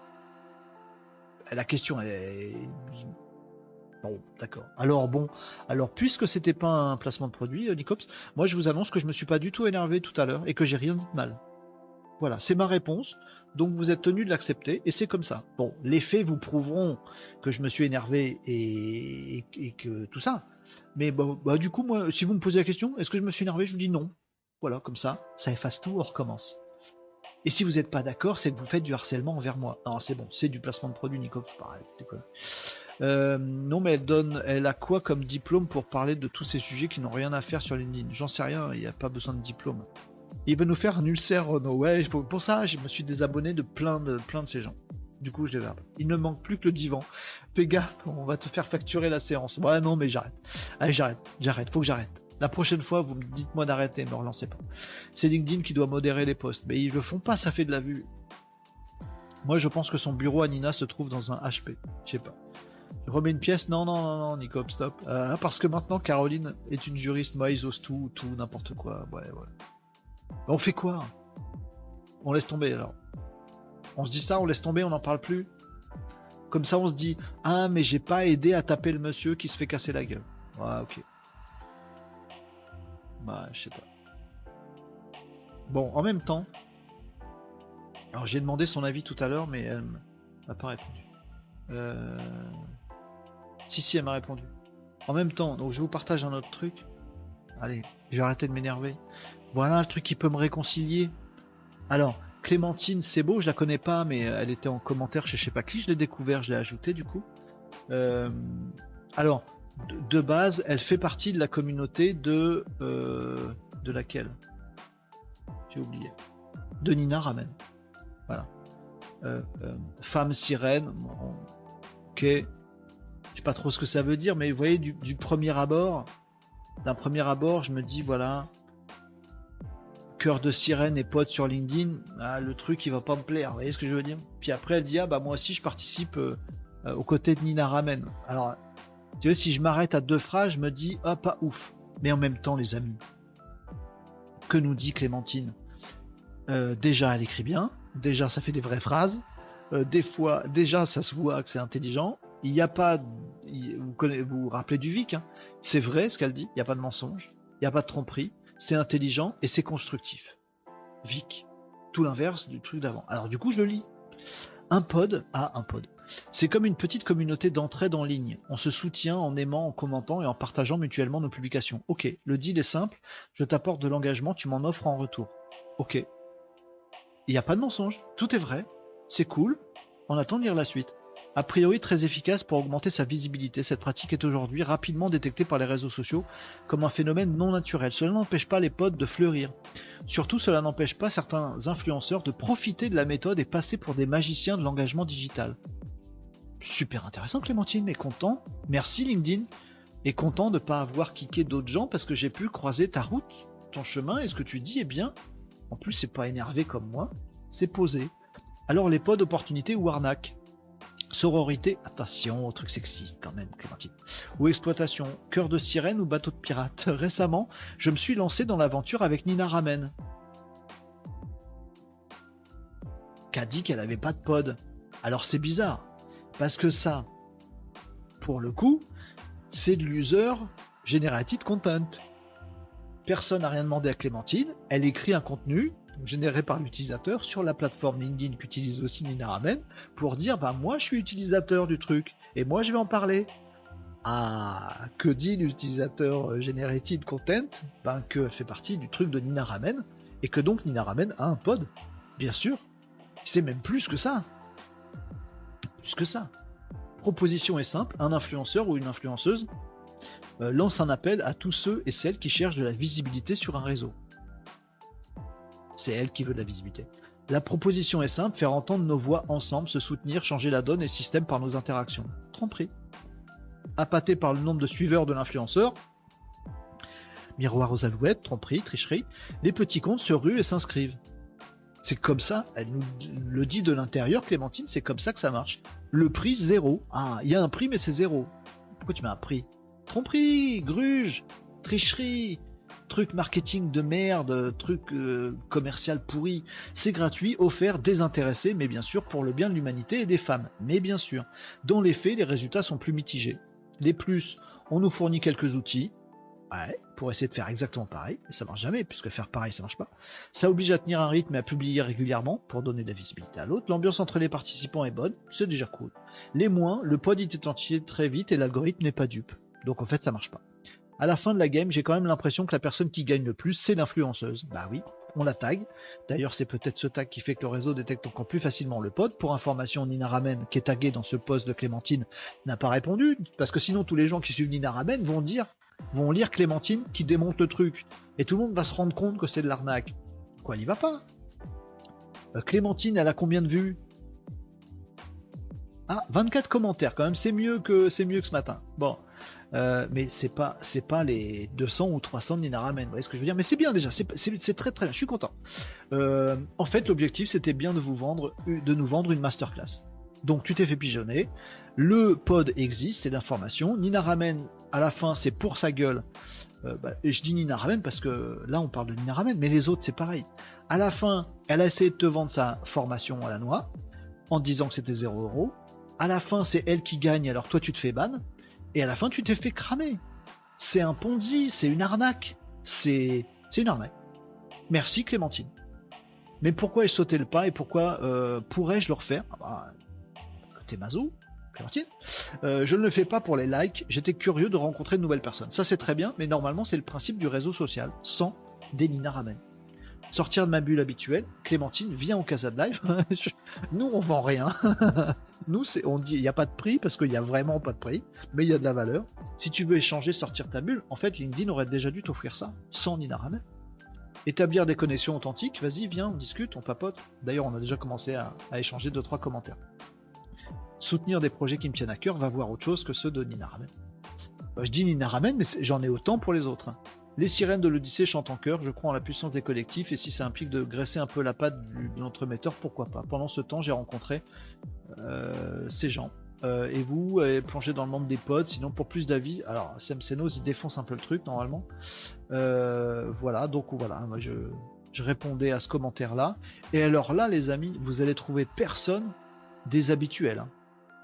La question est... Bon, d'accord. Alors bon, alors puisque c'était pas un placement de produit, euh, Nicops, moi je vous annonce que je me suis pas du tout énervé tout à l'heure et que j'ai rien dit de mal. Voilà, c'est ma réponse, donc vous êtes tenu de l'accepter et c'est comme ça. Bon, les faits vous prouveront que je me suis énervé et, et, et que tout ça. Mais bah, bah, du coup, moi, si vous me posez la question, est-ce que je me suis énervé, je vous dis non. Voilà, comme ça, ça efface tout, on recommence. Et si vous n'êtes pas d'accord, c'est que vous faites du harcèlement envers moi. Non, c'est bon, c'est du placement de produit, Nico, pareil. Euh, non, mais elle donne, elle a quoi comme diplôme pour parler de tous ces sujets qui n'ont rien à faire sur LinkedIn? J'en sais rien, il n'y a pas besoin de diplôme. Il veut nous faire un ulcère, Renaud. Ouais, pour, pour ça, je me suis désabonné de plein de, plein de ces gens. Du coup, je les verbe. Il ne manque plus que le divan. Fais gaffe, on va te faire facturer la séance. Ouais, non, mais j'arrête. Allez, j'arrête, j'arrête, faut que j'arrête. La prochaine fois, vous me dites-moi d'arrêter, me relancez pas. C'est LinkedIn qui doit modérer les posts. Mais ils le font pas, ça fait de la vue. Moi, je pense que son bureau à Nina se trouve dans un H P. Je sais pas. Je remets une pièce. Non, non, non, non, Nico, stop. Euh, parce que maintenant, Caroline est une juriste. Moi, ils osent tout, tout, n'importe quoi. Ouais, ouais. On fait quoi? On laisse tomber alors. On se dit ça, on laisse tomber, on n'en parle plus. Comme ça, on se dit, ah, mais j'ai pas aidé à taper le monsieur qui se fait casser la gueule. Ouais, ok. Bah, je sais pas. Bon, en même temps, alors j'ai demandé son avis tout à l'heure, mais elle m'a pas répondu. Euh... Si, si, elle m'a répondu. En même temps, donc je vous partage un autre truc. Allez, je vais arrêter de m'énerver. Voilà le truc qui peut me réconcilier. Alors, Clémentine, c'est beau, je la connais pas, mais elle était en commentaire chez je sais pas qui, je l'ai découvert, je l'ai ajouté du coup. Euh, alors, de, de base, elle fait partie de la communauté de... Euh, de laquelle? J'ai oublié. De Nina Ramen. Voilà. Euh, euh, femme sirène, bon, ok. Je sais pas trop ce que ça veut dire, mais vous voyez, du, du premier abord, d'un premier abord, je me dis, voilà... Cœur de sirène et pote sur LinkedIn, ah, le truc il va pas me plaire, vous voyez ce que je veux dire? Puis après elle dit ah bah moi aussi je participe euh, euh, aux côtés de Nina Ramen. Alors tu vois, si je m'arrête à deux phrases, je me dis ah pas ouf. Mais en même temps les amis, que nous dit Clémentine? euh, Déjà elle écrit bien, déjà ça fait des vraies phrases, euh, des fois déjà ça se voit que c'est intelligent. Il n'y a pas, il, vous, connaissez, vous vous rappelez du Vic, hein, c'est vrai ce qu'elle dit, il n'y a pas de mensonge, il n'y a pas de tromperie. C'est intelligent et c'est constructif. Vic, tout l'inverse du truc d'avant. Alors du coup, je le lis. Un pod, ah, un pod. C'est comme une petite communauté d'entraide en ligne. On se soutient en aimant, en commentant et en partageant mutuellement nos publications. Ok, le deal est simple. Je t'apporte de l'engagement, tu m'en offres en retour. Ok. Il n'y a pas de mensonge. Tout est vrai. C'est cool. On attend de lire la suite. A priori très efficace pour augmenter sa visibilité, cette pratique est aujourd'hui rapidement détectée par les réseaux sociaux comme un phénomène non naturel. Cela n'empêche pas les pods de fleurir. Surtout, cela n'empêche pas certains influenceurs de profiter de la méthode et passer pour des magiciens de l'engagement digital. Super intéressant Clémentine, mais content. Merci LinkedIn. Et content de ne pas avoir kické d'autres gens parce que j'ai pu croiser ta route, ton chemin, et ce que tu dis est bien. En plus, c'est pas énervé comme moi, c'est posé. Alors les pods opportunités ou arnaques? Sororité, attention au truc sexiste quand même, Clémentine. Ou exploitation, cœur de sirène ou bateau de pirate. Récemment, je me suis lancé dans l'aventure avec Nina Ramen, qui a dit qu'elle n'avait pas de pod. Alors c'est bizarre, parce que ça, pour le coup, c'est de l'user generated content. Personne n'a rien demandé à Clémentine, elle écrit un contenu généré par l'utilisateur sur la plateforme LinkedIn qu'utilise aussi Nina Ramen pour dire bah moi je suis utilisateur du truc et moi je vais en parler. Ah, que dit l'utilisateur generated content? Ben que fait partie du truc de Nina Ramen et que donc Nina Ramen a un pod, bien sûr. C'est même plus que ça. Plus que ça. Proposition est simple, un influenceur ou une influenceuse euh, lance un appel à tous ceux et celles qui cherchent de la visibilité sur un réseau. C'est elle qui veut de la visibilité. La proposition est simple, faire entendre nos voix ensemble, se soutenir, changer la donne et le système par nos interactions. Tromperie. Appâté par le nombre de suiveurs de l'influenceur, miroir aux alouettes, tromperie, tricherie, les petits comptes se ruent et s'inscrivent. C'est comme ça, elle nous le dit de l'intérieur, Clémentine, c'est comme ça que ça marche. Le prix, zéro. Ah, il y a un prix mais c'est zéro. Pourquoi tu mets un prix? Tromperie, gruge, tricherie, truc marketing de merde, truc euh, commercial pourri, c'est gratuit, offert, désintéressé, mais bien sûr pour le bien de l'humanité et des femmes. Mais bien sûr, dans les faits, les résultats sont plus mitigés. Les plus, on nous fournit quelques outils, ouais, pour essayer de faire exactement pareil, et ça marche jamais, puisque faire pareil ça marche pas. Ça oblige à tenir un rythme et à publier régulièrement pour donner de la visibilité à l'autre. L'ambiance entre les participants est bonne, c'est déjà cool. Les moins, le pod est identifié très vite et l'algorithme n'est pas dupe. Donc en fait ça marche pas. À la fin de la game, j'ai quand même l'impression que la personne qui gagne le plus, c'est l'influenceuse. Bah oui, on la tag. D'ailleurs, c'est peut-être ce tag qui fait que le réseau détecte encore plus facilement le pod. Pour information, Nina Ramen, qui est tagué dans ce post de Clémentine, n'a pas répondu, parce que sinon tous les gens qui suivent Nina Ramen vont dire, vont lire Clémentine qui démonte le truc, et tout le monde va se rendre compte que c'est de l'arnaque. Quoi, il y va pas. Euh, Clémentine, elle a combien de vues? Ah, vingt-quatre commentaires quand même, c'est mieux que c'est mieux que ce matin. Bon, euh, mais c'est pas c'est pas les deux cents ou trois cents de Nina Ramen, vous voyez ce que je veux dire? Mais c'est bien déjà, c'est c'est- c'est très très bien, je suis content. Euh, en fait, l'objectif c'était bien de vous vendre, de nous vendre une masterclass. Donc tu t'es fait pigeonner, le pod existe, c'est l'information. Nina Ramen, à la fin, c'est pour sa gueule. Euh, bah, et je dis Nina Ramen parce que là on parle de Nina Ramen, mais les autres c'est pareil. À la fin, elle a essayé de te vendre sa formation à la noix en disant que c'était zéro euro. À la fin, c'est elle qui gagne, alors toi tu te fais ban. Et à la fin, tu t'es fait cramer. C'est un Ponzi, c'est une arnaque. C'est c'est une arnaque. Merci Clémentine. Mais pourquoi ai-je sauté le pas et pourquoi euh, pourrais-je le refaire? Ah bah, parce que t'es mazou, Clémentine. Euh, je ne le fais pas pour les likes. J'étais curieux de rencontrer de nouvelles personnes. Ça c'est très bien, mais normalement c'est le principe du réseau social, sans des Nina Ramen. Sortir de ma bulle habituelle, Clémentine, viens au Casa de Live. Nous, on vend rien. Nous, c'est, on dit, il n'y a pas de prix parce qu'il n'y a vraiment pas de prix, mais il y a de la valeur. Si tu veux échanger, sortir ta bulle, en fait, LinkedIn aurait déjà dû t'offrir ça, sans Nina Ramen. Établir des connexions authentiques, vas-y, viens, on discute, on papote. D'ailleurs, on a déjà commencé à, à échanger deux trois commentaires. Soutenir des projets qui me tiennent à cœur, va voir autre chose que ceux de Nina Ramen. Bah, je dis Nina Ramen, mais j'en ai autant pour les autres. Hein. Les sirènes de l'Odyssée chantent en chœur, je crois en la puissance des collectifs, et si ça implique de graisser un peu la patte du, de l'entremetteur, pourquoi pas. Pendant ce temps, j'ai rencontré euh, ces gens. Euh, et vous, euh, plongez dans le monde des pods, sinon pour plus d'avis, alors Sam Senos, il défonce un peu le truc, normalement. Euh, voilà, donc voilà, moi je, je répondais à ce commentaire-là. Et alors là, les amis, vous allez trouver personne des habituels. Hein.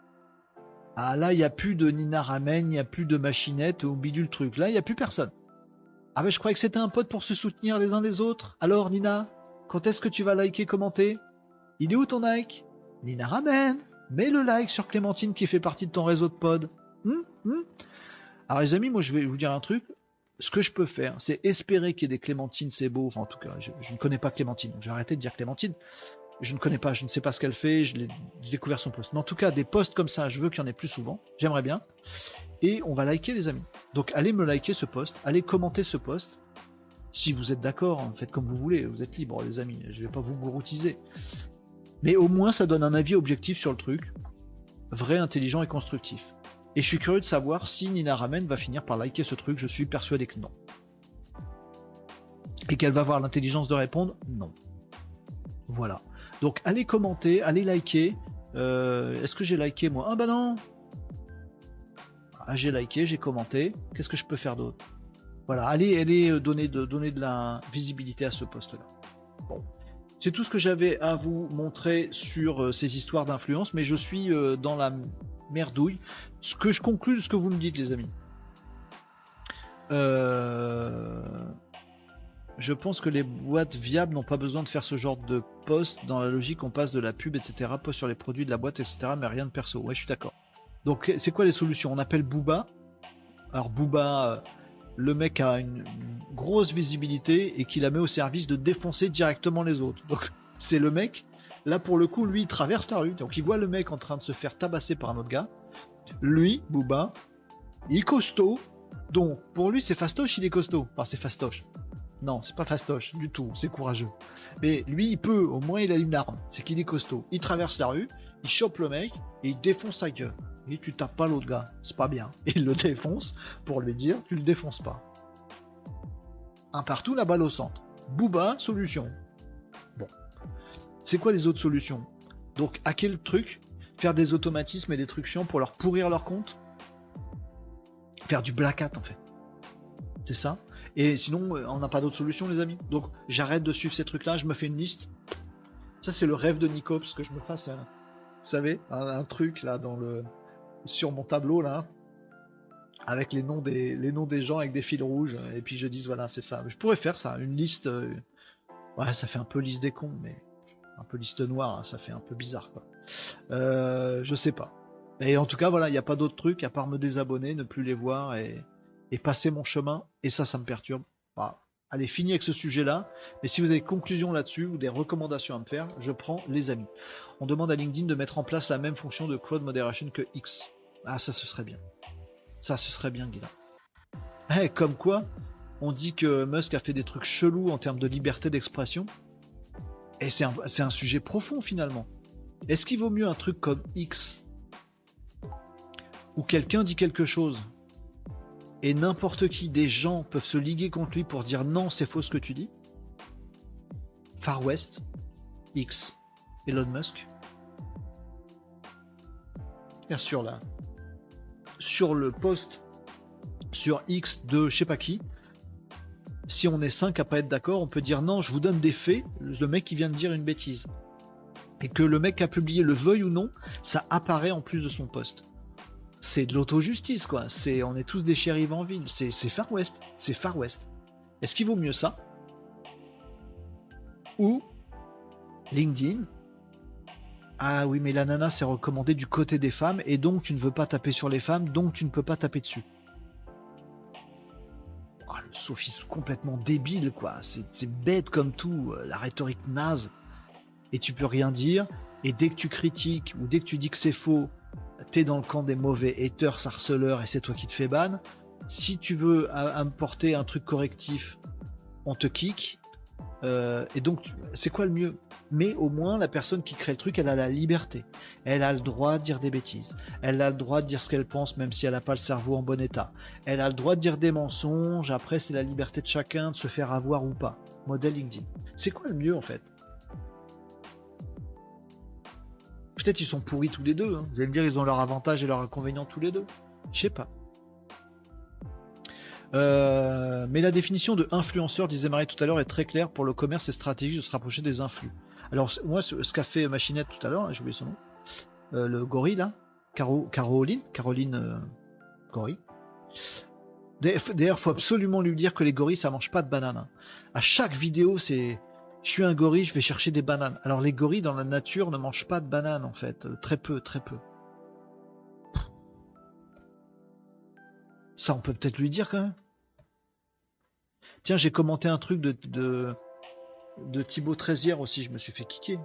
Ah là, il n'y a plus de Nina Ramen, il n'y a plus de machinette ou bidule truc. Là, il n'y a plus personne. Ah mais je croyais que c'était un pote pour se soutenir les uns les autres. Alors Nina, quand est-ce que tu vas liker, commenter? Il est où ton like? Nina Ramen, mets le like sur Clémentine qui fait partie de ton réseau de pod. Hum, hum. Alors les amis, moi je vais vous dire un truc. Ce que je peux faire, c'est espérer qu'il y ait des Clémentines, c'est beau. Enfin en tout cas, je, je ne connais pas Clémentine. Donc j'ai arrêté de dire Clémentine. Je ne connais pas, je ne sais pas ce qu'elle fait. Je l'ai découvert son post. Mais en tout cas, des posts comme ça, je veux qu'il y en ait plus souvent. J'aimerais bien. Et on va liker les amis. Donc allez me liker ce post, allez commenter ce post. Si vous êtes d'accord, hein, faites comme vous voulez, vous êtes libres les amis, je vais pas vous gouroutiser. Mais au moins ça donne un avis objectif sur le truc, vrai, intelligent et constructif. Et je suis curieux de savoir si Nina Ramen va finir par liker ce truc, je suis persuadé que non. Et qu'elle va avoir l'intelligence de répondre non. Voilà. Donc allez commenter, allez liker. Euh, est-ce que j'ai liké moi? Ah bah non. Ah, j'ai liké, j'ai commenté. Qu'est-ce que je peux faire d'autre? Voilà, allez, allez donner, de, donner de la visibilité à ce poste-là. Bon. C'est tout ce que j'avais à vous montrer sur euh, ces histoires d'influence, mais je suis euh, dans la merdouille. Ce que je conclus de ce que vous me dites, les amis. Euh... Je pense que les boîtes viables n'ont pas besoin de faire ce genre de post. Dans la logique, on passe de la pub, et cetera. Post sur les produits de la boîte, et cetera. Mais rien de perso. Ouais, je suis d'accord. Donc c'est quoi les solutions? On appelle Booba. Alors Booba, le mec a une, une grosse visibilité et qui la met au service de défoncer directement les autres. Donc c'est le mec, là pour le coup, lui il traverse la rue, donc il voit le mec en train de se faire tabasser par un autre gars. Lui, Booba, il est costaud, donc pour lui c'est fastoche, il est costaud. Enfin c'est fastoche. Non, c'est pas fastoche du tout, c'est courageux. Mais lui il peut, au moins il a une arme, c'est qu'il est costaud. Il traverse la rue, il chope le mec et il défonce sa gueule. Et tu tapes pas l'autre gars, c'est pas bien. Et il le défonce pour lui dire tu le défonces pas. Un partout, la balle au centre. Booba, solution. Bon. C'est quoi les autres solutions? Donc hacker le truc, faire des automatismes et des trucs chiants pour leur pourrir leur compte. Faire du black hat en fait. C'est ça. Et sinon, on n'a pas d'autre solution les amis. Donc j'arrête de suivre ces trucs là, je me fais une liste. Ça c'est le rêve de Nico, parce que je me fasse un, vous savez, un, un truc là dans le... sur mon tableau là, avec les noms des les noms des gens avec des fils rouges, et puis je dis voilà c'est ça. Je pourrais faire ça, une liste. Euh... Ouais, ça fait un peu liste des cons, mais un peu liste noire, hein, ça fait un peu bizarre quoi. Euh, je sais pas. Et en tout cas voilà, il n'y a pas d'autre truc à part me désabonner, ne plus les voir et, et passer mon chemin. Et ça, ça me perturbe. Voilà. Allez, fini avec ce sujet-là. Mais si vous avez des conclusions là-dessus ou des recommandations à me faire, je prends les amis. On demande à LinkedIn de mettre en place la même fonction de crowd moderation que X. Ah, ça, ce serait bien. Ça, ce serait bien, Guillaume. Hey, comme quoi, on dit que Musk a fait des trucs chelous en termes de liberté d'expression. Et c'est un, c'est un sujet profond, finalement. Est-ce qu'il vaut mieux un truc comme X, où quelqu'un dit quelque chose, et n'importe qui, des gens, peuvent se liguer contre lui pour dire non, c'est faux ce que tu dis? Far West, X, Elon Musk. Bien sûr, là, sur le post sur X de je sais pas qui, si on est cinq à pas être d'accord, on peut dire non, je vous donne des faits, le mec qui vient de dire une bêtise. Et que le mec qui a publié le veuille ou non, ça apparaît en plus de son post. C'est de l'auto-justice, quoi. C'est, on est tous des shérifs en ville. C'est, c'est Far West. C'est Far West. Est-ce qu'il vaut mieux ça? Ou LinkedIn? Ah oui, mais la nana, c'est recommandé du côté des femmes, et donc tu ne veux pas taper sur les femmes, donc tu ne peux pas taper dessus. Oh, le sophisme complètement débile, quoi. C'est, c'est bête comme tout. La rhétorique naze. Et tu peux rien dire. Et dès que tu critiques, ou dès que tu dis que c'est faux, t'es dans le camp des mauvais haters, harceleurs, et c'est toi qui te fais ban. Si tu veux importer un truc correctif, on te kick. Euh, et donc, c'est quoi le mieux? Mais au moins, la personne qui crée le truc, elle a la liberté. Elle a le droit de dire des bêtises. Elle a le droit de dire ce qu'elle pense, même si elle n'a pas le cerveau en bon état. Elle a le droit de dire des mensonges. Après, c'est la liberté de chacun de se faire avoir ou pas. Modèle LinkedIn. C'est quoi le mieux, en fait? Peut-être ils sont pourris tous les deux. Hein. Vous allez me dire, ils ont leurs avantages et leurs inconvénients tous les deux. Je sais pas. Euh, mais la définition de influenceur, disait Marie tout à l'heure, est très claire pour le commerce et stratégie de se rapprocher des influx. Alors moi, ce, ce qu'a fait Machinette tout à l'heure, j'ai oublié son nom, euh, le gorille là, Caro, Caroline, Caroline euh, Gorille. D'ailleurs, il faut absolument lui dire que les gorilles, ça mange pas de bananes. Hein. À chaque vidéo, c'est je suis un gorille, je vais chercher des bananes. Alors les gorilles dans la nature ne mangent pas de bananes en fait, euh, très peu, très peu. Ça, on peut peut-être lui dire quand même. Tiens, j'ai commenté un truc de, de, de Thibaut Treizière aussi, je me suis fait kicker.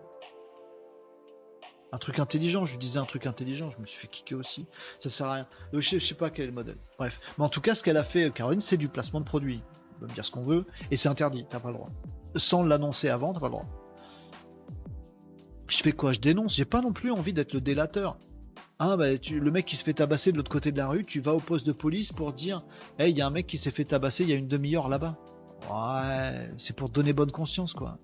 Un truc intelligent, je lui disais un truc intelligent, je me suis fait kicker aussi. Ça sert à rien. Je sais, je sais pas quel est le modèle. Bref. Mais en tout cas, ce qu'elle a fait, Caroline, c'est du placement de produit. On peut me dire ce qu'on veut, et c'est interdit, t'as pas le droit. Sans l'annoncer avant, t'as pas le droit. Je fais quoi? Je dénonce, j'ai pas non plus envie d'être le délateur. Ah bah tu, le mec qui se fait tabasser de l'autre côté de la rue, tu vas au poste de police pour dire hey, il y a un mec qui s'est fait tabasser il y a une demi-heure là-bas. Ouais, c'est pour te donner bonne conscience quoi.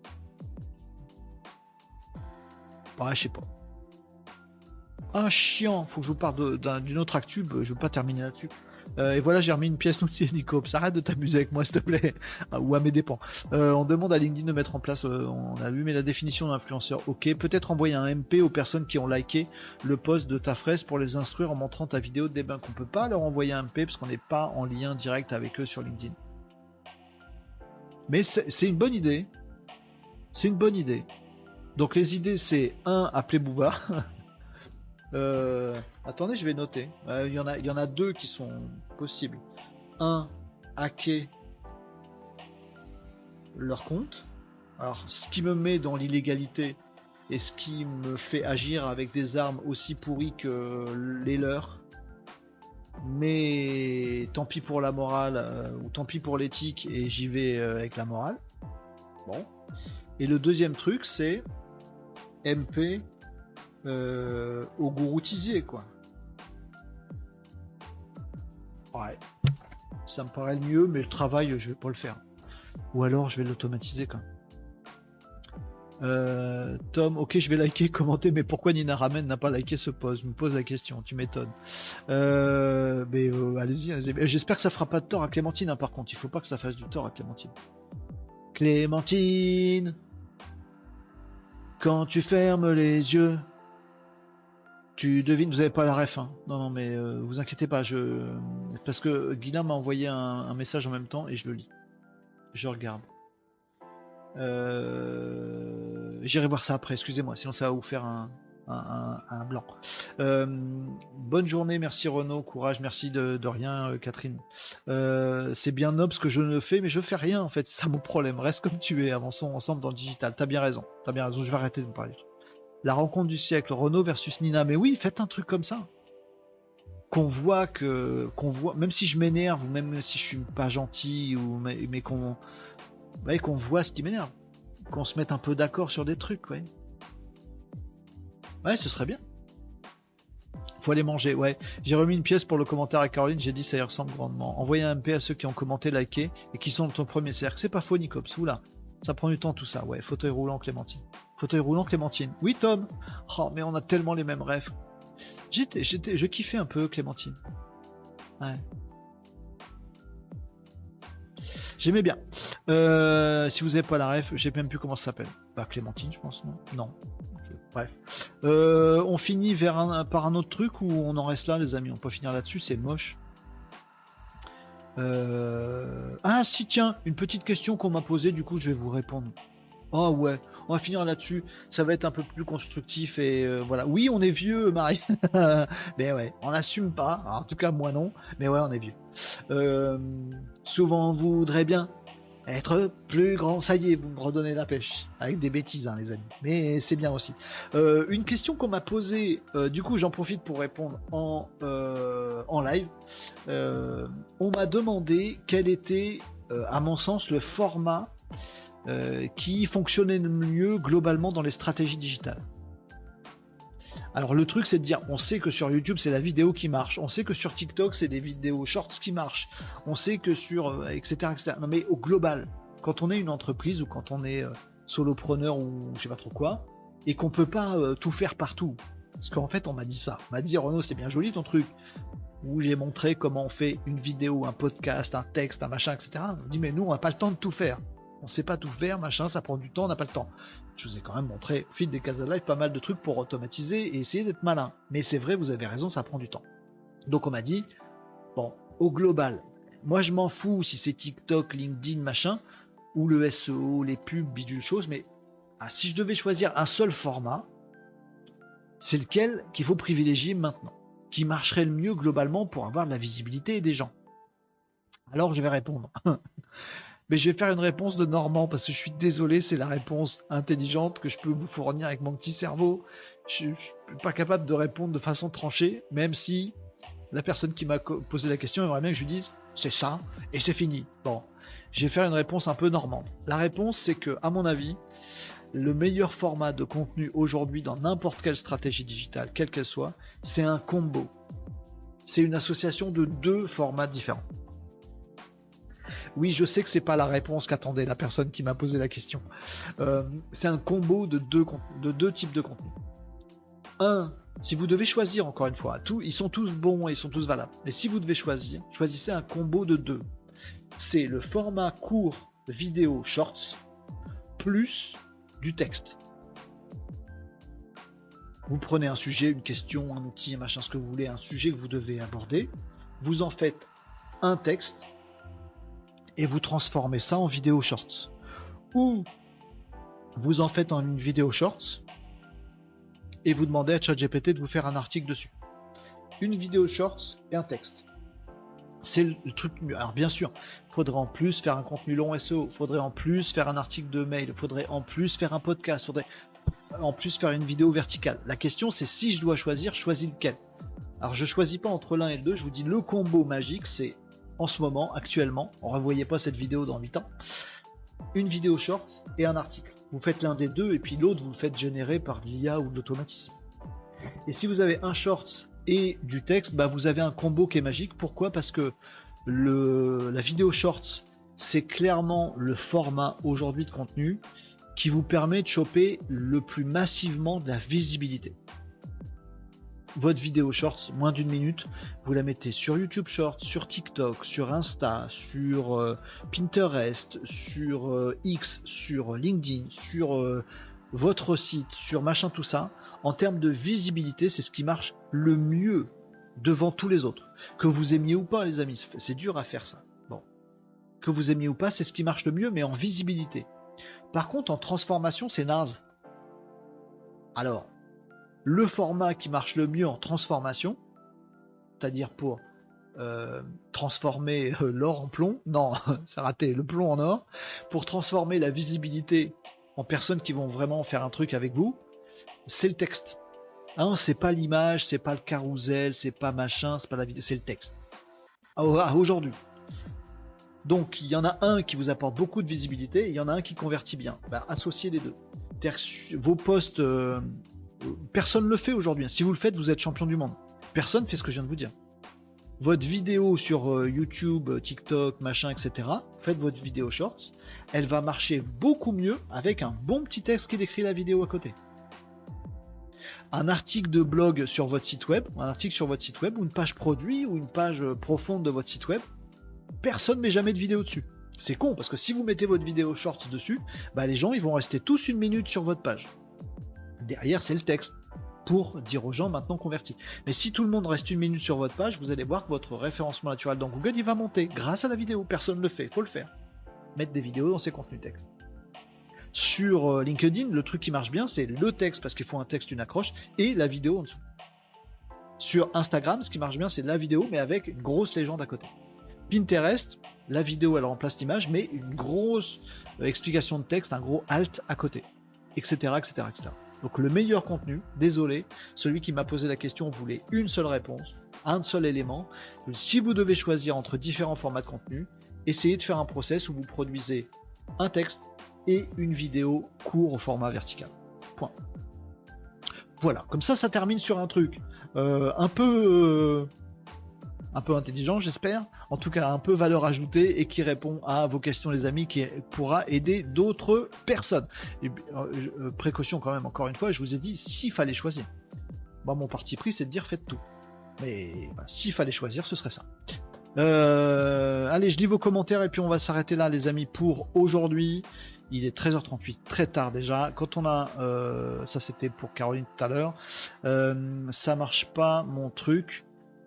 Ouais, je sais pas. Ah chiant, faut que je vous parle d'une autre actu, je veux pas terminer là-dessus. Euh, et voilà, j'ai remis une pièce Noutil Nicops. Arrête de t'amuser avec moi, s'il te plaît. Ah, ou à mes dépens. Euh, on demande à LinkedIn de mettre en place, euh, on a vu, mais la définition d'influenceur. Ok, peut-être envoyer un M P aux personnes qui ont liké le post de ta fraise pour les instruire en montrant ta vidéo de débunk. On peut pas leur envoyer un M P parce qu'on n'est pas en lien direct avec eux sur LinkedIn. Mais c'est une bonne idée. C'est une bonne idée. Donc les idées, c'est un, appeler Booba. Euh, attendez, je vais noter. Il euh, y en a, il y en a deux qui sont possibles. Un, hacker leur compte. Alors, ce qui me met dans l'illégalité et ce qui me fait agir avec des armes aussi pourries que les leurs. Mais tant pis pour la morale euh, ou tant pis pour l'éthique et j'y vais euh, avec la morale. Bon. Et le deuxième truc, c'est M P. Euh, au gouroutiser quoi. Ouais, ça me paraît le mieux, mais le travail je vais pas le faire. Ou alors je vais l'automatiser quand même. Euh, Tom, ok, je vais liker, commenter, mais pourquoi Nina Ramen n'a pas liké ce post? Je me pose la question, tu m'étonnes. Euh, mais euh, allez-y, allez-y. J'espère que ça fera pas de tort à Clémentine, hein, par contre, il faut pas que ça fasse du tort à Clémentine. Clémentine, quand tu fermes les yeux. Tu devines, vous avez pas la ref, hein. Non, non, mais euh, vous inquiétez pas, je parce que Guillaume m'a envoyé un, un message en même temps et je le lis. Je regarde. Euh... J'irai voir ça après, excusez-moi, sinon ça va vous faire un, un, un, un blanc. Euh, bonne journée, merci Renaud, courage, merci de, de rien euh, Catherine. Euh, c'est bien noble ce que je ne fais, mais je fais rien en fait, c'est ça mon problème. Reste comme tu es, avançons ensemble dans le digital. T'as bien raison, t'as bien raison, je vais arrêter de me parler. La rencontre du siècle, Renaud versus Nina, mais oui, faites un truc comme ça. Qu'on voit que, qu'on voit, même si je m'énerve ou même si je suis pas gentil ou mais, mais qu'on, ouais, qu'on voit ce qui m'énerve, qu'on se mette un peu d'accord sur des trucs, ouais. Ouais, ce serait bien. Faut aller manger, ouais. J'ai remis une pièce pour le commentaire à Caroline, j'ai dit ça y ressemble grandement. Envoyez un M P à ceux qui ont commenté, liké et qui sont dans ton premier cercle. C'est pas faux, Nicops, oula. Ça prend du temps tout ça, ouais. Fauteuil roulant, Clémentine. Fauteuil roulant, Clémentine. Oui, Tom. Oh, mais on a tellement les mêmes rêves. J'étais, j'étais, je kiffais un peu, Clémentine. Ouais. J'aimais bien. Euh, si vous n'avez pas la ref, je sais même plus comment ça s'appelle. Bah Clémentine, je pense, non. Non. Je... Bref. Euh, on finit vers un, par un autre truc ou on en reste là, les amis. On peut finir là-dessus, c'est moche. Euh... Ah si, tiens, une petite question qu'on m'a posée, du coup je vais vous répondre. Oh ouais, on va finir là-dessus. Ça va être un peu plus constructif et euh, voilà. Oui, on est vieux, Marie. Mais ouais, on n'assume pas. Alors, en tout cas, moi non. Mais ouais, on est vieux. Euh, souvent, on voudrait bien être plus grand. Ça y est, vous me redonnez la pêche. Avec des bêtises, hein, les amis. Mais c'est bien aussi. Euh, une question qu'on m'a posée, euh, du coup, j'en profite pour répondre en, euh, en live. Euh, on m'a demandé quel était, euh, à mon sens, le format euh, qui fonctionnait le mieux globalement dans les stratégies digitales. Alors le truc c'est de dire, on sait que sur YouTube c'est la vidéo qui marche, on sait que sur TikTok c'est des vidéos shorts qui marchent, on sait que sur euh, et cetera, et cetera. Non mais au global, quand on est une entreprise ou quand on est euh, solopreneur ou je sais pas trop quoi, et qu'on peut pas euh, tout faire partout, parce qu'en fait on m'a dit ça, on m'a dit Renaud c'est bien joli ton truc, où j'ai montré comment on fait une vidéo, un podcast, un texte, un machin, et cetera. On dit mais nous on n'a pas le temps de tout faire. On sait pas tout faire, machin, ça prend du temps, on n'a pas le temps. Je vous ai quand même montré au fil des Casa Live pas mal de trucs pour automatiser et essayer d'être malin. Mais c'est vrai, vous avez raison, ça prend du temps. Donc on m'a dit, bon, au global, moi je m'en fous si c'est TikTok, LinkedIn, machin, ou le S E O, les pubs, bidule chose, mais ah, si je devais choisir un seul format, c'est lequel qu'il faut privilégier maintenant, qui marcherait le mieux globalement pour avoir de la visibilité des gens. Alors je vais répondre. Mais je vais faire une réponse de Normand parce que je suis désolé, c'est la réponse intelligente que je peux vous fournir avec mon petit cerveau. Je ne suis pas capable de répondre de façon tranchée, même si la personne qui m'a posé la question aimerait bien que je lui dise c'est ça et c'est fini. Bon, je vais faire une réponse un peu normande. La réponse, c'est que, à mon avis, le meilleur format de contenu aujourd'hui dans n'importe quelle stratégie digitale, quelle qu'elle soit, c'est un combo. C'est une association de deux formats différents. Oui, je sais que c'est pas la réponse qu'attendait la personne qui m'a posé la question. Euh, c'est un combo de deux, de deux types de contenus. Un, si vous devez choisir, encore une fois, tout, ils sont tous bons et ils sont tous valables. Mais si vous devez choisir, choisissez un combo de deux. C'est le format court vidéo shorts plus du texte. Vous prenez un sujet, une question, un outil, un machin, ce que vous voulez, un sujet que vous devez aborder. Vous en faites un texte et vous transformez ça en vidéo shorts. Ou vous en faites en une vidéo shorts et vous demandez à ChatGPT de vous faire un article dessus. Une vidéo shorts et un texte. C'est le truc mieux. Alors bien sûr, il faudrait en plus faire un contenu long S E O, il faudrait en plus faire un article de mail, il faudrait en plus faire un podcast, il faudrait en plus faire une vidéo verticale. La question c'est si je dois choisir, je choisis lequel. Alors je choisis pas entre l'un et le deux, je vous dis le combo magique c'est en ce moment, actuellement, on ne revoyait pas cette vidéo dans huit ans, une vidéo shorts et un article. Vous faites l'un des deux et puis l'autre vous le faites générer par l'I A ou de l'automatisme. Et si vous avez un shorts et du texte, bah vous avez un combo qui est magique. Pourquoi ? Parce que le, la vidéo shorts, c'est clairement le format aujourd'hui de contenu qui vous permet de choper le plus massivement de la visibilité. Votre vidéo shorts, moins d'une minute, vous la mettez sur YouTube Shorts, sur TikTok, sur Insta, sur euh, Pinterest, sur euh, X, sur LinkedIn, sur euh, votre site, sur machin tout ça. En termes de visibilité, c'est ce qui marche le mieux devant tous les autres. Que vous aimiez ou pas, les amis, c'est dur à faire ça. Bon, que vous aimiez ou pas, c'est ce qui marche le mieux, mais en visibilité. Par contre, en transformation, c'est naze. Alors, le format qui marche le mieux en transformation, c'est-à-dire pour euh, transformer euh, l'or en plomb, non, c'est raté, le plomb en or, pour transformer la visibilité en personnes qui vont vraiment faire un truc avec vous, c'est le texte. Hein, c'est pas l'image, c'est pas le carrousel, c'est pas machin, c'est pas la vidéo, c'est le texte. À aujourd'hui. Donc il y en a un qui vous apporte beaucoup de visibilité, et il y en a un qui convertit bien. Bah, associez les deux. Vos posts, euh, personne ne le fait aujourd'hui. Si vous le faites, vous êtes champion du monde. Personne fait ce que je viens de vous dire. Votre vidéo sur euh, YouTube, TikTok, machin, et cetera. Faites votre vidéo shorts. Elle va marcher beaucoup mieux avec un bon petit texte qui décrit la vidéo à côté. Un article de blog sur votre site web, un article sur votre site web, ou une page produit, ou une page profonde de votre site web, personne ne met jamais de vidéo dessus. C'est con, parce que si vous mettez votre vidéo short dessus, bah les gens ils vont rester tous une minute sur votre page. Derrière, c'est le texte, pour dire aux gens maintenant convertis. Mais si tout le monde reste une minute sur votre page, vous allez voir que votre référencement naturel dans Google, il va monter, grâce à la vidéo. Personne ne le fait, il faut le faire. Mettre des vidéos dans ses contenus texte. Sur LinkedIn, le truc qui marche bien, c'est le texte, parce qu'il faut un texte, une accroche, et la vidéo en dessous. Sur Instagram, ce qui marche bien, c'est la vidéo, mais avec une grosse légende à côté. Pinterest, la vidéo, elle remplace l'image, mais une grosse explication de texte, un gros alt à côté, et cetera, et cetera, et cetera. Donc le meilleur contenu, désolé, celui qui m'a posé la question voulait une seule réponse, un seul élément. Si vous devez choisir entre différents formats de contenu, essayez de faire un process où vous produisez un texte et une vidéo court au format vertical. Point. Voilà, comme ça, ça termine sur un truc euh, un peu euh, un peu intelligent, j'espère. En tout cas, un peu valeur ajoutée et qui répond à vos questions, les amis, qui pourra aider d'autres personnes. Et, euh, précaution quand même, encore une fois, je vous ai dit s'il fallait choisir. Moi, mon parti pris, c'est de dire faites tout. Mais bah, s'il fallait choisir, ce serait ça. Euh, allez, je lis vos commentaires et puis on va s'arrêter là, les amis, pour aujourd'hui. Il est treize heures trente-huit, très tard déjà. Quand on a, euh, ça c'était pour Caroline tout à l'heure, euh, ça marche pas mon truc.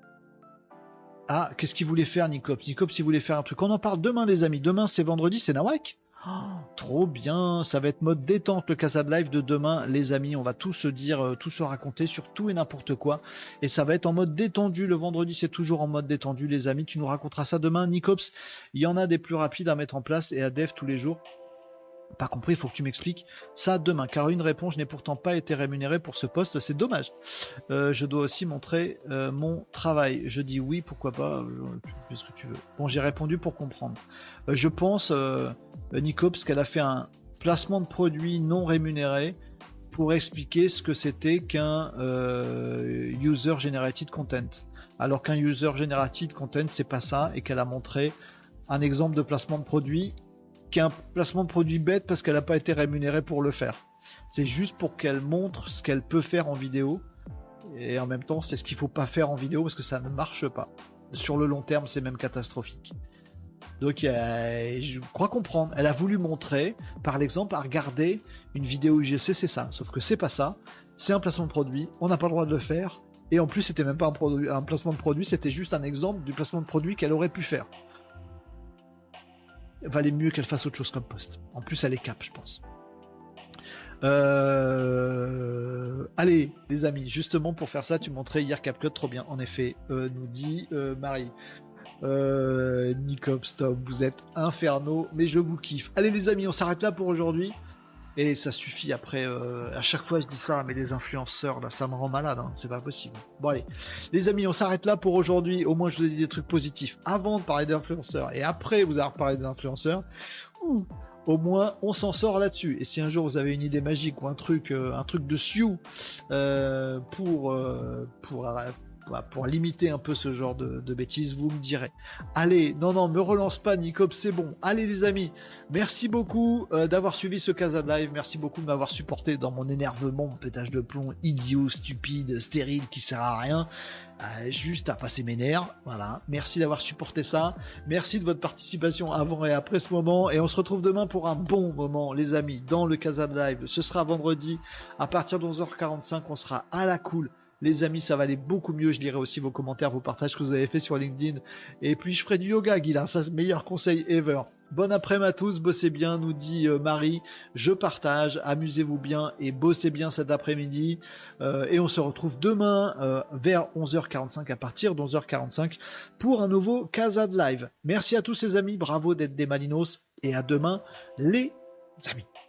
Ah, qu'est-ce qu'il voulait faire, Nicops Nicops, il voulait faire un truc. On en parle demain, les amis. Demain, c'est vendredi, c'est Nawak. Oh, trop bien, ça va être mode détente le Casa de Live de demain, les amis. On va tout se dire, euh, tout se raconter sur tout et n'importe quoi. Et ça va être en mode détendu. Le vendredi, c'est toujours en mode détendu, les amis. Tu nous raconteras ça demain, Nicops. Il y en a des plus rapides à mettre en place et à dev tous les jours. Pas compris, il faut que tu m'expliques ça demain. Caroline répond, je n'ai pourtant pas été rémunéré pour ce poste, c'est dommage. Euh, je dois aussi montrer euh, mon travail. Je dis oui, pourquoi pas, euh, tu fais ce que tu veux. Bon, j'ai répondu pour comprendre. Euh, je pense, euh, Nicops, qu'elle a fait un placement de produit non rémunéré pour expliquer ce que c'était qu'un euh, user generated content. Alors qu'un user generated content, c'est pas ça, et qu'elle a montré un exemple de placement de produit qui est un placement de produit bête parce qu'elle n'a pas été rémunérée pour le faire. C'est juste pour qu'elle montre ce qu'elle peut faire en vidéo, et en même temps c'est ce qu'il ne faut pas faire en vidéo parce que ça ne marche pas. Sur le long terme, c'est même catastrophique. Donc euh, je crois comprendre, elle a voulu montrer par l'exemple à regarder une vidéo U G C, c'est ça, sauf que c'est pas ça, c'est un placement de produit, on n'a pas le droit de le faire, et en plus c'était même pas un, produit, un placement de produit, c'était juste un exemple du placement de produit qu'elle aurait pu faire. Valait mieux qu'elle fasse autre chose comme poste. En plus, elle est cap, je pense. Euh... Allez, les amis, justement pour faire ça, tu montrais hier CapCut, trop bien. En effet, euh, nous dit euh, Marie. Euh, Nicops, stop, vous êtes infernaux, mais je vous kiffe. Allez, les amis, on s'arrête là pour aujourd'hui. Et ça suffit après, euh, à chaque fois je dis ça, mais les influenceurs, là, ça me rend malade, hein, c'est pas possible. Bon allez, les amis, on s'arrête là pour aujourd'hui, au moins je vous ai dit des trucs positifs avant de parler d'influenceurs, et après vous avoir parlé des influenceurs, ouh, au moins on s'en sort là-dessus. Et si un jour vous avez une idée magique ou un truc, euh, un truc de sioux euh, pour, euh, pour, euh, pour limiter un peu ce genre de, de bêtises, vous me direz. Allez, non, non, me relance pas, Nicops, c'est bon. Allez, les amis, merci beaucoup euh, d'avoir suivi ce Casa de Live. Merci beaucoup de m'avoir supporté dans mon énervement, mon pétage de plomb idiot, stupide, stérile, qui sert à rien. Euh, juste à passer mes nerfs. Voilà. Merci d'avoir supporté ça. Merci de votre participation avant et après ce moment. Et on se retrouve demain pour un bon moment, les amis, dans le Casa de Live. Ce sera vendredi à partir de onze heures quarante-cinq. On sera à la cool. Les amis, ça va aller beaucoup mieux. Je lirai aussi vos commentaires, vos partages que vous avez fait sur LinkedIn. Et puis, je ferai du yoga, Guy. Ça, c'est le meilleur conseil ever. Bon après-midi à tous, bossez bien, nous dit euh, Marie. Je partage, amusez-vous bien et bossez bien cet après-midi. Euh, et on se retrouve demain euh, vers onze heures quarante-cinq, à partir de onze heures quarante-cinq, pour un nouveau Casa de Live. Merci à tous les amis, bravo d'être des Malinos et à demain les amis.